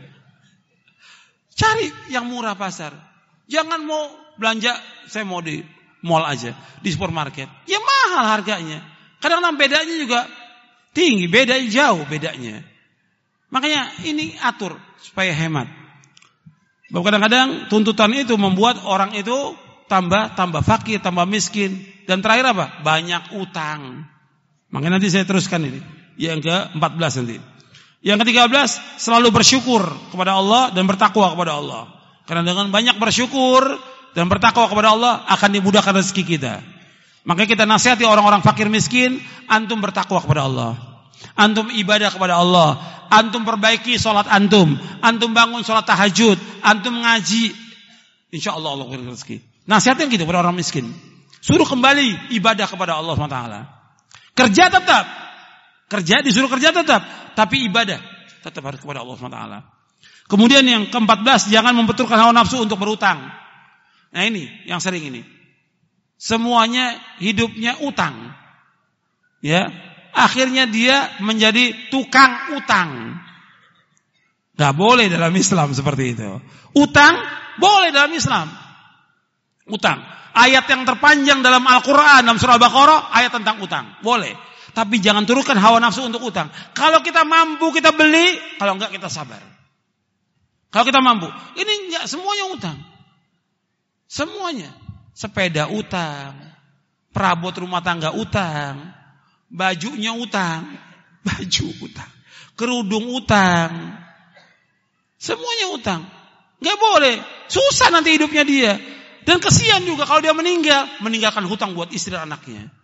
Cari yang murah pasar. Jangan mau belanja, saya mau di mall aja, di supermarket. Ya mahal harganya. Kadang-kadang bedanya juga tinggi, beda jauh bedanya. Makanya ini atur supaya hemat. Bahwa kadang-kadang tuntutan itu membuat orang itu tambah fakir, tambah miskin. Dan terakhir apa? Banyak utang. Makanya nanti saya teruskan ini. Yang ke-14 nanti. Yang ke-13, selalu bersyukur kepada Allah dan bertakwa kepada Allah. Karena dengan banyak bersyukur dan bertakwa kepada Allah akan dimudahkan rezeki kita. Makanya kita nasihati orang-orang fakir miskin, antum bertakwa kepada Allah. Antum ibadah kepada Allah. Antum perbaiki sholat antum. Antum bangun sholat tahajud. Antum ngaji. Insya Allah Allah beri rezeki. Nasihatnya gitu kepada orang miskin. Suruh kembali ibadah kepada Allah SWT. Kerja tetap. Disuruh kerja tetap. Tapi ibadah tetap harus kepada Allah SWT. Kemudian yang ke-14, jangan membetulkan hawa nafsu untuk berutang. Nah ini, yang sering ini. Semuanya hidupnya utang. Ya, akhirnya dia menjadi tukang utang. Gak boleh dalam Islam seperti itu. Utang boleh dalam Islam. Utang. Ayat yang terpanjang dalam Al-Quran, dalam surah Al-Baqarah, ayat tentang utang. Boleh. Tapi jangan turunkan hawa nafsu untuk utang. Kalau kita mampu, kita beli. Kalau enggak, kita sabar. Kalau kita mampu. Ini enggak semuanya utang. Semuanya. Sepeda utang. Perabot rumah tangga utang. Bajunya utang. Baju utang. Kerudung utang. Semuanya utang. Enggak boleh. Susah nanti hidupnya dia. Dan kesian juga kalau dia meninggalkan hutang buat istri dan anaknya.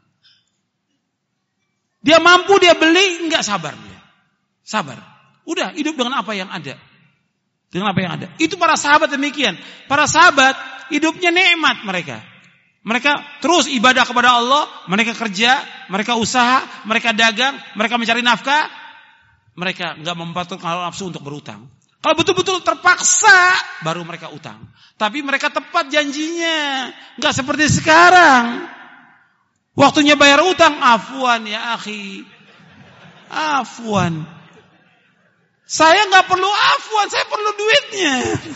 Dia mampu, dia beli, enggak sabar dia. Sabar. Udah, hidup dengan apa yang ada. Dengan apa yang ada. Itu para sahabat demikian. Para sahabat, hidupnya nikmat mereka. Mereka terus ibadah kepada Allah, mereka kerja, mereka usaha, mereka dagang, mereka mencari nafkah. Mereka enggak membatulkan hawa nafsu untuk berutang. Kalau betul-betul terpaksa, baru mereka utang. Tapi mereka tepat janjinya. Enggak seperti sekarang. Waktunya bayar utang, afwan ya akhi. Afwan. Saya enggak perlu afwan, saya perlu duitnya.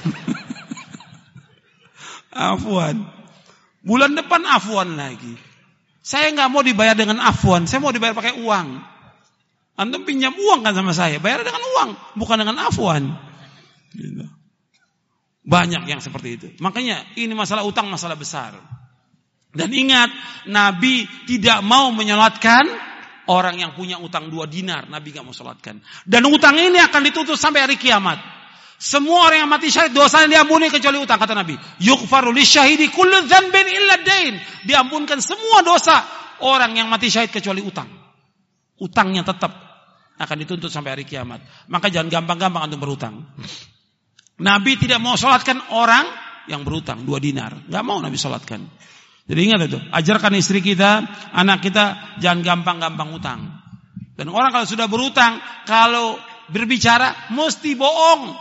Afwan. Bulan depan afwan lagi. Saya enggak mau dibayar dengan afwan, saya mau dibayar pakai uang. Antum pinjam uang kan sama saya, bayar dengan uang, bukan dengan afwan. Gitu. Banyak yang seperti itu. Makanya ini masalah utang masalah besar. Dan ingat, Nabi tidak mau menyolatkan orang yang punya utang 2 dinar. Nabi tidak mau solatkan. Dan utang ini akan ditutup sampai hari kiamat. Semua orang yang mati syahid dosanya diampuni kecuali utang, kata Nabi. Yughfaru lisyahidi kullu dzanbin illa dain. Diampunkan semua dosa orang yang mati syahid kecuali utang. Utangnya tetap akan dituntut sampai hari kiamat. Maka jangan gampang-gampang antum berutang. Nabi tidak mau solatkan orang yang berutang 2 dinar. Enggak mau Nabi solatkan. Jadi ingat itu, ajarkan istri kita, anak kita jangan gampang-gampang utang. Dan orang kalau sudah berutang, kalau berbicara mesti bohong.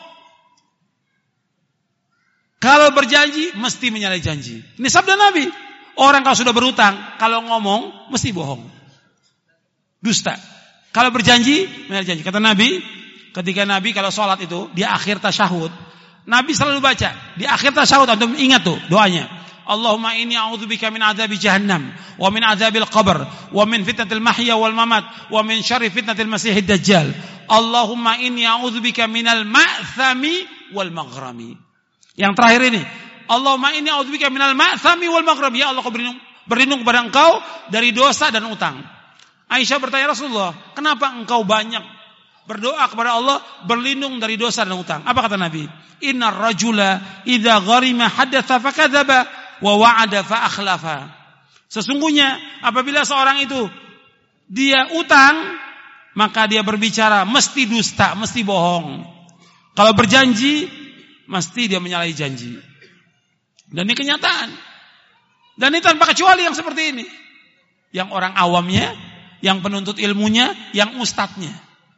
Kalau berjanji mesti menyalahi janji. Ini sabda Nabi. Orang kalau sudah berutang, kalau ngomong mesti bohong. Dusta. Kalau berjanji menyalahi janji. Kata Nabi, ketika Nabi kalau sholat itu di akhir tasyahud, Nabi selalu baca di akhir tasyahud, antum ingat tuh doanya. Allahumma inni a'udzubika min adzabi jahannam wa min adzabil qabr wa min fitnatil mahya wal mamat wa min syarri fitnatil masiihid dajjal. Allahumma inni a'udzubika minal ma'thami wal maghrami. Yang terakhir ini, Allahumma inni a'udzubika minal ma'thami wal maghrami. Ya Allah, aku berlindung kepada Engkau dari dosa dan utang. Aisyah bertanya, Rasulullah, kenapa engkau banyak berdoa kepada Allah berlindung dari dosa dan utang? Apa kata Nabi? Innar rajula idza gharima hadatsa fakadzaba wa wa'ada fa akhlafa. Sesungguhnya apabila seorang itu dia utang, maka dia berbicara mesti dusta, mesti bohong. Kalau berjanji mesti dia menyalahi janji. Dan ini kenyataan. Dan ini tanpa kecuali yang seperti ini. Yang orang awamnya, yang penuntut ilmunya, yang ustadznya.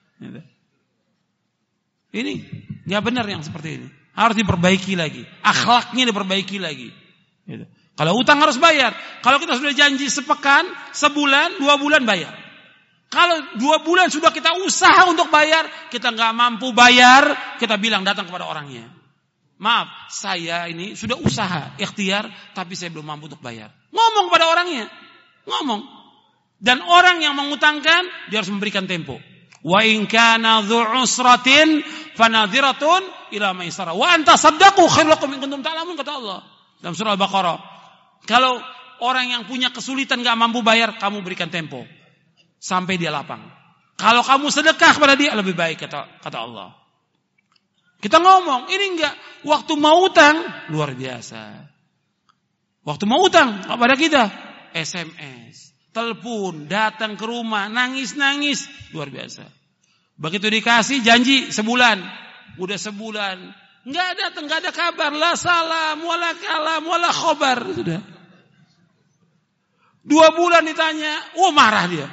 Ini enggak benar yang seperti ini. Harus diperbaiki lagi. Akhlaknya diperbaiki lagi. Gitu. Kalau utang harus bayar. Kalau kita sudah janji sepekan, sebulan, 2 bulan bayar. Kalau 2 bulan sudah kita usaha untuk bayar, kita nggak mampu bayar, kita bilang datang kepada orangnya. Maaf, saya ini sudah usaha, ikhtiar, tapi saya belum mampu untuk bayar. Ngomong kepada orangnya, ngomong. Dan orang yang mengutangkan, dia harus memberikan tempo. Wa in kana dzu usratin fanadhiratun ila maisarah. Wa anta saddaqu khairul lakum in kuntum ta'lamun, kata Allah dalam surah Al-Baqarah. Kalau orang yang punya kesulitan enggak mampu bayar, kamu berikan tempo sampai dia lapang. Kalau kamu sedekah kepada dia lebih baik, kata Allah. Kita ngomong, ini enggak waktu mau utang luar biasa. Waktu mau utang kepada kita, SMS, telepon, datang ke rumah, nangis-nangis, luar biasa. Begitu dikasih janji sebulan, udah sebulan, enggak datang, enggak ada kabar, la salam, wala kalam, wala khobar, sudah. 2 bulan ditanya, marah dia.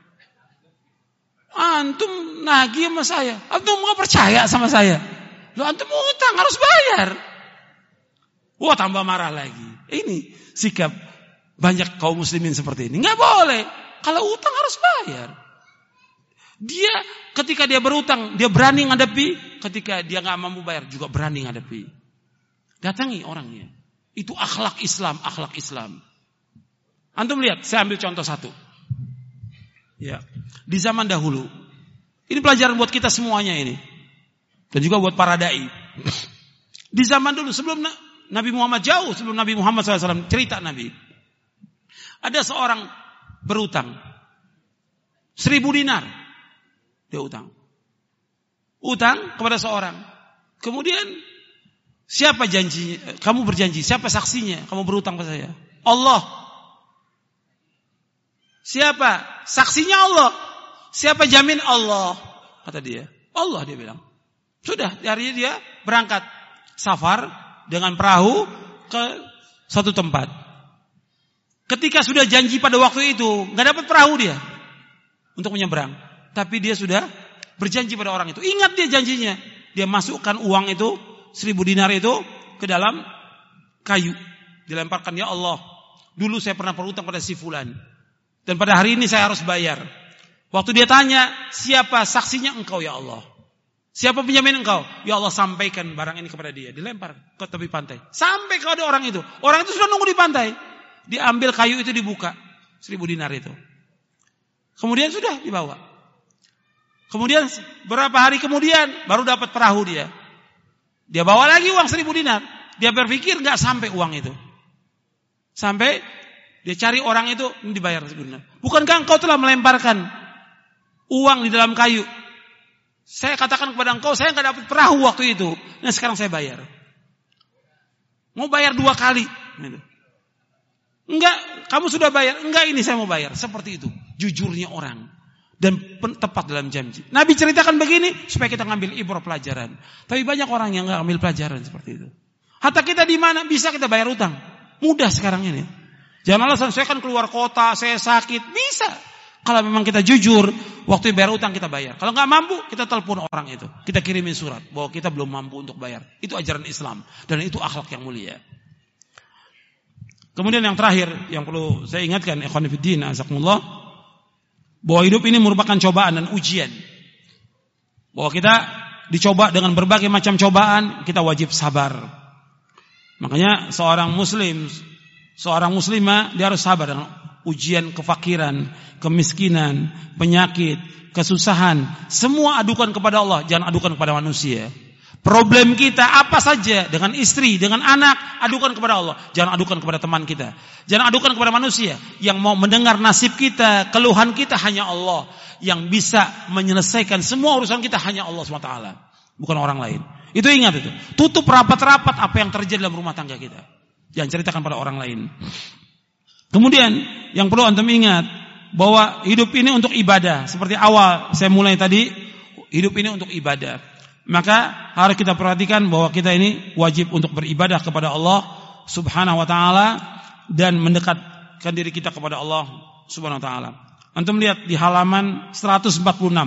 Antum nagih sama saya, antum enggak percaya sama saya. Loh, antum utang harus bayar. Tambah marah lagi. Ini sikap banyak kaum muslimin seperti ini. Enggak boleh. Kalau utang harus bayar. Dia ketika dia berutang, dia berani ngadepi. Ketika dia enggak mampu bayar, juga berani ngadepi. Datangi orangnya. Itu akhlak Islam, akhlak Islam. Antum lihat, saya ambil contoh satu. Ya, di zaman dahulu. Ini pelajaran buat kita semuanya ini. Dan juga buat para dai. Di zaman dulu sebelum Nabi Muhammad, jauh sebelum Nabi Muhammad SAW, cerita Nabi. Ada seorang berutang 1.000 dinar. Dia utang kepada seorang. Kemudian siapa janji? Kamu berjanji, siapa saksinya? Kamu berutang kepada saya. Allah. Siapa? Saksinya Allah. Siapa jamin? Allah. Kata dia. Allah, dia bilang. Sudah, harinya dia berangkat safar dengan perahu ke suatu tempat. Ketika sudah janji pada waktu itu, nggak dapat perahu dia untuk menyeberang. Tapi dia sudah berjanji pada orang itu. Ingat dia janjinya. Dia masukkan uang itu, 1.000 dinar itu ke dalam kayu. Dilemparkan, ya Allah, dulu saya pernah berutang pada si fulan. Dan pada hari ini saya harus bayar. Waktu dia tanya, siapa saksinya? Engkau, ya Allah. Siapa penjamin engkau? Ya Allah, sampaikan barang ini kepada dia. Dilempar ke tepi pantai. Sampai kepada orang itu. Orang itu sudah nunggu di pantai. Diambil kayu itu, dibuka. 1.000 dinar itu. Kemudian sudah dibawa. Kemudian berapa hari kemudian baru dapat perahu dia. Dia bawa lagi uang 1.000 dinar. Dia berpikir enggak sampai uang itu. Sampai dia cari orang itu, ini dibayar 1.000 dinar. Bukankah engkau telah melemparkan uang di dalam kayu? Saya katakan kepada engkau, saya enggak dapat perahu waktu itu. Nah, sekarang saya bayar. Mau bayar 2 kali. Enggak, kamu sudah bayar. Enggak, ini saya mau bayar. Seperti itu. Jujurnya orang. Dan tepat dalam janji. Nabi ceritakan begini, supaya kita ngambil ibrah pelajaran. Tapi banyak orang yang enggak ambil pelajaran seperti itu. Hatta kita di mana bisa kita bayar utang. Mudah sekarang ini. Jangan alasan, saya kan keluar kota, saya sakit. Bisa. Kalau memang kita jujur, waktu bayar utang kita bayar. Kalau nggak mampu, kita telepon orang itu. Kita kirimin surat bahwa kita belum mampu untuk bayar. Itu ajaran Islam. Dan itu akhlak yang mulia. Kemudian yang terakhir, yang perlu saya ingatkan, ikhwan fillah, azakumullah, bahwa hidup ini merupakan cobaan dan ujian. Bahwa kita dicoba dengan berbagai macam cobaan, kita wajib sabar. Makanya seorang muslimah, dia harus sabar dengan ujian kefakiran, kemiskinan, penyakit, kesusahan. Semua adukan kepada Allah, jangan adukan kepada manusia. Problem kita apa saja, dengan istri, dengan anak, adukan kepada Allah. Jangan adukan kepada teman kita. Jangan adukan kepada manusia. Yang mau mendengar nasib kita, keluhan kita hanya Allah. Yang bisa menyelesaikan semua urusan kita hanya Allah SWT. Bukan orang lain. Itu ingat itu. Tutup rapat-rapat apa yang terjadi dalam rumah tangga kita. Jangan ceritakan pada orang lain. Kemudian yang perlu antum ingat bahwa hidup ini untuk ibadah. Seperti awal saya mulai tadi, hidup ini untuk ibadah. Maka harus kita perhatikan bahwa kita ini wajib untuk beribadah kepada Allah Subhanahu wa taala dan mendekatkan diri kita kepada Allah Subhanahu wa taala. Antum lihat di halaman 146.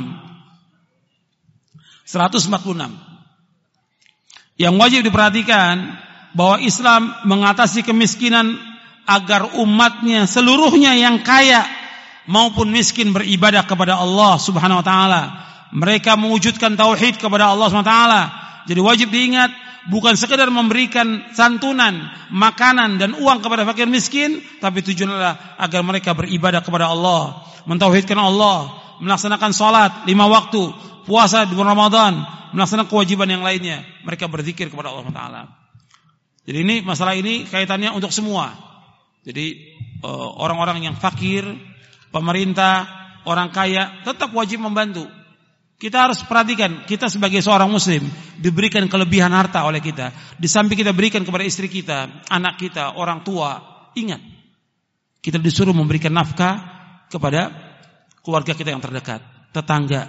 146. Yang wajib diperhatikan bahwa Islam mengatasi kemiskinan agar umatnya seluruhnya yang kaya maupun miskin beribadah kepada Allah Subhanahu wa taala. Mereka mewujudkan tauhid kepada Allah Subhanahu wa taala. Jadi wajib diingat, bukan sekedar memberikan santunan, makanan dan uang kepada fakir miskin, tapi tujuannya adalah agar mereka beribadah kepada Allah, mentauhidkan Allah, melaksanakan salat 5 waktu, puasa di bulan Ramadan, melaksanakan kewajiban yang lainnya. Mereka berzikir kepada Allah Taala. Jadi ini masalah ini kaitannya untuk semua. Jadi orang-orang yang fakir, pemerintah, orang kaya tetap wajib membantu. Kita harus perhatikan, kita sebagai seorang muslim diberikan kelebihan harta oleh kita. Di samping kita berikan kepada istri kita, anak kita, orang tua. Ingat, kita disuruh memberikan nafkah kepada keluarga kita yang terdekat, tetangga,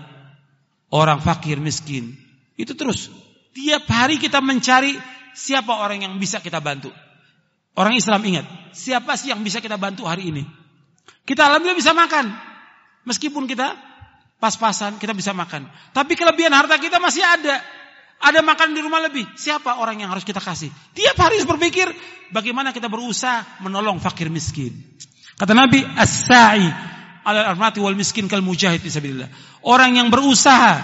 orang fakir, miskin. Itu terus. Tiap hari kita mencari siapa orang yang bisa kita bantu. Orang Islam ingat, siapa sih yang bisa kita bantu hari ini? Kita alhamdulillah bisa makan. Meskipun kita pas-pasan, kita bisa makan. Tapi kelebihan harta kita masih ada. Ada makan di rumah lebih. Siapa orang yang harus kita kasih? Tiap hari harus berpikir bagaimana kita berusaha menolong fakir miskin. Kata Nabi, as-sa'i 'alal armati wal miskin kal mujahid fisabilillah. Orang yang berusaha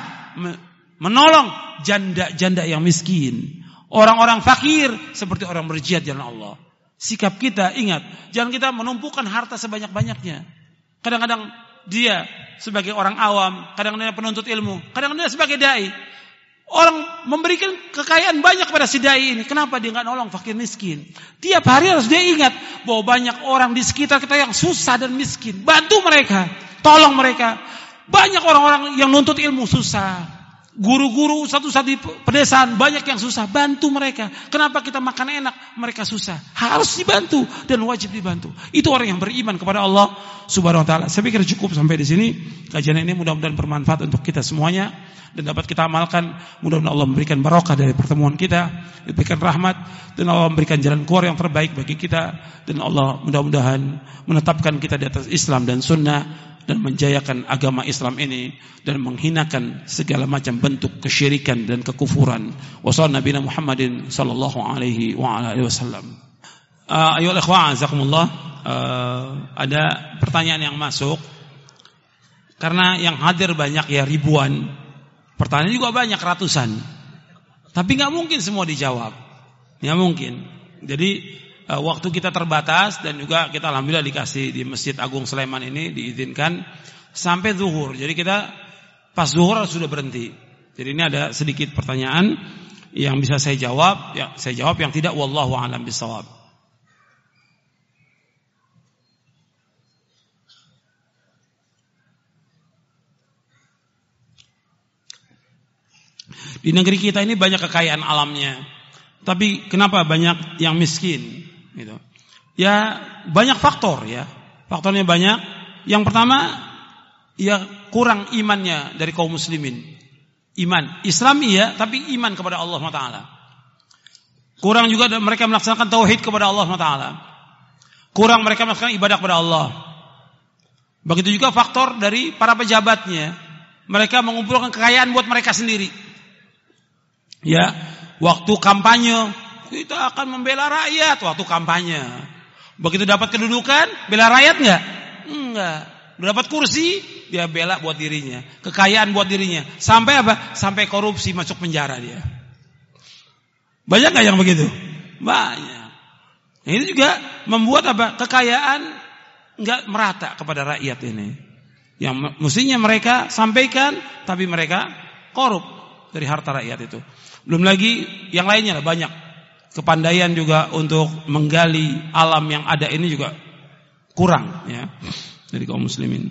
menolong janda-janda yang miskin, orang-orang fakir seperti orang berjihad jalan Allah. Sikap kita, ingat, jangan kita menumpukan harta sebanyak-banyaknya. Kadang-kadang dia sebagai orang awam, kadang-kadang dia penuntut ilmu, kadang-kadang dia sebagai dai. Orang memberikan kekayaan banyak pada si dai ini. Kenapa dia nggak nolong fakir miskin? Tiap hari harus dia ingat bahwa banyak orang di sekitar kita yang susah dan miskin. Bantu mereka, tolong mereka. Banyak orang-orang yang nuntut ilmu susah. Guru-guru satu-satu di pedesaan banyak yang susah, bantu mereka. Kenapa kita makan enak, mereka susah? Harus dibantu dan wajib dibantu. Itu orang yang beriman kepada Allah Subhanahu wa taala. Saya pikir cukup sampai di sini. Kajian ini mudah-mudahan bermanfaat untuk kita semuanya dan dapat kita amalkan. Mudah-mudahan Allah memberikan barokah dari pertemuan kita, diberikan rahmat dan Allah memberikan jalan keluar yang terbaik bagi kita, dan Allah mudah-mudahan menetapkan kita di atas Islam dan sunnah dan menjayakan agama Islam ini dan menghinakan segala macam bentuk kesyirikan dan kekufuran. Wassallallahu Nabi Muhammadin sallallahu alaihi wa ala alihi wasallam. Ayolah ikhwan, jazakumullah. Ada pertanyaan yang masuk karena yang hadir banyak ya, ribuan. Pertanyaan juga banyak, ratusan. Tapi enggak mungkin semua dijawab. Enggak mungkin. Jadi waktu kita terbatas dan juga kita alhamdulillah dikasih di Masjid Agung Sleman ini diizinkan sampai zuhur. Jadi kita pas zuhur sudah berhenti. Jadi ini ada sedikit pertanyaan yang bisa saya jawab, ya saya jawab, yang tidak wallahu a'lam bishawab. Di negeri kita ini banyak kekayaan alamnya. Tapi kenapa banyak yang miskin? Gitu. Ya banyak faktor ya. Faktornya banyak. Yang pertama ya kurang imannya dari kaum muslimin. Iman Islam iya, tapi iman kepada Allah Taala. Kurang juga mereka melaksanakan tauhid kepada Allah Taala. Kurang mereka melaksanakan ibadah kepada Allah. Begitu juga faktor dari para pejabatnya. Mereka mengumpulkan kekayaan buat mereka sendiri. Ya, waktu kampanye kita akan membela rakyat waktu kampanye. Begitu dapat kedudukan, bela rakyat enggak? Enggak. Dapat kursi, dia bela buat dirinya, kekayaan buat dirinya. Sampai apa? Sampai korupsi, masuk penjara dia. Banyak enggak yang begitu? Banyak. Ini juga membuat apa? Kekayaan enggak merata kepada rakyat ini. Yang mestinya mereka sampaikan, tapi mereka korup dari harta rakyat itu. Belum lagi yang lainnya lah, banyak. Kepandaian juga untuk menggali alam yang ada ini juga kurang ya dari kaum muslimin.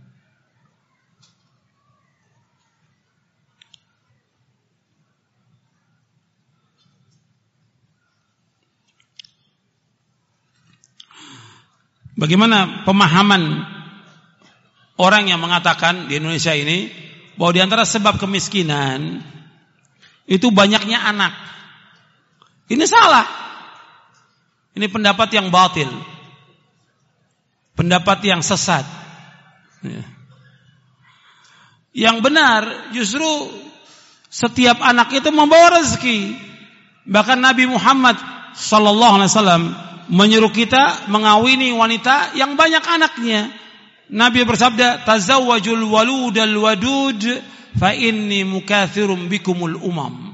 Bagaimana pemahaman orang yang mengatakan di Indonesia ini bahwa di antara sebab kemiskinan itu banyaknya anak? Ini salah. Ini pendapat yang batil. Pendapat yang sesat. Yang benar justru setiap anak itu membawa rezeki. Bahkan Nabi Muhammad sallallahu alaihi wasallam menyuruh kita mengawini wanita yang banyak anaknya. Nabi bersabda, "Tazawwajul waludal wadud fa inni mukatsirum bikumul umam."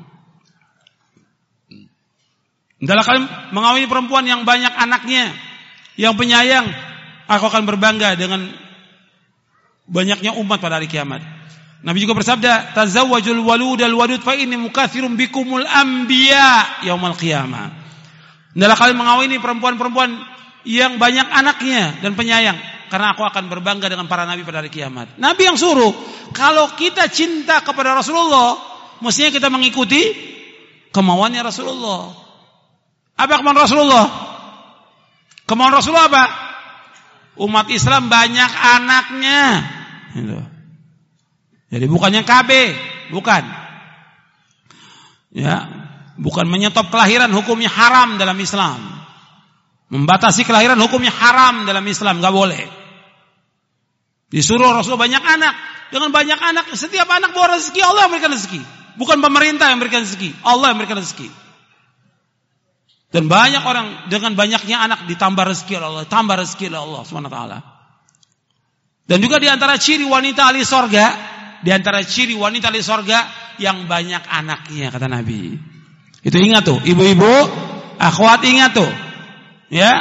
Adalah kalian mengawini perempuan yang banyak anaknya, yang penyayang, aku akan berbangga dengan banyaknya umat pada hari kiamat. Nabi juga bersabda, tazawwajul waludal wadud fa inni mukatsirun bikumul anbiya yaumal qiyamah. Hendaklah kalian mengawini perempuan-perempuan yang banyak anaknya dan penyayang, karena aku akan berbangga dengan para nabi pada hari kiamat. Nabi yang suruh. Kalau kita cinta kepada Rasulullah, mestinya kita mengikuti kemauannya Rasulullah. Apa kemauan Rasulullah? Kemauan Rasulullah apa? Umat Islam banyak anaknya. Gitu. Jadi bukannya KB, bukan. Ya, bukan menyetop kelahiran hukumnya haram dalam Islam. Membatasi kelahiran hukumnya haram dalam Islam, enggak boleh. Disuruh Rasul banyak anak. Dengan banyak anak, setiap anak bawa rezeki, Allah yang berikan rezeki. Bukan pemerintah yang berikan rezeki, Allah yang berikan rezeki. Dan banyak orang dengan banyaknya anak ditambah rezeki oleh Allah, tambah rezeki oleh Allah Subhanahu wa taala. Dan juga di antara ciri wanita ahli surga, di antara ciri wanita ahli surga yang banyak anaknya, kata Nabi. Itu ingat tuh, ibu-ibu, akhwat ingat tuh. Ya.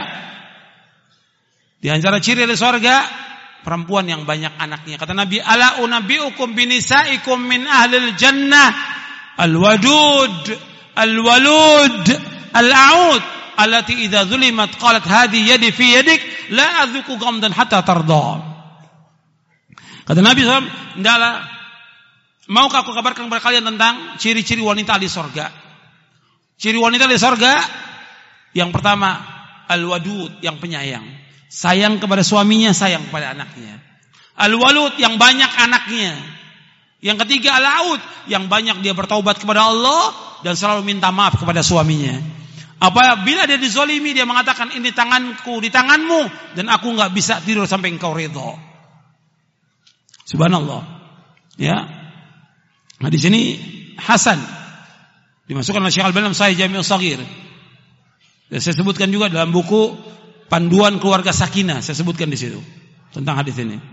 Di antara ciri ahli surga, perempuan yang banyak anaknya. Kata Nabi, ala unabbiukum binisaikum min ahlil jannah al-wadud al-walud al-a'ud allati idza zulimat qalat hadi yadi fi yadik la adzuku ghamdan hatta tarda. Kata Nabi SAW, hendaklah, maukah aku kabarkan kepada kalian tentang ciri-ciri wanita ahli surga? Ciri wanita ahli surga, yang pertama, al-wadud, yang penyayang. Sayang kepada suaminya, sayang kepada anaknya. Al-walud, yang banyak anaknya. Yang ketiga, al-aud, yang banyak dia bertaubat kepada Allah dan selalu minta maaf kepada suaminya. Apabila dia dizalimi, dia mengatakan, ini tanganku di tanganmu dan aku enggak bisa tidur sampai engkau ridha. Subhanallah. Ya. Nah, di sini Hasan dimasukkan oleh Syekh Al-Albani dalam Sahih Jami' Shaghir. Dan saya sebutkan juga dalam buku Panduan Keluarga Sakinah, saya sebutkan di situ tentang hadis ini.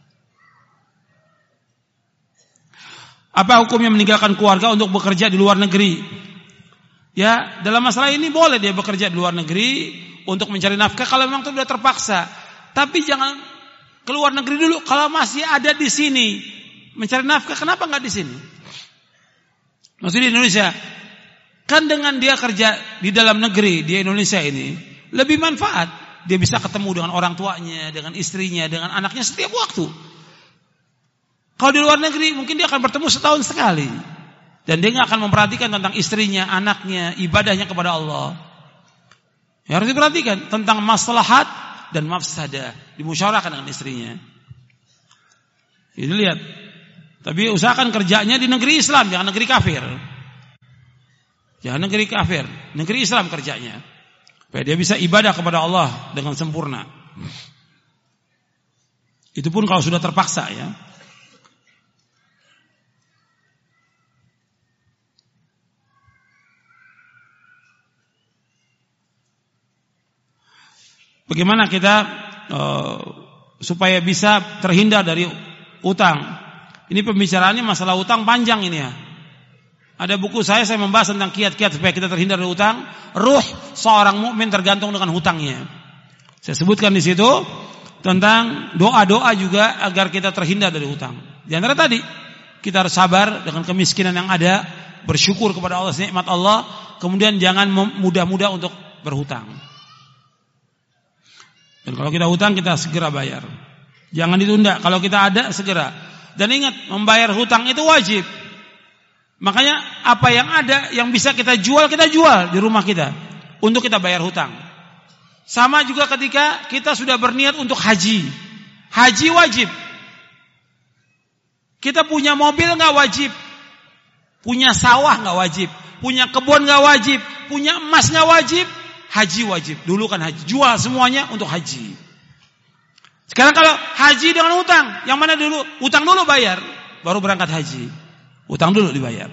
Apa hukumnya meninggalkan keluarga untuk bekerja di luar negeri? Ya, dalam masalah ini boleh dia bekerja di luar negeri untuk mencari nafkah kalau memang itu sudah terpaksa. Tapi jangan keluar negeri dulu kalau masih ada di sini mencari nafkah. Kenapa enggak di sini? Maksudnya di Indonesia. Kan dengan dia kerja di dalam negeri, di Indonesia ini lebih manfaat. Dia bisa ketemu dengan orang tuanya, dengan istrinya, dengan anaknya setiap waktu. Kalau di luar negeri mungkin dia akan bertemu setahun sekali. Dan dia enggak akan memperhatikan tentang istrinya, anaknya, ibadahnya kepada Allah. Ya, harus diperhatikan tentang maslahat dan mafsadah, dimusyawarahkan dengan istrinya. Itu lihat. Tapi usahakan kerjanya di negeri Islam, jangan negeri kafir. Jangan negeri kafir, negeri Islam kerjanya. Supaya dia bisa ibadah kepada Allah dengan sempurna. Itu pun kalau sudah terpaksa, ya. Bagaimana kita supaya bisa terhindar dari utang? Ini pembicaraannya masalah utang panjang ini ya. Ada buku saya membahas tentang kiat-kiat supaya kita terhindar dari utang. Ruh seorang mukmin tergantung dengan hutangnya. Saya sebutkan di situ tentang doa-doa juga agar kita terhindar dari hutang. Di antara tadi, kita harus sabar dengan kemiskinan yang ada, bersyukur kepada Allah nikmat Allah, kemudian jangan mudah-mudah untuk berhutang. Dan kalau kita hutang, kita segera bayar. Jangan ditunda. Kalau kita ada, segera. Dan ingat, membayar hutang itu wajib. Makanya apa yang ada, yang bisa kita jual di rumah kita. Untuk kita bayar hutang. Sama juga ketika kita sudah berniat untuk haji. Haji wajib. Kita punya mobil gak wajib. Punya sawah gak wajib. Punya kebun gak wajib. Punya emas gak wajib. Haji wajib. Dulu kan haji. Jual semuanya untuk haji. Sekarang kalau haji dengan utang, yang mana dulu? Utang dulu bayar, baru berangkat haji. Utang dulu dibayar.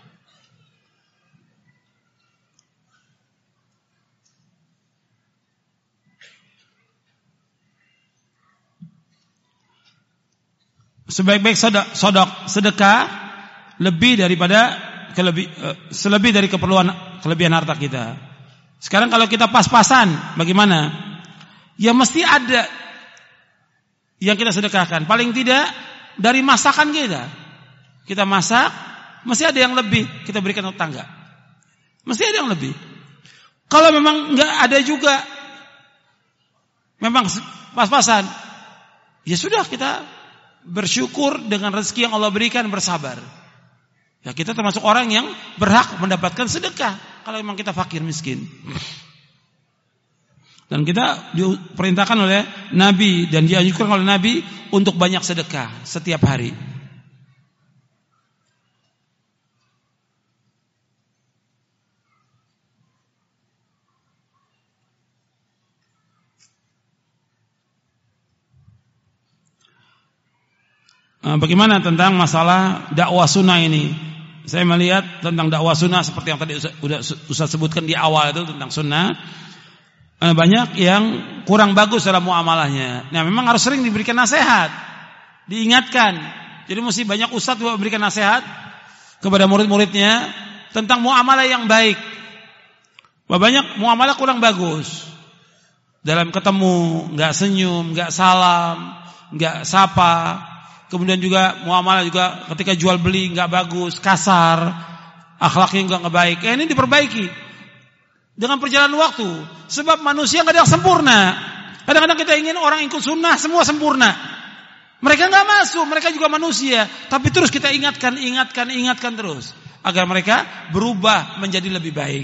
Sebaik-baik sedekah lebih daripada selebih dari kelebihan harta kita. Sekarang kalau kita pas-pasan, bagaimana? Ya mesti ada yang kita sedekahkan. Paling tidak dari masakan kita. Kita masak, mesti ada yang lebih kita berikan ke tetangga. Mesti ada yang lebih. Kalau memang enggak ada juga, memang pas-pasan, ya sudah, kita bersyukur dengan rezeki yang Allah berikan, bersabar. Ya, kita termasuk orang yang berhak mendapatkan sedekah kalau memang kita fakir miskin. Dan kita diperintahkan oleh Nabi dan dianjurkan oleh Nabi untuk banyak sedekah setiap hari. Bagaimana tentang masalah dakwah sunnah ini? Saya melihat tentang dakwah sunnah seperti yang tadi Ustaz sebutkan di awal itu tentang sunnah, banyak yang kurang bagus dalam muamalahnya. Nah, memang harus sering diberikan nasihat, diingatkan. Jadi mesti banyak ustaz memberikan nasihat kepada murid-muridnya tentang muamalah yang baik. Banyak muamalah kurang bagus. Dalam ketemu, enggak senyum, enggak salam, enggak sapa. Kemudian juga muamalah juga ketika jual beli enggak bagus, kasar, akhlaknya juga enggak baik. Ini diperbaiki dengan perjalanan waktu. Sebab manusia enggak ada yang sempurna. Kadang-kadang kita ingin orang ikut sunnah semua sempurna. Mereka enggak masuk, mereka juga manusia. Tapi terus kita ingatkan terus agar mereka berubah menjadi lebih baik.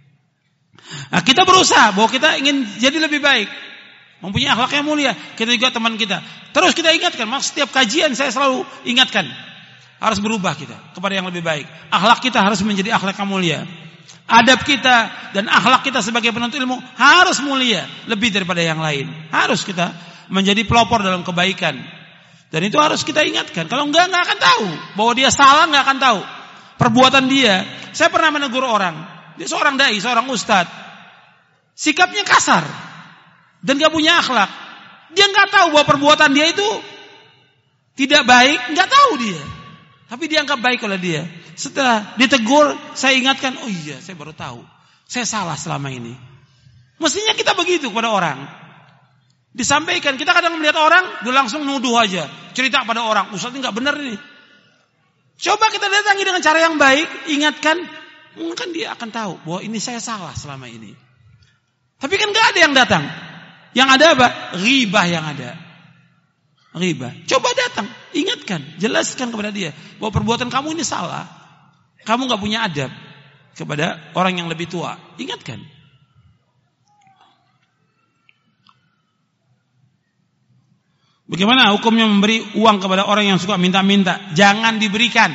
Nah, kita berusaha bahwa kita ingin jadi lebih baik, mempunyai akhlak yang mulia. Kita juga teman kita. Terus kita ingatkan, setiap kajian saya selalu ingatkan, harus berubah kita kepada yang lebih baik. Akhlak kita harus menjadi akhlak yang mulia. Adab kita dan akhlak kita sebagai penuntut ilmu harus mulia, lebih daripada yang lain. Harus kita menjadi pelopor dalam kebaikan. Dan itu harus kita ingatkan. Kalau enggak akan tahu bahwa dia salah, enggak akan tahu perbuatan dia. Saya pernah menegur orang, dia seorang dai, seorang ustadz, sikapnya kasar dan gak punya akhlak. Dia gak tahu bahwa perbuatan dia itu tidak baik, gak tahu dia. Tapi dianggap baik oleh dia. Setelah ditegur, saya ingatkan, oh iya, saya baru tahu, saya salah selama ini. Mestinya kita begitu kepada orang. Disampaikan, kita kadang melihat orang, dia langsung nuduh aja, cerita pada orang, ustaz ini gak benar ini. Coba kita datangi dengan cara yang baik, ingatkan, mungkin dia akan tahu bahwa ini saya salah selama ini. Tapi kan gak ada yang datang. Yang ada apa? Ghibah yang ada. Ghibah. Coba datang, ingatkan, jelaskan kepada dia bahwa perbuatan kamu ini salah. Kamu gak punya adab kepada orang yang lebih tua. Ingatkan. Bagaimana hukumnya memberi uang kepada orang yang suka minta-minta? Jangan diberikan.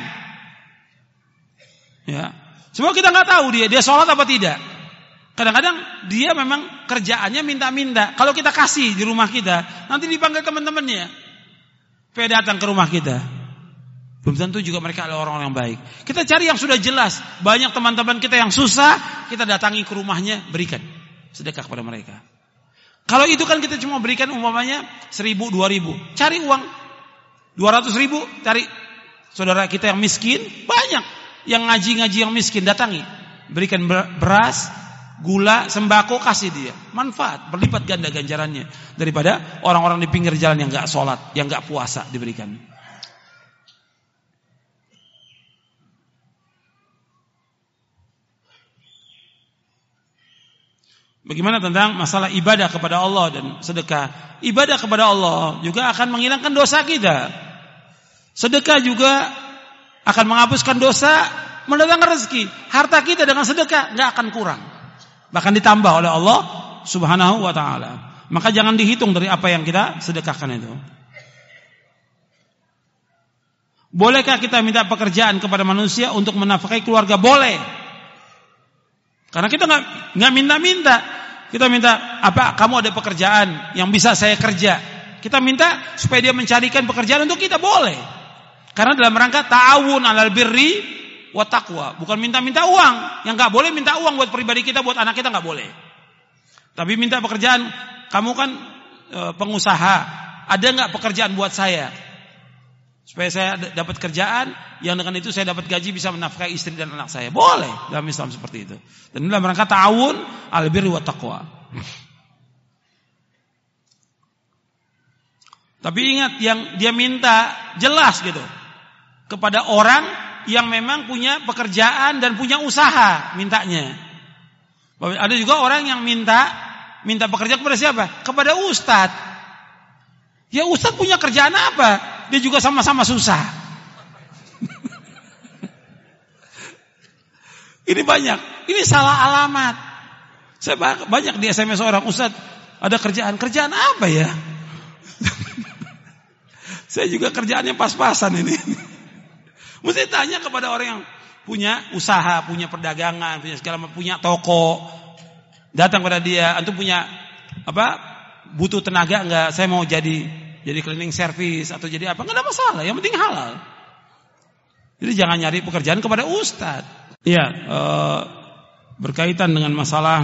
Ya. Sebab kita nggak tahu dia sholat apa tidak. Kadang-kadang dia memang kerjaannya minta-minta. Kalau kita kasih di rumah kita, nanti dipanggil teman-temannya, supaya datang ke rumah kita. Belum tentu juga mereka adalah orang-orang yang baik. Kita cari yang sudah jelas. Banyak teman-teman kita yang susah, kita datangi ke rumahnya, berikan sedekah kepada mereka. Kalau itu kan kita cuma berikan umpamanya 1.000, 2.000. Cari uang 200.000, cari saudara kita yang miskin, banyak yang ngaji-ngaji yang miskin, datangi. Berikan beras, gula, sembako, kasih dia. Manfaat, berlipat ganda ganjarannya daripada orang-orang di pinggir jalan yang enggak sholat, yang enggak puasa diberikan. Bagaimana tentang masalah ibadah kepada Allah dan sedekah? Ibadah kepada Allah juga akan menghilangkan dosa kita. Sedekah juga akan menghapuskan dosa, mendatangkan rezeki. Harta kita dengan sedekah enggak akan kurang, bahkan ditambah oleh Allah Subhanahu wa taala. Maka jangan dihitung dari apa yang kita sedekahkan itu. Bolehkah kita minta pekerjaan kepada manusia untuk menafkahi keluarga? Boleh. Karena kita enggak minta-minta. Kita minta, apa kamu ada pekerjaan yang bisa saya kerja? Kita minta supaya dia mencarikan pekerjaan untuk kita, boleh. Karena dalam rangka ta'awun 'alal birri wa taqwa, bukan minta-minta uang. Yang enggak boleh minta uang buat pribadi kita, buat anak kita enggak boleh. Tapi minta pekerjaan, kamu kan pengusaha, ada enggak pekerjaan buat saya? Supaya saya dapat kerjaan, yang dengan itu saya dapat gaji, bisa menafkahi istri dan anak saya. Boleh dalam Islam seperti itu. Dan dalam rangka ta'awun 'alal birri wa taqwa. Tapi ingat, yang dia minta jelas gitu kepada orang yang memang punya pekerjaan dan punya usaha mintanya. Ada juga orang yang minta pekerjaan kepada siapa? Kepada ustadz. Ya ustadz punya kerjaan apa? Dia juga sama-sama susah. Ini banyak. Ini salah alamat. Saya banyak di SMS orang, ustadz ada kerjaan apa ya? Saya juga kerjaannya pas-pasan ini. Mesti tanya kepada orang yang punya usaha, punya perdagangan, punya segala macam, punya toko. Datang pada dia, antum punya apa? Butuh tenaga enggak? Saya mau jadi cleaning service atau jadi apa? Enggak ada masalah, yang penting halal. Jadi jangan nyari pekerjaan kepada ustadz. Iya, berkaitan dengan masalah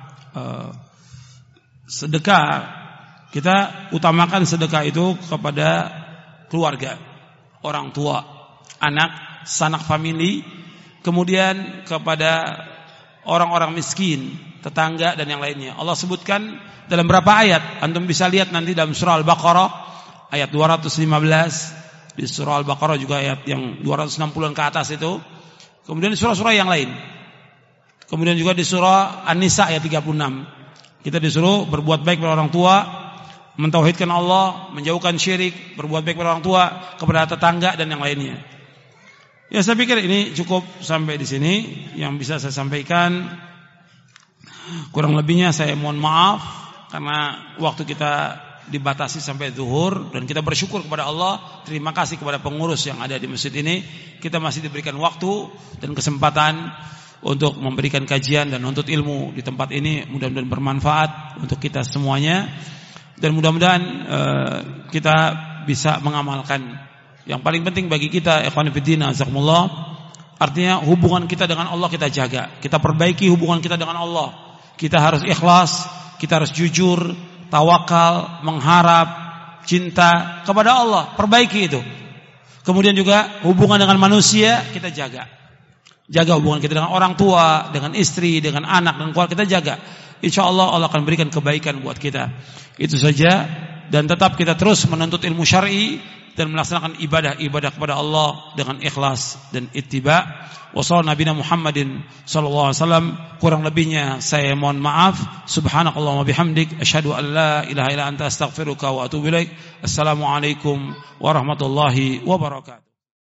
sedekah, kita utamakan sedekah itu kepada keluarga, orang tua, anak, sanak famili, kemudian kepada orang-orang miskin, tetangga dan yang lainnya. Allah sebutkan dalam berapa ayat? Antum bisa lihat nanti dalam surah Al-Baqarah ayat 215, di surah Al-Baqarah juga ayat yang 260-an ke atas itu. Kemudian di surah-surah yang lain. Kemudian juga di surah An-Nisa ayat 36. Kita disuruh berbuat baik kepada orang tua, mentauhidkan Allah, menjauhkan syirik, berbuat baik kepada orang tua, kepada tetangga dan yang lainnya. Ya, saya pikir ini cukup sampai di sini yang bisa saya sampaikan. Kurang lebihnya saya mohon maaf karena waktu kita dibatasi sampai zuhur, dan kita bersyukur kepada Allah. Terima kasih kepada pengurus yang ada di masjid ini. Kita masih diberikan waktu dan kesempatan untuk memberikan kajian dan nuntut ilmu di tempat ini. Mudah-mudahan bermanfaat untuk kita semuanya, dan mudah-mudahan kita bisa mengamalkan. Yang paling penting bagi kita, ikhwan fillah, jazakumullah, artinya hubungan kita dengan Allah kita jaga. Kita perbaiki hubungan kita dengan Allah. Kita harus ikhlas, kita harus jujur, tawakal, mengharap, cinta kepada Allah. Perbaiki itu. Kemudian juga hubungan dengan manusia kita jaga. Jaga hubungan kita dengan orang tua, dengan istri, dengan anak, dan keluarga kita jaga. InsyaAllah Allah akan berikan kebaikan buat kita. Itu saja. Dan tetap kita terus menuntut ilmu syar'i dan melaksanakan ibadah kepada Allah dengan ikhlas dan ittiba. Wassallallahu nabiyana Muhammadin sallallahu alaihi wasallam. Kurang lebihnya saya mohon maaf. Subhanakallahumma bihamdik asyhadu an la ilaha illa anta astaghfiruka wa atubu ilaik. Assalamualaikum warahmatullahi wabarakatuh.